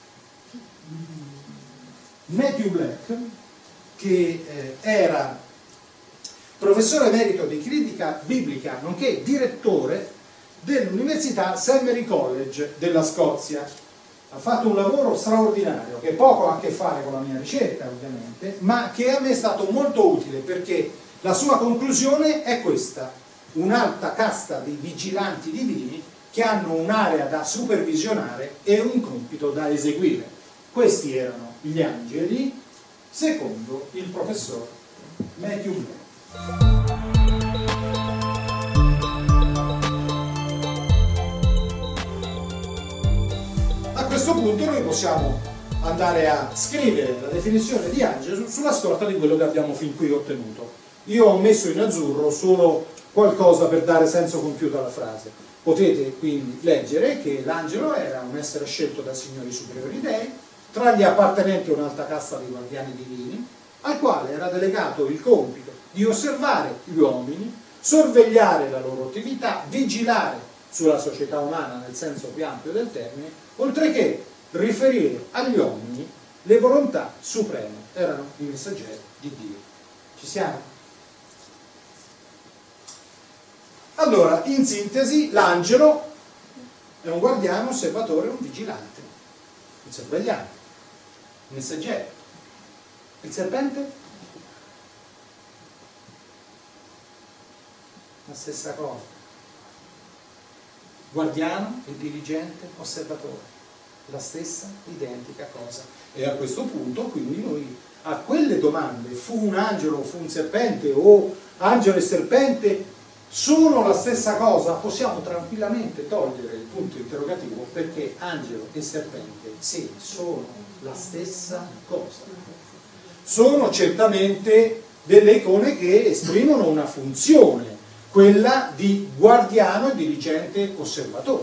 Speaker 4: Matthew Black, che era professore emerito di critica biblica nonché direttore dell'Università St. Mary College della Scozia. Ha fatto un lavoro straordinario che poco ha a che fare con la mia ricerca ovviamente, ma che a me è stato molto utile perché la sua conclusione è questa: un'alta casta di vigilanti divini che hanno un'area da supervisionare e un compito da eseguire. Questi erano gli angeli secondo il professor Matthew Black. A questo punto noi possiamo andare a scrivere la definizione di angelo sulla scorta di quello che abbiamo fin qui ottenuto. Io ho messo in azzurro solo qualcosa per dare senso compiuto alla frase. Potete quindi leggere che l'angelo era un essere scelto da signori superiori dei, tra gli appartenenti a un'alta casta di guardiani divini, al quale era delegato il compito di osservare gli uomini, sorvegliare la loro attività, vigilare sulla società umana nel senso più ampio del termine, oltre che riferire agli uomini le volontà supreme. Erano i messaggeri di Dio. Ci siamo? Allora, in sintesi, l'angelo è un guardiano, osservatore, un vigilante, un sorvegliante, un messaggero. Il serpente? La stessa cosa. Guardiano e dirigente, osservatore. La stessa identica cosa. E a questo punto, quindi, noi a quelle domande, fu un angelo, fu un serpente, o angelo e serpente sono la stessa cosa, possiamo tranquillamente togliere il punto interrogativo, perché angelo e serpente, sì, sono la stessa cosa. Sono certamente delle icone che esprimono una funzione, quella di guardiano e dirigente osservatore.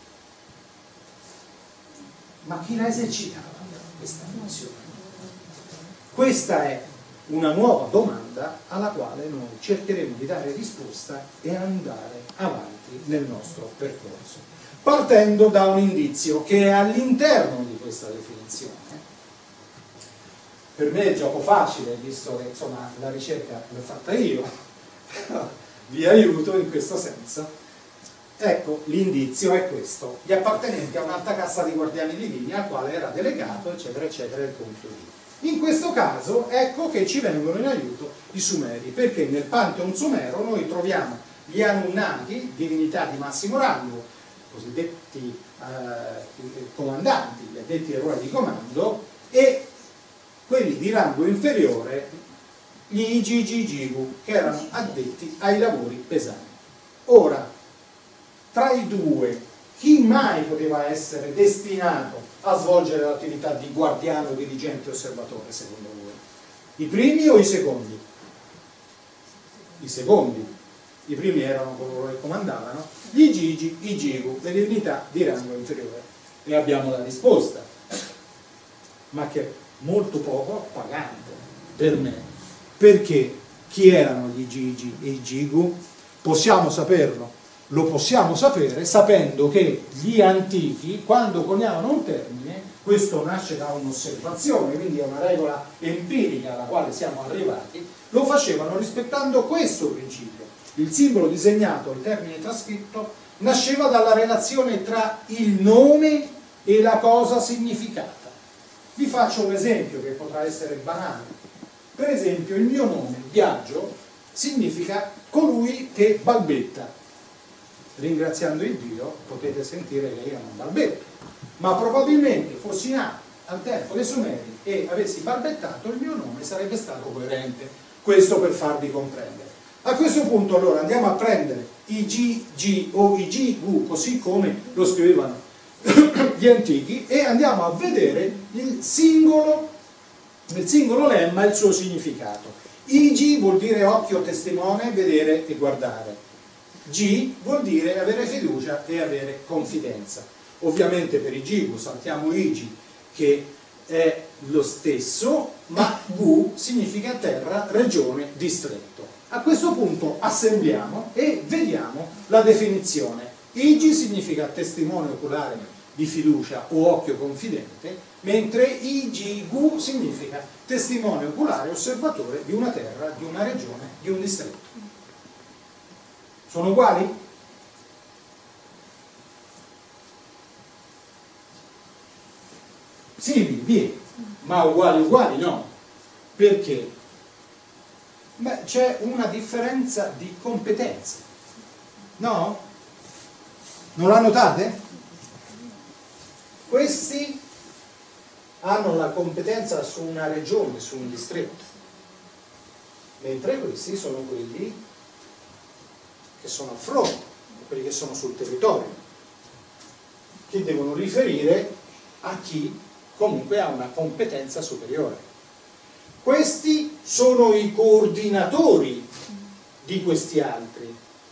Speaker 4: Ma chi la esercita questa funzione? Questa è una nuova domanda alla quale noi cercheremo di dare risposta e andare avanti nel nostro percorso, partendo da un indizio che è all'interno di questa definizione. Per me è gioco facile, visto che insomma la ricerca l'ho fatta io, vi aiuto in questo senso. Ecco, l'indizio è questo: gli appartenenti a un'alta casta di guardiani divini al quale era delegato, eccetera, eccetera, il compito di. In questo caso, ecco che ci vengono in aiuto i Sumeri, perché nel Pantheon sumero noi troviamo gli Anunnaki, divinità di massimo rango, cosiddetti comandanti, gli addetti eroi di comando, e quelli di rango inferiore, gli Igigigigu, che erano addetti ai lavori pesanti. Ora, tra i due, chi mai poteva essere destinato a svolgere l'attività di guardiano, dirigente, osservatore, secondo voi? I primi o i secondi? I secondi. I primi erano coloro che comandavano, gli Igigi, i Gigu, le divinità di rango inferiore. E abbiamo la risposta, ma che è molto poco appagante per me. Perché chi erano gli Igigi e i Gigu? Possiamo saperlo. Lo possiamo sapere sapendo che gli antichi, quando coniavano un termine, questo nasce da un'osservazione, quindi è una regola empirica alla quale siamo arrivati, lo facevano rispettando questo principio. Il simbolo disegnato, il termine trascritto, nasceva dalla relazione tra il nome e la cosa significata. Vi faccio un esempio che potrà essere banale. Per esempio, il mio nome, Biagio, significa colui che balbetta. Ringraziando il Dio potete sentire che io non balbetto, ma probabilmente fossi nato al tempo dei Sumeri e avessi balbettato, il mio nome sarebbe stato coerente. Questo per farvi comprendere. A questo punto allora andiamo a prendere i G o i Gu, così come lo scrivevano gli antichi, e andiamo a vedere il singolo lemma e il suo significato. IG vuol dire occhio, testimone, vedere e guardare. G vuol dire avere fiducia e avere confidenza. Ovviamente per i Gu saltiamo Igi, che è lo stesso, ma Gu significa terra, regione, distretto. A questo punto assembliamo e vediamo la definizione. Igi significa testimone oculare di fiducia o occhio confidente, mentre Gu significa testimone oculare, osservatore di una terra, di una regione, di un distretto. Sono uguali? Simili, ma uguali no. Perché? Beh, c'è una differenza di competenze. No? Non la notate? Questi hanno la competenza su una regione, su un distretto, mentre questi sono quelli che sono a fronte, quelli che sono sul territorio, che devono riferire a chi comunque ha una competenza superiore. Questi sono i coordinatori di questi altri.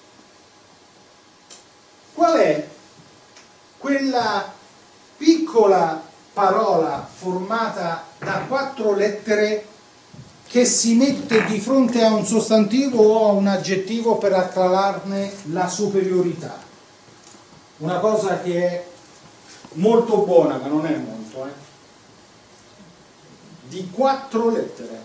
Speaker 4: Qual è quella piccola parola formata da 4 lettere che si mette di fronte a un sostantivo o a un aggettivo per acclararne la superiorità? Una cosa che è molto buona, ma non è molto, di 4 lettere.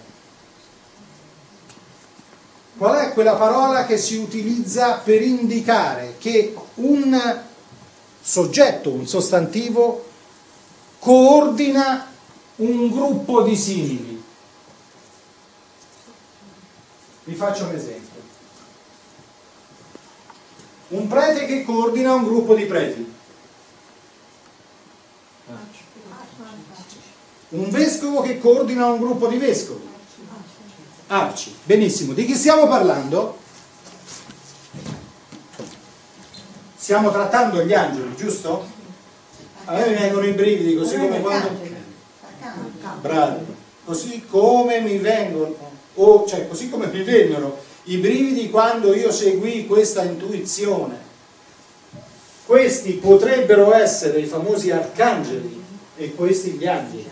Speaker 4: Qual è quella parola che si utilizza per indicare che un soggetto, un sostantivo, coordina un gruppo di simili? Vi faccio un esempio. Un prete che coordina un gruppo di preti. Un vescovo che coordina un gruppo di vescovi. Arci. Benissimo. Di chi stiamo parlando? Stiamo trattando gli angeli, giusto? A me mi vengono i brividi così come quando... Bravi. Così come mi vengono, così come mi vennero i brividi quando io seguii questa intuizione. Questi potrebbero essere i famosi arcangeli e questi gli angeli.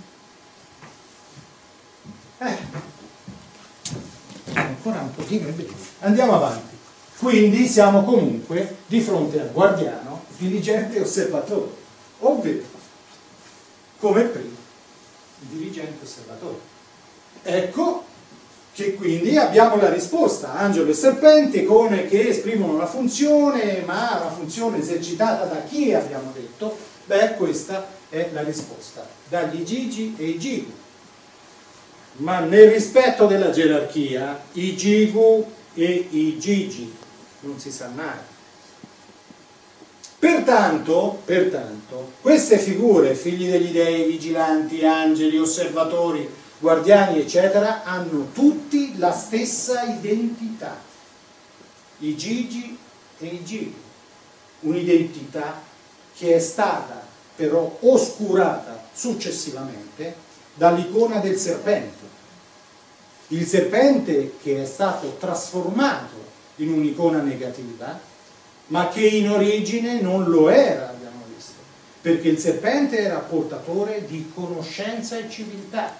Speaker 4: Ancora un pochino è brividi. Andiamo avanti. Quindi siamo comunque di fronte al guardiano, dirigente e osservatore, ovvero, come prima, il dirigente osservatore. Ecco che quindi abbiamo la risposta, angelo e serpente, che esprimono la funzione, ma la funzione esercitata da chi abbiamo detto? Beh, questa è la risposta, dagli Gigi e i Gigu. Ma nel rispetto della gerarchia, i Gigu e i Gigi non si sa mai. Pertanto, queste figure, figli degli dei, vigilanti, angeli, osservatori, guardiani, eccetera, hanno tutti la stessa identità. I Gigi e i Gigu. Un'identità che è stata però oscurata successivamente dall'icona del serpente. Il serpente che è stato trasformato in un'icona negativa, ma che in origine non lo era, abbiamo visto, perché il serpente era portatore di conoscenza e civiltà.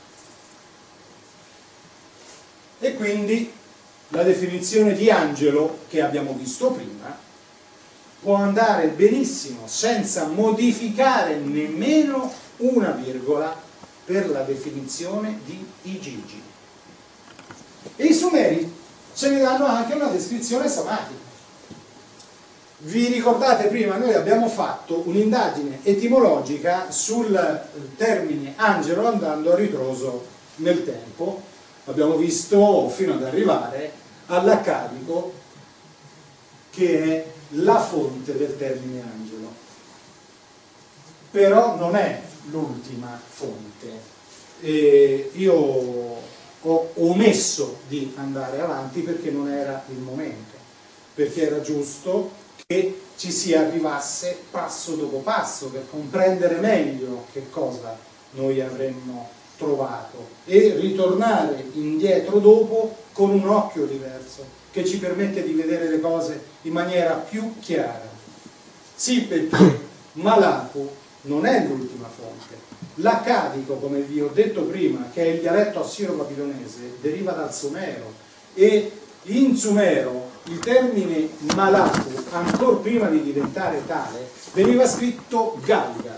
Speaker 4: E quindi la definizione di angelo che abbiamo visto prima può andare benissimo senza modificare nemmeno una virgola per la definizione di Igigi. E i Sumeri ce ne danno anche una descrizione somatica. Vi ricordate prima, noi abbiamo fatto un'indagine etimologica sul termine angelo andando a ritroso nel tempo. Abbiamo visto fino ad arrivare all'accadico, che è la fonte del termine angelo. però non è l'ultima fonte. Io ho omesso di andare avanti perché non era il momento, perché era giusto che ci si arrivasse passo dopo passo per comprendere meglio che cosa noi avremmo trovato e ritornare indietro dopo con un occhio diverso che ci permette di vedere le cose in maniera più chiara. Sì, perché Malaku non è l'ultima fonte. L'accadico, come vi ho detto prima, che è il dialetto assiro-babilonese, deriva dal sumero, e in sumero il termine Malaku, ancora prima di diventare tale, veniva scritto Galga.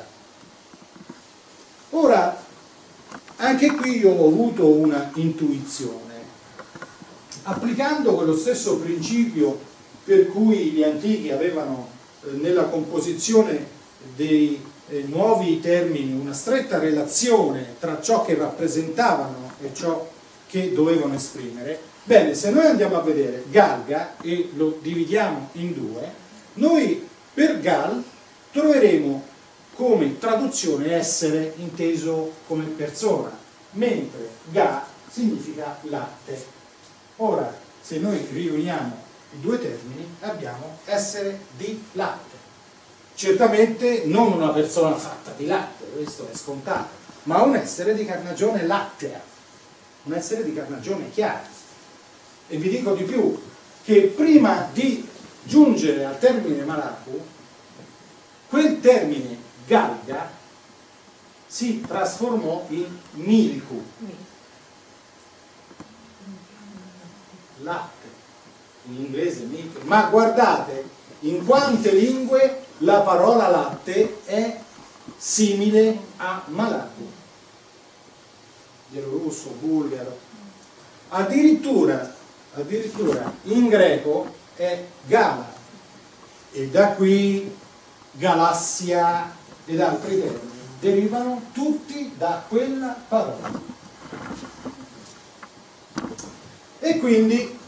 Speaker 4: Ora, anche qui io ho avuto una intuizione. Applicando quello stesso principio per cui gli antichi avevano nella composizione dei nuovi termini una stretta relazione tra ciò che rappresentavano e ciò che dovevano esprimere, bene, se noi andiamo a vedere Galga e lo dividiamo in due, noi per Gal troveremo come traduzione essere inteso come persona, mentre Ga significa latte. Ora, se noi riuniamo i due termini, abbiamo essere di latte. Certamente non una persona fatta di latte, questo è scontato, ma un essere di carnagione lattea, un essere di carnagione chiara. E vi dico di più, che prima di giungere al termine Malaku, quel termine Galga si trasformò in Milku, latte, in inglese milk. Ma guardate in quante lingue la parola latte è simile a Malaku, bielorusso, bulgaro, addirittura in greco è Gala, e da qui galassia ed altri termini derivano tutti da quella parola. E quindi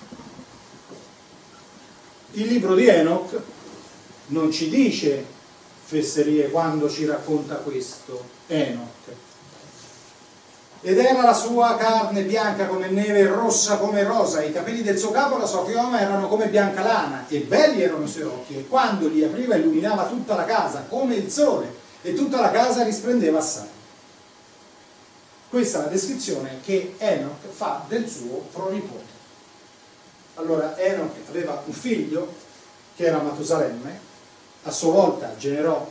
Speaker 4: il libro di Enoch non ci dice fesserie quando ci racconta questo Enoch. Ed era la sua carne bianca come neve e rossa come rosa, i capelli del suo capo, la sua chioma, erano come bianca lana, e belli erano i suoi occhi, e quando li apriva illuminava tutta la casa come il sole, e tutta la casa risplendeva assai. Questa è la descrizione che Enoch fa del suo pronipote. Allora Enoch aveva un figlio che era Matusalemme, a sua volta generò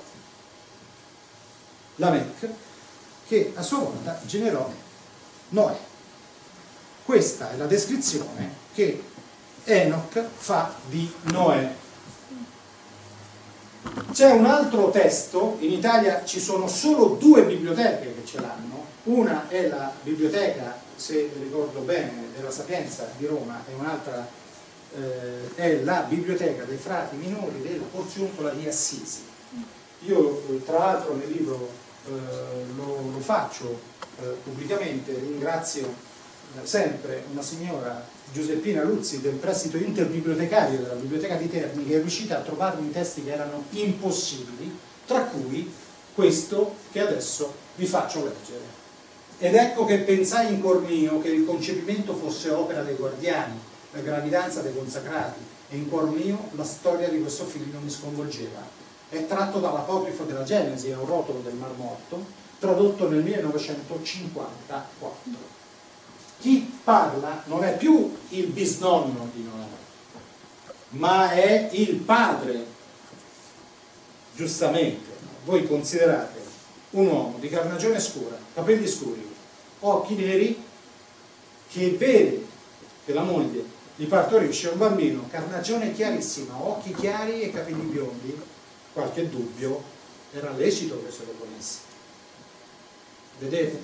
Speaker 4: Lamech, che a sua volta generò Noè. Questa è la descrizione che Enoch fa di Noè. C'è un altro testo, in Italia ci sono solo due biblioteche che ce l'hanno, una è la biblioteca, se ricordo bene, della Sapienza di Roma, e un'altra è la biblioteca dei frati minori della Porziuncola di Assisi. Io tra l'altro nel libro lo faccio pubblicamente, ringrazio sempre una signora Giuseppina Luzzi del prestito interbibliotecario della Biblioteca di Terni, che è riuscita a trovarmi testi che erano impossibili, tra cui questo che adesso vi faccio leggere. Ed ecco che pensai in cuor mio che il concepimento fosse opera dei guardiani, la gravidanza dei consacrati, e in cuor mio la storia di questo figlio mi sconvolgeva. È tratto dall'apocrifo della Genesi, è un rotolo del Mar Morto, tradotto nel 1954. Chi parla non è più il bisnonno di Noè, ma è il padre. Giustamente, voi considerate un uomo di carnagione scura, capelli scuri, occhi neri, che vede che la moglie gli partorisce un bambino, carnagione chiarissima, occhi chiari e capelli biondi. Qualche dubbio era lecito che se lo ponesse. Vedete?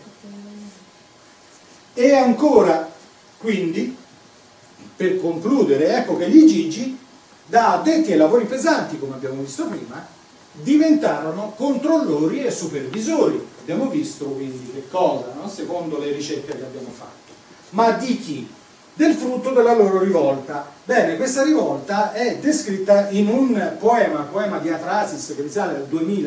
Speaker 4: E ancora, quindi, per concludere, ecco che gli Gigi, da addetti ai lavori pesanti, come abbiamo visto prima, diventarono controllori e supervisori. Abbiamo visto quindi che cosa, no? Secondo le ricerche che abbiamo fatto. Ma di chi? Del frutto della loro rivolta. Bene, questa rivolta è descritta in un poema di Atrasis che risale al 2000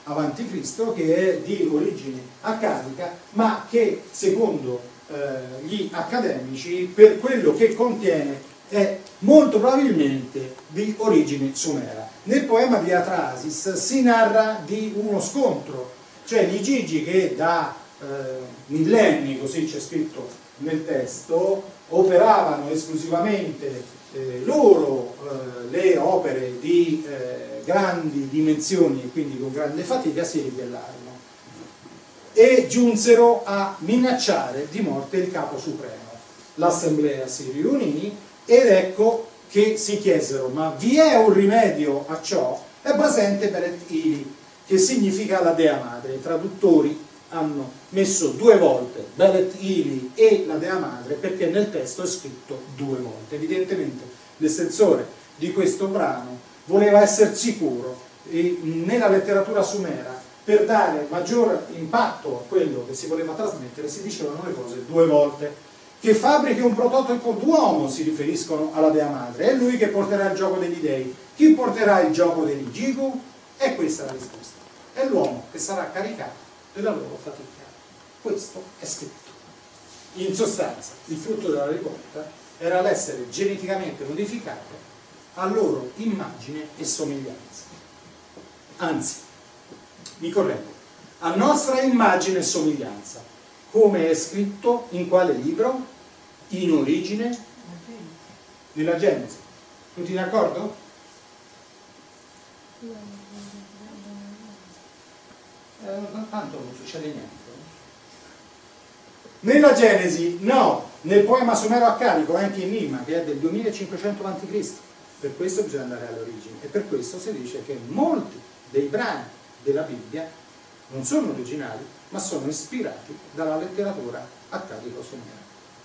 Speaker 4: avanti Cristo, che è di origine accadica, ma che secondo gli accademici, per quello che contiene, è molto probabilmente di origine sumera. Nel poema di Atrasis si narra di uno scontro, cioè gli Gigi che da millenni, così c'è scritto nel testo, operavano esclusivamente loro le opere di grandi dimensioni e quindi con grande fatica, si ribellarono e giunsero a minacciare di morte il capo supremo. L'assemblea si riunì ed ecco che si chiesero: ma vi è un rimedio a ciò? È presente Beret Ili, che significa la Dea Madre. I traduttori hanno messo 2 volte Beret Ili e la Dea Madre perché nel testo è scritto 2 volte. Evidentemente l'estensore di questo brano voleva essere sicuro, e nella letteratura sumera, per dare maggior impatto a quello che si voleva trasmettere, si dicevano le cose 2 volte. Che fabbrichi un prototipo d'uomo, si riferiscono alla Dea Madre, è lui che porterà il gioco degli dei. Chi porterà il gioco degli Jigu? E questa è la risposta: è l'uomo che sarà caricato della loro fatica. Questo è scritto. In sostanza, il frutto della rivolta era l'essere geneticamente modificato a loro immagine e somiglianza. Anzi, mi correggo, a nostra immagine e somiglianza, come è scritto in quale libro? In origine? Nella Genesi. Tutti d'accordo? Tanto non succede niente. Nella Genesi no, nel poema sumero accadico, anche in Nima, che è del 2500 a.C. Per questo bisogna andare alle origini e per questo si dice che molti dei brani della Bibbia non sono originali, ma sono ispirati dalla letteratura accadico-sumera.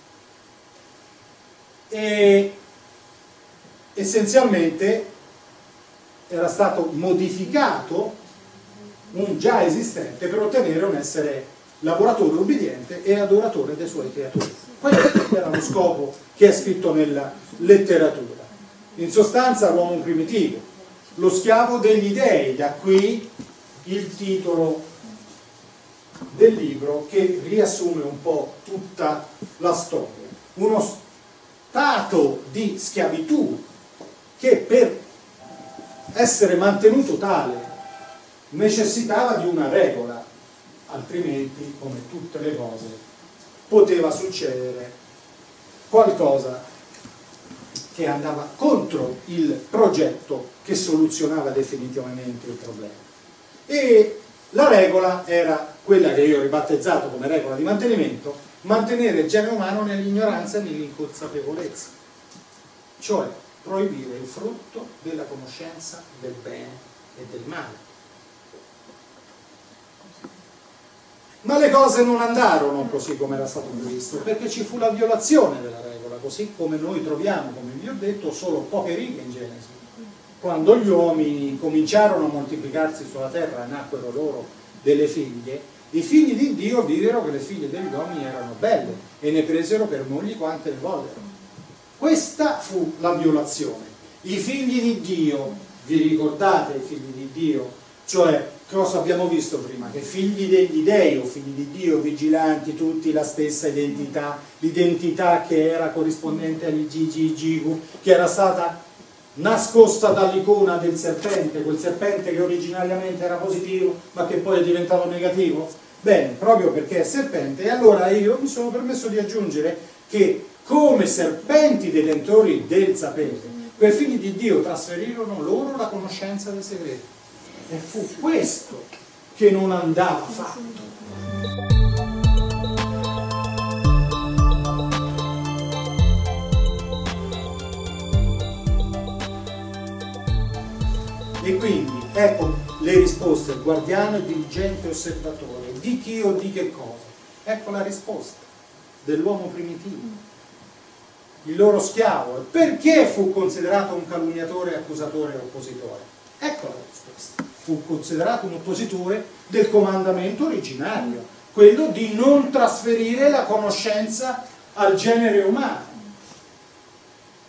Speaker 4: E essenzialmente era stato modificato un già esistente per ottenere un essere lavoratore ubbidiente e adoratore dei suoi creatori. Questo era lo scopo che è scritto nella letteratura. In sostanza l'uomo primitivo, lo schiavo degli dei, da qui il titolo del libro che riassume un po' tutta la storia. Uno stato di schiavitù che per essere mantenuto tale necessitava di una regola, altrimenti, come tutte le cose, poteva succedere qualcosa che andava contro il progetto che soluzionava definitivamente il problema. E la regola era quella che io ho ribattezzato come regola di mantenimento: mantenere il genere umano nell'ignoranza e nell'inconsapevolezza, cioè proibire il frutto della conoscenza del bene e del male. Ma le cose non andarono così come era stato previsto, perché ci fu la violazione della regola, così come noi troviamo, come vi ho detto, solo poche righe in Genesi. Quando gli uomini cominciarono a moltiplicarsi sulla terra e nacquero loro delle figlie, i figli di Dio videro che le figlie degli uomini erano belle e ne presero per mogli quante ne vollero. Questa fu la violazione. I figli di Dio, vi ricordate i figli di Dio? Cioè, cosa abbiamo visto prima? Che figli degli dei o figli di Dio, vigilanti, tutti la stessa identità, l'identità che era corrispondente agli Gigi Gigu, che era stata nascosta dall'icona del serpente, quel serpente che originariamente era positivo ma che poi è diventato negativo. Bene, proprio perché è serpente, e allora io mi sono permesso di aggiungere che come serpenti detentori del sapere, quei figli di Dio trasferirono loro la conoscenza del segreto. E fu questo che non andava fatto. E quindi ecco le risposte: guardiano, dirigente, osservatore, di chi o di che cosa. Ecco la risposta dell'uomo primitivo, il loro schiavo. E perché fu considerato un calunniatore, accusatore e oppositore? Ecco la risposta: fu considerato un oppositore del comandamento originario, quello di non trasferire la conoscenza al genere umano.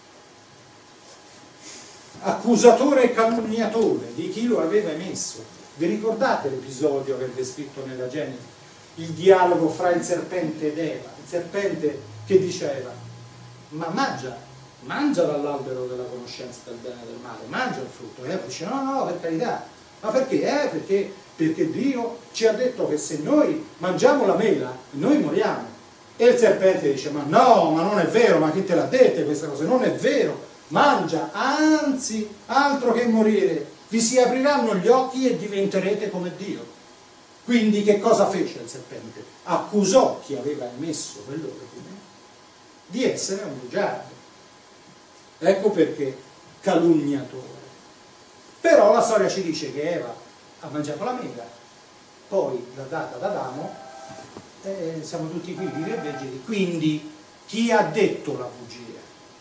Speaker 4: Accusatore e calunniatore di chi lo aveva emesso. Vi ricordate l'episodio che è descritto nella Genesi? Il dialogo fra il serpente ed Eva, il serpente che diceva: ma mangia dall'albero della conoscenza del bene e del male, mangia il frutto. E Eva dice: no, per carità. Ma perché? Perché Dio ci ha detto che se noi mangiamo la mela, noi moriamo. E il serpente dice: ma no, ma non è vero, ma chi te l'ha dette queste cose? Non è vero, mangia, anzi, altro che morire, vi si apriranno gli occhi e diventerete come Dio. Quindi che cosa fece il serpente? Accusò chi aveva emesso quell'ordine di essere un bugiardo. Ecco perché calunniatore. Però la storia ci dice che Eva ha mangiato la mela, poi l'ha data ad Adamo, e siamo tutti qui vivi e vegeti. Quindi chi ha detto la bugia?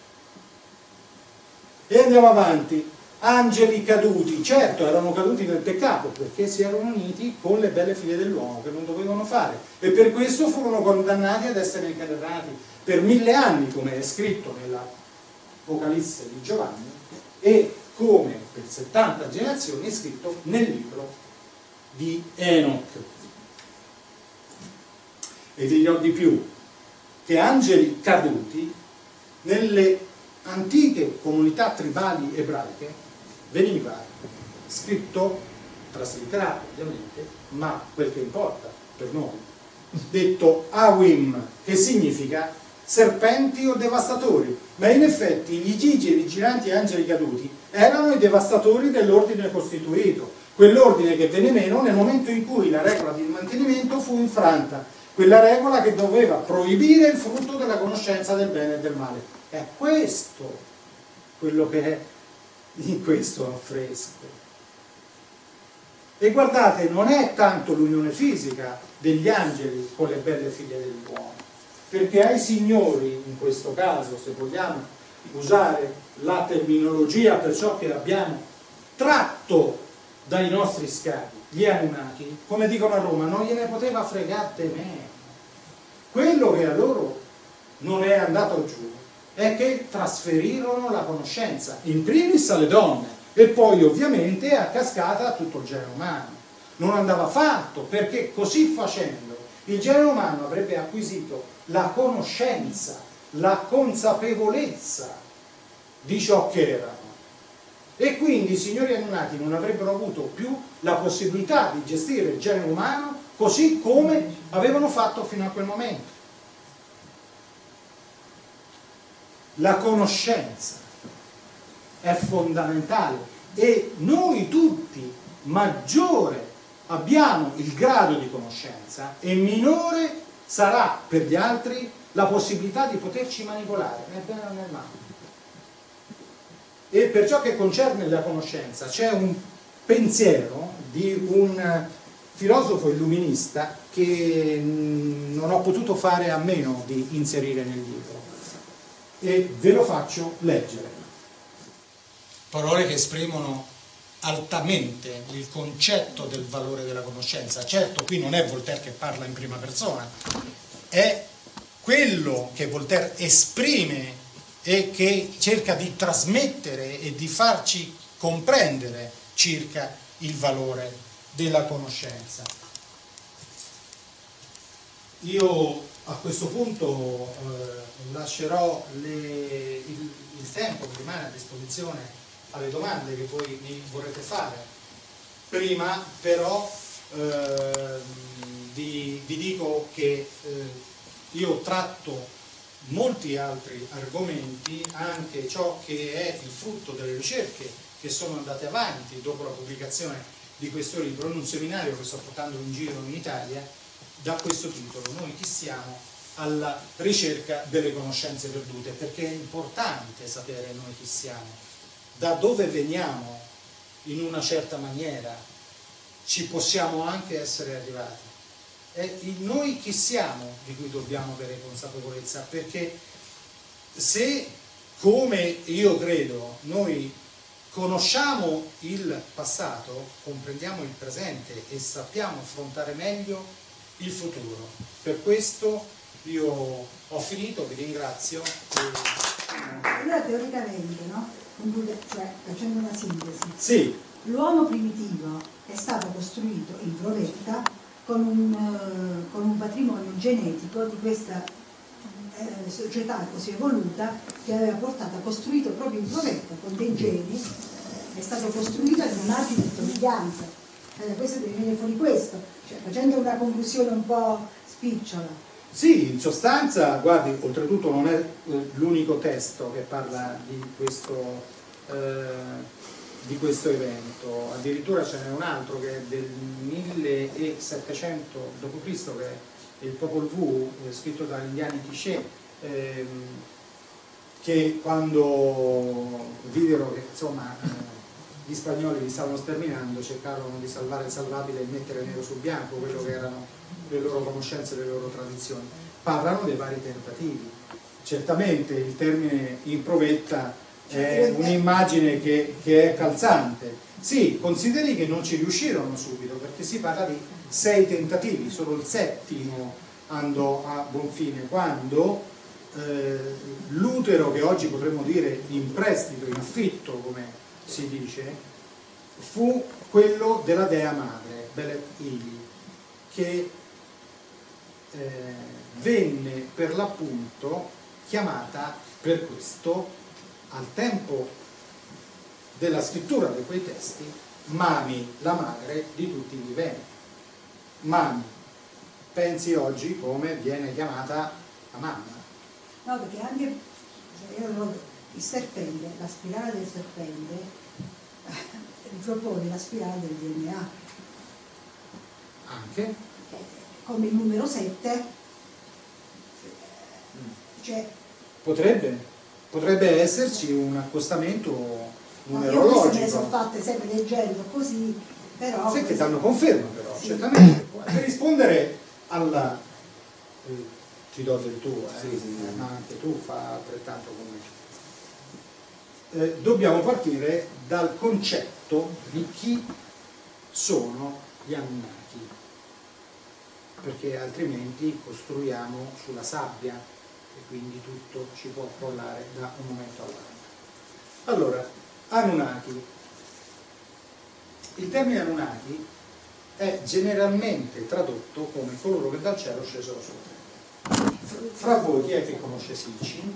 Speaker 4: E andiamo avanti. Angeli caduti, certo erano caduti nel peccato perché si erano uniti con le belle figlie dell'uomo che non dovevano fare, e per questo furono condannati ad essere incarcerati per 1000 anni, come è scritto nell'Apocalisse di Giovanni, e come per 70 generazioni è scritto nel libro di Enoch. E vi dirò di più, che angeli caduti nelle antiche comunità tribali ebraiche veniva scritto, traslitterato ovviamente, ma quel che importa per noi, detto Awim, che significa serpenti o devastatori, ma in effetti gli gigi e vigilanti angeli caduti erano i devastatori dell'ordine costituito, quell'ordine che venne meno nel momento in cui la regola di mantenimento fu infranta, quella regola che doveva proibire il frutto della conoscenza del bene e del male. È questo quello che è in questo affresco. E guardate, non è tanto l'unione fisica degli angeli con le belle figlie dell'uomo, perché ai signori, in questo caso, se vogliamo usare la terminologia per ciò che abbiamo tratto dai nostri scavi, gli Anunnaki, come dicono a Roma, non gliene poteva fregare meno. Quello che a loro non è andato giù è che trasferirono la conoscenza, in primis alle donne, e poi ovviamente a cascata a tutto il genere umano. Non andava fatto, perché così facendo il genere umano avrebbe acquisito la conoscenza, la consapevolezza di ciò che erano. E quindi i signori Anunnaki non avrebbero avuto più la possibilità di gestire il genere umano così come avevano fatto fino a quel momento. La conoscenza è fondamentale e noi tutti maggiore abbiamo il grado di conoscenza e minore sarà per gli altri la possibilità di poterci manipolare nel bene o nel male. E per ciò che concerne la conoscenza c'è un pensiero di un filosofo illuminista che non ho potuto fare a meno di inserire nel libro e ve lo faccio leggere. Parole che esprimono altamente il concetto del valore della conoscenza. Certo, qui non è Voltaire che parla in prima persona, è quello che Voltaire esprime e che cerca di trasmettere e di farci comprendere circa il valore della conoscenza. Io a questo punto lascerò il tempo che rimane a disposizione alle domande che voi mi vorrete fare. Prima però vi dico che io tratto molti altri argomenti, anche ciò che è il frutto delle ricerche che sono andate avanti dopo la pubblicazione di questo libro, in un seminario che sto portando in giro in Italia, da questo titolo: Noi chi siamo? Alla ricerca delle conoscenze perdute, perché è importante sapere noi chi siamo, da dove veniamo in una certa maniera, ci possiamo anche essere arrivati. È il noi chi siamo di cui dobbiamo avere consapevolezza, perché se, come io credo, noi conosciamo il passato, comprendiamo il presente e sappiamo affrontare meglio il futuro. Per questo io ho finito, vi ringrazio.
Speaker 5: Allora teoricamente, no? Cioè, facendo una sintesi.
Speaker 4: Sì.
Speaker 5: l'uomo primitivo è stato costruito in provetta con un patrimonio genetico di questa società così evoluta che aveva portato, costruito proprio in provetta con dei geni, è stato costruito in un arte di somiglianza. Questo deve venire fuori questo, cioè, facendo una conclusione un po' spicciola.
Speaker 4: Sì, in sostanza, guardi, oltretutto non è l'unico testo che parla di questo evento, addirittura ce n'è un altro che è del 1700 d.C., che è il Popol Vuh, scritto dagli indiani Quiché, che quando videro che insomma gli spagnoli li stavano sterminando cercarono di salvare il salvabile e mettere nero su bianco quello che erano le loro conoscenze, le loro tradizioni. Parlano dei vari tentativi. Certamente il termine in provetta è un'immagine che è calzante. Sì, consideri che non ci riuscirono subito, perché si parla di 6 tentativi, solo il 7° andò a buon fine, quando l'utero, che oggi potremmo dire in prestito, in affitto, come si dice, fu quello della dea madre, Belet Ili, che venne per l'appunto chiamata per questo, al tempo della scrittura di quei testi, Mami, la madre di tutti i viventi. Mami, pensi oggi come viene chiamata la mamma.
Speaker 5: No, perché anche il serpente, la spirale del serpente ripropone la spirale del DNA.
Speaker 4: Anche?
Speaker 5: Come il numero 7, cioè,
Speaker 4: potrebbe esserci un accostamento
Speaker 5: io
Speaker 4: numerologico.
Speaker 5: queste me le sono fatte sempre leggendo così, però...
Speaker 4: Sì, che danno conferma però,
Speaker 5: sì.
Speaker 4: certamente. Per rispondere alla... ti do del tuo, ma anche tu fa altrettanto con me. Dobbiamo partire dal concetto di chi sono gli Anunnaki, perché altrimenti costruiamo sulla sabbia e quindi tutto ci può crollare da un momento all'altro. Allora, Anunnaki. Il termine Anunnaki è generalmente tradotto come coloro che dal cielo scesero sulla terra. Fra voi chi è che conosce Sitchin?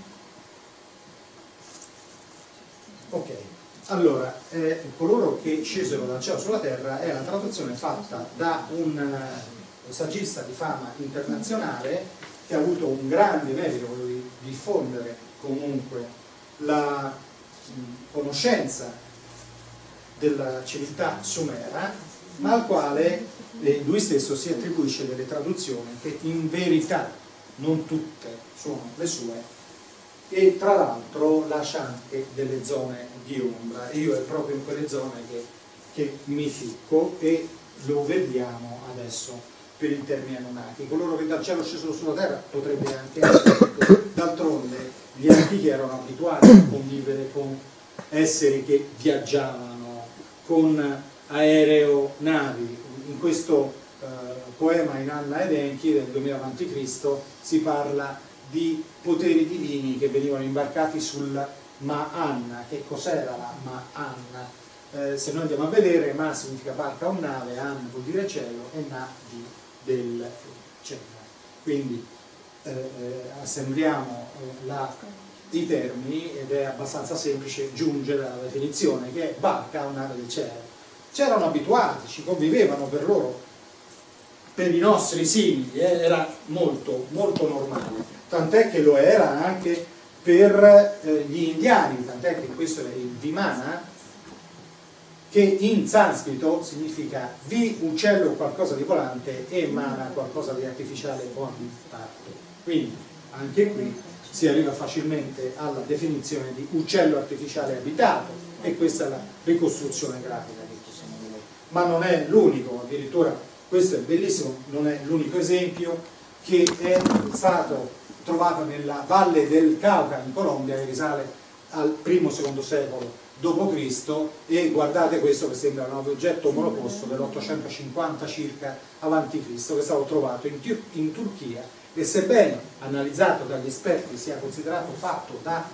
Speaker 4: Ok, allora, coloro che scesero dal cielo sulla terra è la traduzione fatta da un saggista di fama internazionale che ha avuto un grande merito, quello di diffondere comunque la conoscenza della civiltà sumera, ma al quale lui stesso si attribuisce delle traduzioni che in verità non tutte sono le sue, e tra l'altro lascia anche delle zone di ombra, e io è proprio in quelle zone che mi ficco, e lo vediamo adesso per il termine Anunnaki. Coloro che dal cielo scesero sulla terra potrebbe anche essere, d'altronde gli antichi erano abituati a convivere con esseri che viaggiavano, con aeronavi. In questo poema in Anna ed Enki del 2000 a.C. si parla di poteri divini che venivano imbarcati sul Ma'an. Che cos'era la Ma'an? Se noi andiamo a vedere, Ma significa barca o nave, An vuol dire cielo e Na del cielo. Quindi assembliamo i termini ed è abbastanza semplice giungere alla definizione, che è barca o nave del cielo. C'erano abituati, ci convivevano, per loro, per i nostri simili, era molto, molto normale. Tant'è che lo era anche per gli indiani, tant'è che questo è il Vimana, che in sanscrito significa vi, uccello, qualcosa di volante, e mana, qualcosa di artificiale o abitato. Quindi anche qui si arriva facilmente alla definizione di uccello artificiale abitato, e questa è la ricostruzione grafica che possiamo vedere. Ma non è l'unico, addirittura questo è bellissimo, non è l'unico esempio, che è stato trovato nella valle del Cauca in Colombia, che risale al I-II secolo d.C., e guardate questo, che sembra un oggetto monoposto dell'850 circa avanti Cristo, che è stato trovato in Turchia, e sebbene analizzato dagli esperti sia considerato fatto da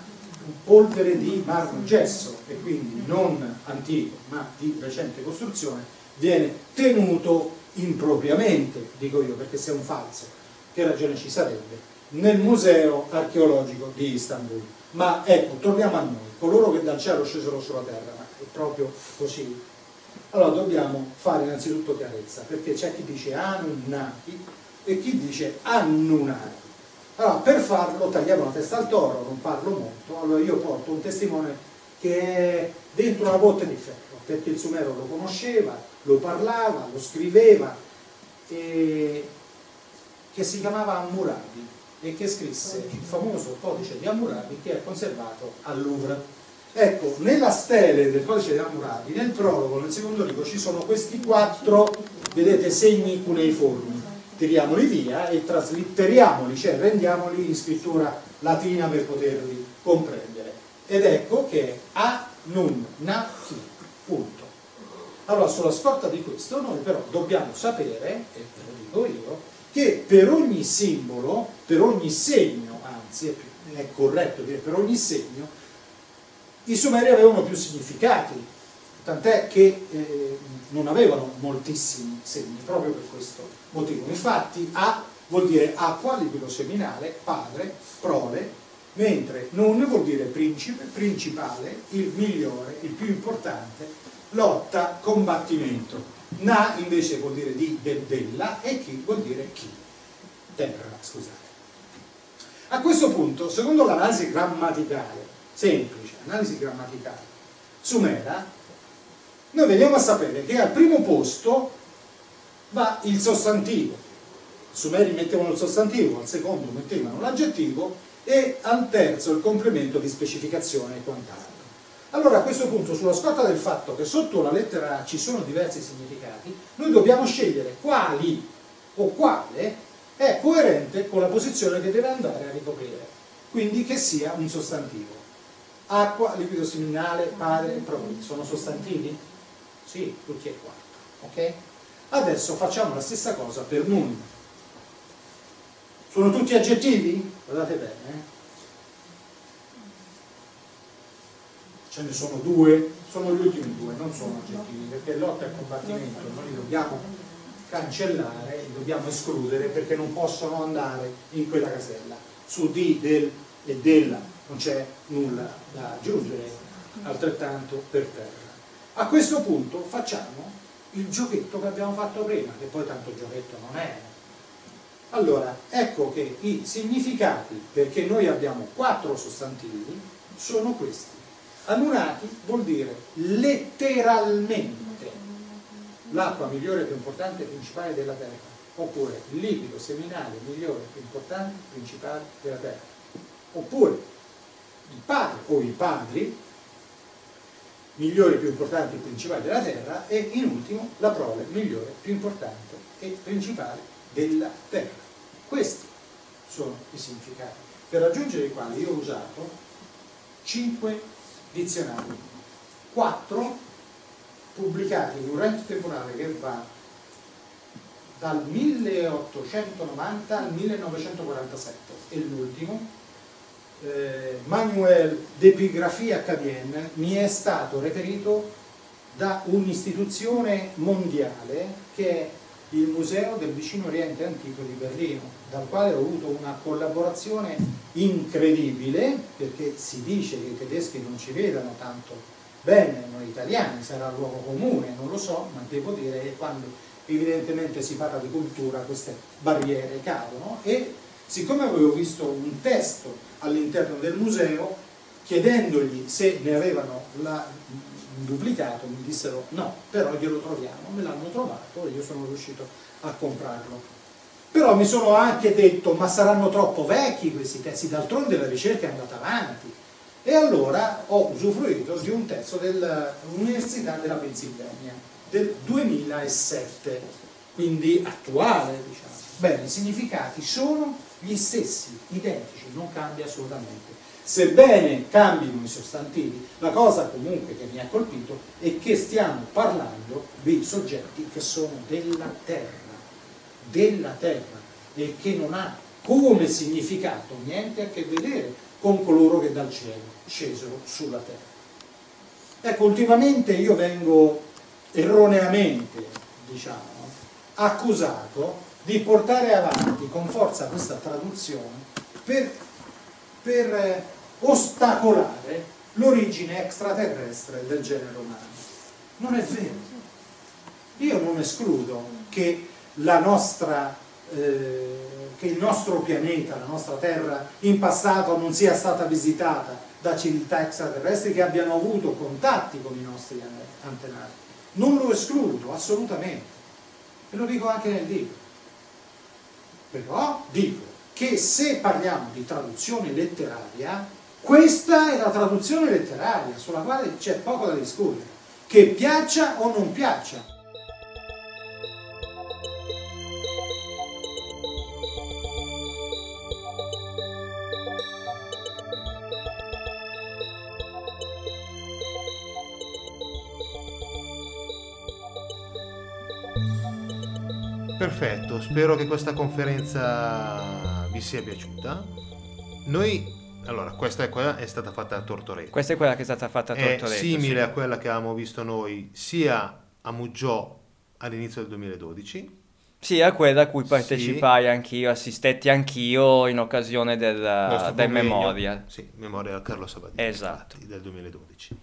Speaker 4: polvere di marmo gesso, e quindi non antico ma di recente costruzione, viene tenuto impropriamente, dico io, perché se è un falso, che ragione ci sarebbe, nel museo archeologico di Istanbul. Ma ecco, torniamo a noi, coloro che dal cielo scesero sulla terra, ma è proprio così? Allora dobbiamo fare innanzitutto chiarezza, perché c'è chi dice Anunnaki e chi dice Annunaki. Allora, per farlo tagliamo la testa al toro, non parlo molto. Allora io porto un testimone che è dentro una botte di ferro, perché il sumero lo conosceva, lo parlava, lo scriveva, che si chiamava Hammurabi e che scrisse il famoso codice di Hammurabi, che è conservato al Louvre. Ecco, nella stele del codice di Hammurabi, nel prologo, nel secondo libro, ci sono questi 4, vedete, segni cuneiformi. Tiriamoli via e traslitteriamoli, cioè rendiamoli in scrittura latina per poterli comprendere. Ed ecco che è Anunnaki, punto. Allora, sulla scorta di questo, noi però dobbiamo sapere, e ve lo dico io, che per ogni simbolo, per ogni segno, anzi è corretto dire per ogni segno, i Sumeri avevano più significati, tant'è che non avevano moltissimi segni, proprio per questo motivo. Infatti A vuol dire acqua, liquido seminale, padre, prole, mentre Nun vuol dire principe, principale, il migliore, il più importante, lotta, combattimento. Na invece vuol dire della, e chi vuol dire chi. Terra, scusate. A questo punto, secondo l'analisi grammaticale, semplice, analisi grammaticale sumera, noi veniamo a sapere che al primo posto va il sostantivo. I Sumeri mettevano il sostantivo, al secondo mettevano l'aggettivo e al terzo il complemento di specificazione e quant'altro. Allora a questo punto, sulla scorta del fatto che sotto la lettera A ci sono diversi significati, noi dobbiamo scegliere quali o quale è coerente con la posizione che deve andare a ricoprire, quindi che sia un sostantivo. Acqua, liquido seminale, padre e prole sono sostantivi? Sì, tutti e 4, ok? Adesso facciamo la stessa cosa per Nun. Sono tutti aggettivi? Guardate bene, ce ne sono 2, sono gli ultimi 2, non sono aggettivi, perché lotta e combattimento non li dobbiamo cancellare, li dobbiamo escludere perché non possono andare in quella casella. Su di, del e della non c'è nulla da aggiungere, altrettanto per terra. A questo punto facciamo il giochetto che abbiamo fatto prima, che poi tanto giochetto non è. Allora, ecco che i significati, perché noi abbiamo 4 sostantivi, sono questi. Anunnaki vuol dire letteralmente l'acqua migliore e più importante e principale della terra, oppure il liquido seminale migliore e più importante e principale della terra, oppure il padre o i padri migliori, più importanti e principali della terra, e in ultimo la prole migliore, più importante e principale della terra. Questi sono i significati, per raggiungere i quali io ho usato 5 dizionari, 4 pubblicati in un range temporale che va dal 1890 al 1947 e l'ultimo, Manuel d'Epigraphie Acadienne, mi è stato reperito da un'istituzione mondiale che è il Museo del Vicino Oriente Antico di Berlino, dal quale ho avuto una collaborazione incredibile, perché si dice che i tedeschi non ci vedano tanto bene noi italiani, sarà un luogo comune, non lo so, ma devo dire che quando evidentemente si parla di cultura queste barriere cadono, e siccome avevo visto un testo all'interno del museo, chiedendogli se ne avevano un duplicato, mi dissero no, però glielo troviamo, me l'hanno trovato e io sono riuscito a comprarlo. Però mi sono anche detto, ma saranno troppo vecchi questi testi, d'altronde la ricerca è andata avanti. E allora ho usufruito di un testo dell'Università della Pennsylvania del 2007, quindi attuale, diciamo. Bene, i significati sono gli stessi, identici, non cambia assolutamente. Sebbene cambino i sostantivi, la cosa comunque che mi ha colpito è che stiamo parlando di soggetti che sono della terra, e che non ha come significato niente a che vedere con coloro che dal cielo scesero sulla terra. Ecco, ultimamente io vengo erroneamente, diciamo, accusato di portare avanti con forza questa traduzione per ostacolare l'origine extraterrestre del genere umano. Non è vero. Io non escludo che che il nostro pianeta, la nostra Terra, in passato non sia stata visitata da civiltà extraterrestri che abbiano avuto contatti con i nostri antenati. Non lo escludo, assolutamente. E lo dico anche nel libro. Però dico che se parliamo di traduzione letteraria, questa è la traduzione letteraria sulla quale c'è poco da discutere, che piaccia o non piaccia.
Speaker 3: Perfetto, spero che questa conferenza vi sia piaciuta. Allora, questa è stata fatta a Tortoreto.
Speaker 2: Questa è quella che è stata fatta a Tortoreto.
Speaker 3: È simile
Speaker 2: sì,
Speaker 3: a quella che avevamo visto noi sia a Muggiò all'inizio del 2012.
Speaker 2: Sì, a quella a cui partecipai anch'io, assistetti anch'io in occasione del Memorial.
Speaker 3: Sì, Memorial Carlo Sabatini.
Speaker 2: Esatto.
Speaker 3: Infatti, del 2012.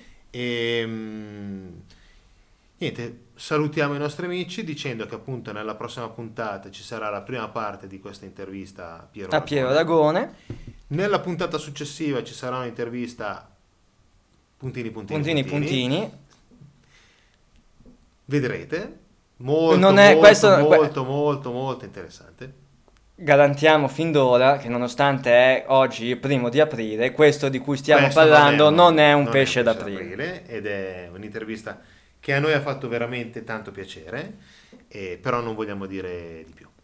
Speaker 3: Niente, salutiamo i nostri amici dicendo che appunto nella prossima puntata ci sarà la prima parte di questa intervista a Piero
Speaker 2: Aragone.
Speaker 3: Nella puntata successiva ci sarà un'intervista puntini. Vedrete, molto interessante.
Speaker 2: Garantiamo fin d'ora che nonostante è oggi il 1° aprile, questo di cui stiamo parlando non è un pesce d'aprile.
Speaker 3: Ed è un'intervista che a noi ha fatto veramente tanto piacere, però non vogliamo dire di più.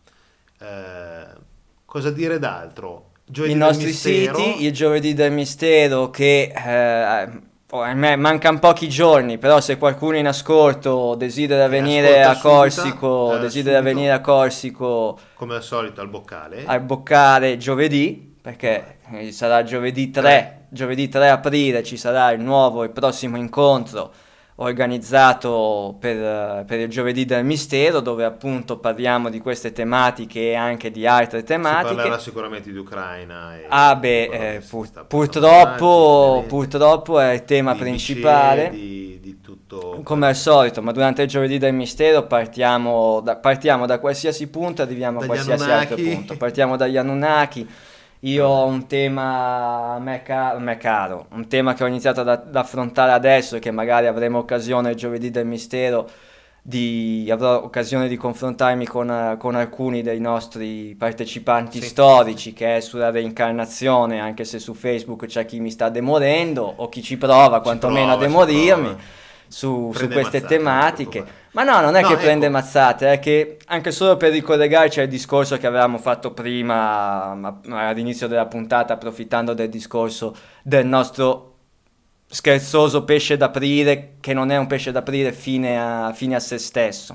Speaker 3: Cosa dire d'altro?
Speaker 2: I nostri siti, il Giovedì del Mistero, che ahimè mancano pochi giorni, però se qualcuno in ascolto desidera venire a Corsico, venire a Corsico
Speaker 3: come al solito al
Speaker 2: boccale giovedì, perché sarà giovedì 3 aprile, ci sarà il prossimo incontro organizzato per il Giovedì del Mistero, dove appunto parliamo di queste tematiche e anche di altre tematiche.
Speaker 3: Si parlerà sicuramente di Ucraina
Speaker 2: purtroppo è il tema principale
Speaker 3: di tutto,
Speaker 2: come al solito, ma durante il Giovedì del Mistero partiamo da qualsiasi punto, arriviamo a qualsiasi altro punto. Partiamo dagli Anunnaki. Io ho un tema a me caro, un tema che ho iniziato ad affrontare adesso e che magari avremo occasione il Giovedì del Mistero avrò occasione di confrontarmi con alcuni dei nostri partecipanti storici, che è sulla reincarnazione, anche se su Facebook c'è chi mi sta demorendo o chi ci prova quantomeno a demorirmi su queste tematiche. Ma no, non è che prende mazzate, è che anche solo per ricollegarci al discorso che avevamo fatto prima all'inizio della puntata, approfittando del discorso del nostro scherzoso pesce d'aprile, che non è un pesce d'aprile fine a se stesso.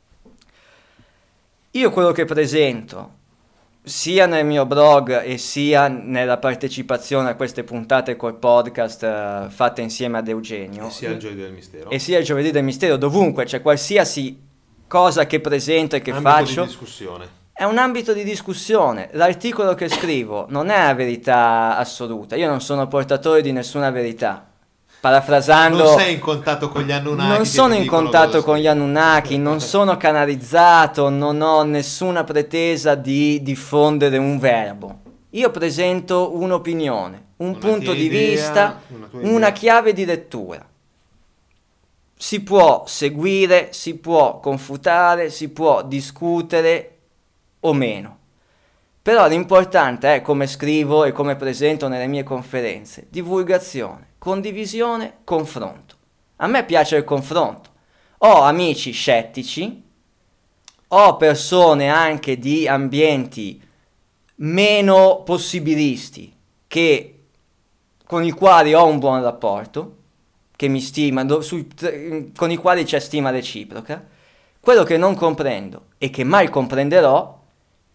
Speaker 2: Io quello che presento sia nel mio blog e sia nella partecipazione a queste puntate col podcast fatte insieme ad Eugenio,
Speaker 3: e sia il
Speaker 2: Giovedì del Mistero, dovunque c'è qualsiasi cosa che presento e che faccio, è un ambito di discussione. L'articolo che scrivo non è la verità assoluta, io non sono portatore di nessuna verità. Parafrasando,
Speaker 3: non sei in contatto con gli Anunnaki,
Speaker 2: non sono in contatto con gli Anunnaki, non sono canalizzato, non ho nessuna pretesa di diffondere un verbo. Io presento un'opinione, un punto di vista, una chiave di lettura. Si può seguire, si può confutare, si può discutere o meno. Però l'importante è, come scrivo e come presento nelle mie conferenze, divulgazione, condivisione, confronto. A me piace il confronto. Ho amici scettici, ho persone anche di ambienti meno possibilisti con i quali ho un buon rapporto, che mi stimano, con i quali c'è stima reciproca. Quello che non comprendo e che mai comprenderò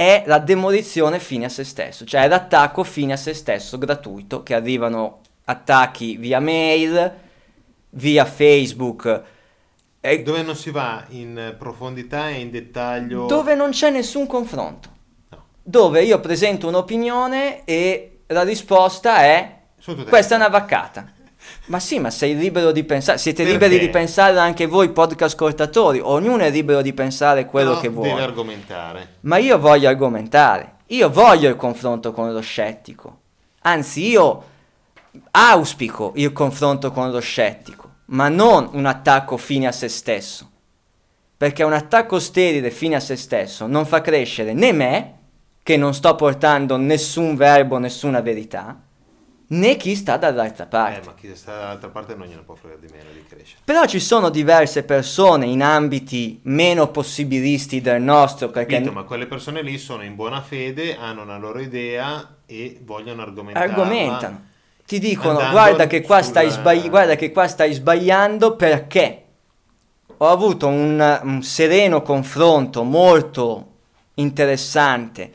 Speaker 2: è la demolizione fine a se stesso, cioè l'attacco fine a se stesso gratuito, che arrivano attacchi via mail, via Facebook,
Speaker 3: Dove non si va in profondità e in dettaglio.
Speaker 2: dove non c'è nessun confronto,
Speaker 3: No.
Speaker 2: dove io presento un'opinione e la risposta è
Speaker 3: Sono tutte
Speaker 2: questa è una
Speaker 3: cazzate.
Speaker 2: vaccata. Ma sì, ma sei libero di pensare, siete
Speaker 3: Perché?
Speaker 2: liberi di pensare anche voi podcast ascoltatori, ognuno è libero di pensare quello
Speaker 3: Però
Speaker 2: che vuole.
Speaker 3: deve argomentare.
Speaker 2: Ma io voglio argomentare, io voglio il confronto con lo scettico, anzi io auspico il confronto con lo scettico, ma non un attacco fine a se stesso, perché un attacco sterile fine a se stesso non fa crescere né me, che non sto portando nessun verbo, nessuna verità, né chi sta dall'altra parte.
Speaker 3: Ma chi sta dall'altra parte non gliene può fregare di meno di crescere.
Speaker 2: Però ci sono diverse persone in ambiti meno possibilisti del nostro, perché
Speaker 3: Capito, ma quelle persone lì sono in buona fede, hanno una loro idea e vogliono argomentarla.
Speaker 2: argomentano. Ti dicono
Speaker 3: andando
Speaker 2: guarda che qua
Speaker 3: sulla-
Speaker 2: guarda che qua stai sbagliando perché ho avuto un sereno confronto molto interessante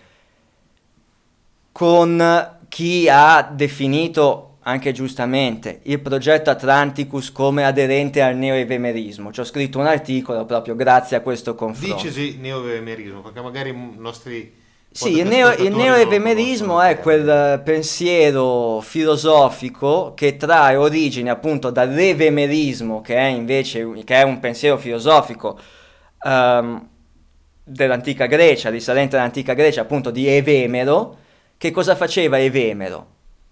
Speaker 2: con chi ha definito anche giustamente il progetto Atlanticus come aderente al neoevemerismo. Ci ho scritto un articolo proprio grazie a questo confronto.
Speaker 3: Dicesi neoevemerismo, perché magari i nostri
Speaker 2: Sì, il
Speaker 3: ascoltatori non
Speaker 2: neoevemerismo
Speaker 3: conoscono
Speaker 2: è
Speaker 3: il termine.
Speaker 2: quel pensiero filosofico che trae origine appunto dall'evemerismo, che è invece che è un pensiero filosofico dell'antica Grecia, risalente all'antica Grecia, appunto di Evemero. Che cosa faceva Evemero?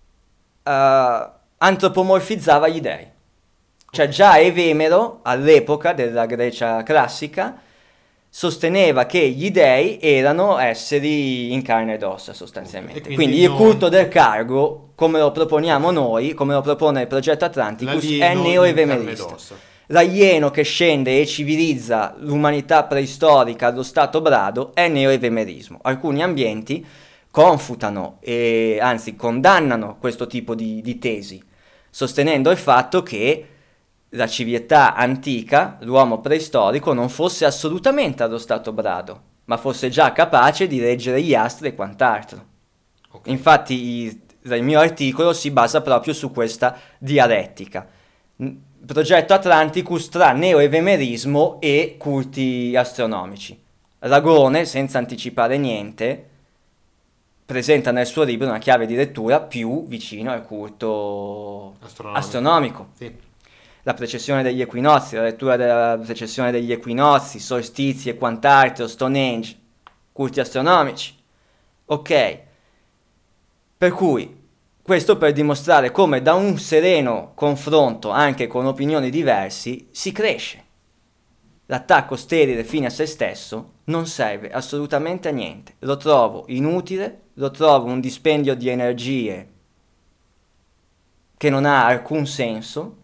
Speaker 2: Antropomorfizzava gli dei. Cioè già Evemero, all'epoca della Grecia classica, sosteneva che gli dei erano esseri in carne ed ossa sostanzialmente.
Speaker 3: E quindi
Speaker 2: Quindi il
Speaker 3: non-
Speaker 2: culto del cargo, come lo proponiamo noi, come lo propone il progetto Atlanticus, è
Speaker 3: L'alieno in carne ed
Speaker 2: neoevemerista.
Speaker 3: ossa.
Speaker 2: L'alieno che scende e civilizza l'umanità preistorica allo stato brado è neoevemerismo. Alcuni ambienti confutano e anzi condannano questo tipo di tesi, sostenendo il fatto che la civiltà antica, l'uomo preistorico, non fosse assolutamente allo stato brado, ma fosse già capace di leggere gli astri e quant'altro.
Speaker 3: Ok.
Speaker 2: Infatti il mio articolo si basa proprio su questa dialettica. Progetto Atlanticus tra neoevemerismo e culti astronomici. Ragone, senza anticipare niente, presenta nel suo libro una chiave di lettura più vicino al culto astronomico.
Speaker 3: Sì.
Speaker 2: La precessione degli equinozi, la lettura della precessione degli equinozi, solstizi e quant'altro, Stonehenge, culti astronomici. Ok. Per cui, questo per dimostrare come da un sereno confronto anche con opinioni diversi si cresce. L'attacco sterile fine a se stesso non serve assolutamente a niente. Lo trovo inutile, lo trovo un dispendio di energie che non ha alcun senso.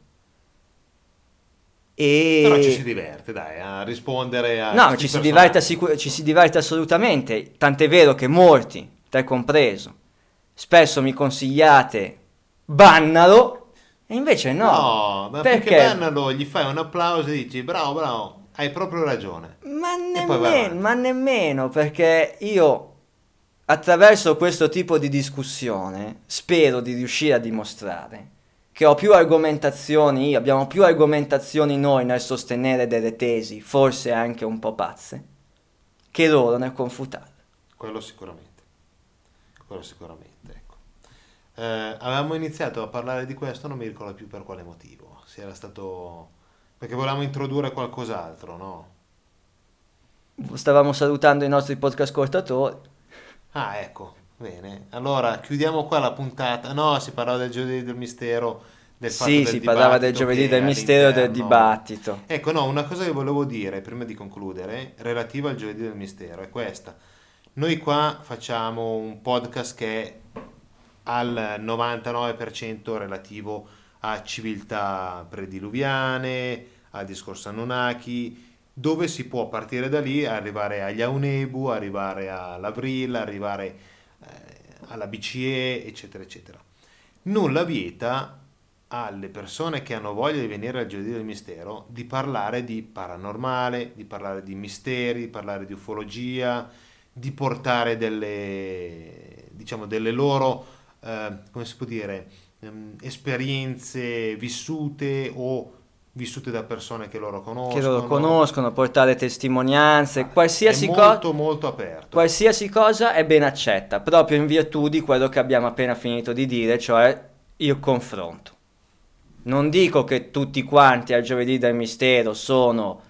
Speaker 3: Però ci
Speaker 2: E
Speaker 3: si diverte, dai, a rispondere a
Speaker 2: no,
Speaker 3: questi
Speaker 2: ci si
Speaker 3: personaggi.
Speaker 2: ci si diverte assolutamente, tant'è vero che molti, te compreso, spesso mi consigliate bannalo e invece no.
Speaker 3: No, ma
Speaker 2: perché?
Speaker 3: perché bannalo, gli fai un applauso e dici bravo, bravo, hai proprio ragione. E poi vai avanti.
Speaker 2: Ma nemmeno perché io attraverso questo tipo di discussione spero di riuscire a dimostrare che ho più argomentazioni, abbiamo più argomentazioni noi nel sostenere delle tesi, forse anche un po' pazze, che loro nel confutarle.
Speaker 3: Quello sicuramente, ecco. Avevamo iniziato a parlare di questo, non mi ricordo più per quale motivo, se era stato perché volevamo introdurre qualcos'altro, no?
Speaker 2: Stavamo salutando i nostri podcast ascoltatori.
Speaker 3: Ah, ecco, bene. Allora, chiudiamo qua la puntata. No, si parlava del giovedì del mistero, del fatto
Speaker 2: Sì,
Speaker 3: del
Speaker 2: si parlava del
Speaker 3: dibattito
Speaker 2: giovedì
Speaker 3: che
Speaker 2: del mistero e del
Speaker 3: all'interno-
Speaker 2: dibattito.
Speaker 3: Ecco, no, una cosa che volevo dire prima di concludere, relativa al giovedì del mistero, è questa. Noi qua facciamo un podcast che è al 99% relativo a civiltà prediluviane, al discorso Anunnaki, dove si può partire da lì, arrivare agli Aunebu, arrivare all'Avril, arrivare alla BCE, eccetera, eccetera. Nulla vieta alle persone che hanno voglia di venire al Giovedì del Mistero di parlare di paranormale, di parlare di misteri, di parlare di ufologia, di portare delle loro, come si può dire, esperienze vissute o vissute da persone che loro conoscono.
Speaker 2: Portare testimonianze,
Speaker 3: È molto molto aperto.
Speaker 2: Qualsiasi cosa è ben accetta, proprio in virtù di quello che abbiamo appena finito di dire, cioè il confronto. Non dico che tutti quanti al Giovedì del Mistero sono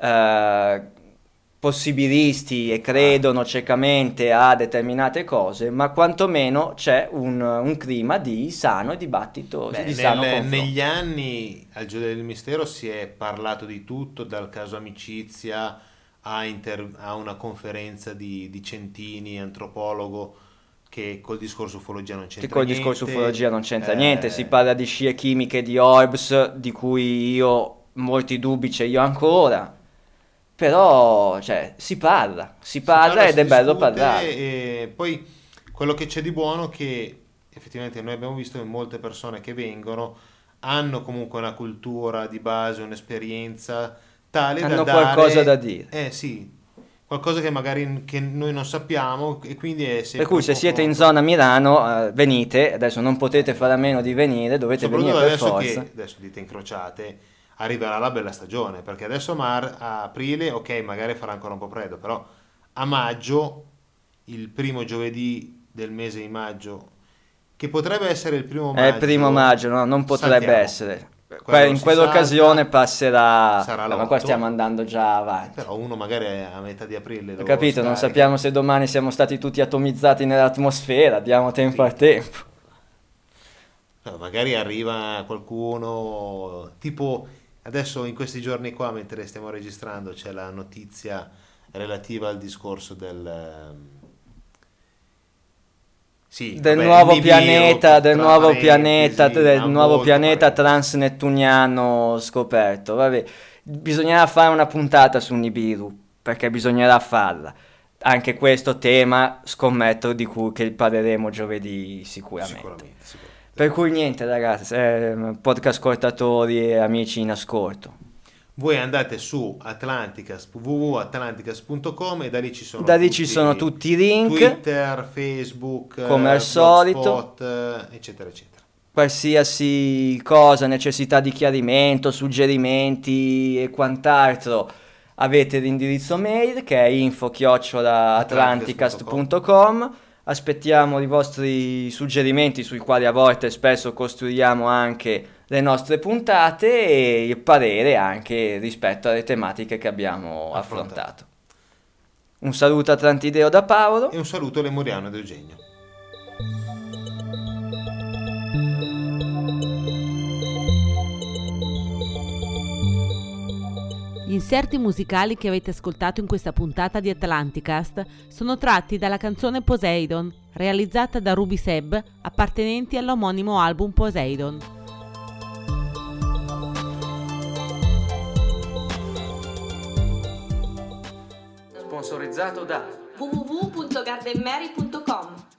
Speaker 2: possibilisti e credono ciecamente a determinate cose, ma quantomeno c'è un clima di sano dibattito, di sano confronto.
Speaker 3: Negli anni al Giovedì del Mistero si è parlato di tutto, dal caso Amicizia a una conferenza di Centini, antropologo, che col discorso ufologia non c'entra niente. Si parla di scie chimiche di Orbs, di cui io molti dubbi ce li ho ancora, però cioè, si parla ed è bello parlare. E poi quello che c'è di buono è che effettivamente noi abbiamo visto che molte persone che vengono hanno comunque una cultura di base, un'esperienza tale
Speaker 2: hanno
Speaker 3: da dare
Speaker 2: qualcosa da dire.
Speaker 3: Sì, qualcosa che magari che noi non sappiamo, e quindi è sempre
Speaker 2: per cui se siete in zona Milano venite, adesso non potete fare a meno di venire, dovete venire per forza.
Speaker 3: Adesso dite incrociate, arriverà la bella stagione, perché adesso a aprile ok, magari farà ancora un po' freddo, però a maggio, il primo giovedì del mese di maggio, che potrebbe essere il primo maggio,
Speaker 2: è il primo maggio, no, non potrebbe
Speaker 3: saltiamo.
Speaker 2: Essere in quell'occasione passerà,
Speaker 3: sarà
Speaker 2: ma qua stiamo andando già avanti.
Speaker 3: Però uno magari è a metà di aprile.
Speaker 2: Ho capito, non sappiamo se domani siamo stati tutti atomizzati nell'atmosfera, diamo tempo al tempo.
Speaker 3: Magari arriva qualcuno, tipo adesso in questi giorni qua, mentre stiamo registrando, c'è la notizia relativa al discorso del
Speaker 2: nuovo pianeta transnettuniano scoperto. Vabbè, bisognerà fare una puntata su Nibiru, perché bisognerà farla. Anche questo tema scommetto che parleremo giovedì sicuramente. Per cui niente ragazzi, podcast ascoltatori e amici in ascolto,
Speaker 3: voi andate su www.atlanticast.com e da lì ci sono
Speaker 2: tutti i link,
Speaker 3: Twitter, Facebook,
Speaker 2: come al solito,
Speaker 3: eccetera eccetera.
Speaker 2: Qualsiasi cosa, necessità di chiarimento, suggerimenti e quant'altro, avete l'indirizzo mail che è info@atlanticast.com. Aspettiamo i vostri suggerimenti, sui quali a volte spesso costruiamo anche le nostre puntate, e il parere anche rispetto alle tematiche che abbiamo affrontato. Un saluto atlantideo da Paolo
Speaker 3: e un saluto lemuriano da Eugenio.
Speaker 1: Gli inserti musicali che avete ascoltato in questa puntata di Atlanticast sono tratti dalla canzone Poseidon, realizzata da Ruby Seb, appartenenti all'omonimo album Poseidon.
Speaker 2: Sponsorizzato da
Speaker 6: www.gardenmary.com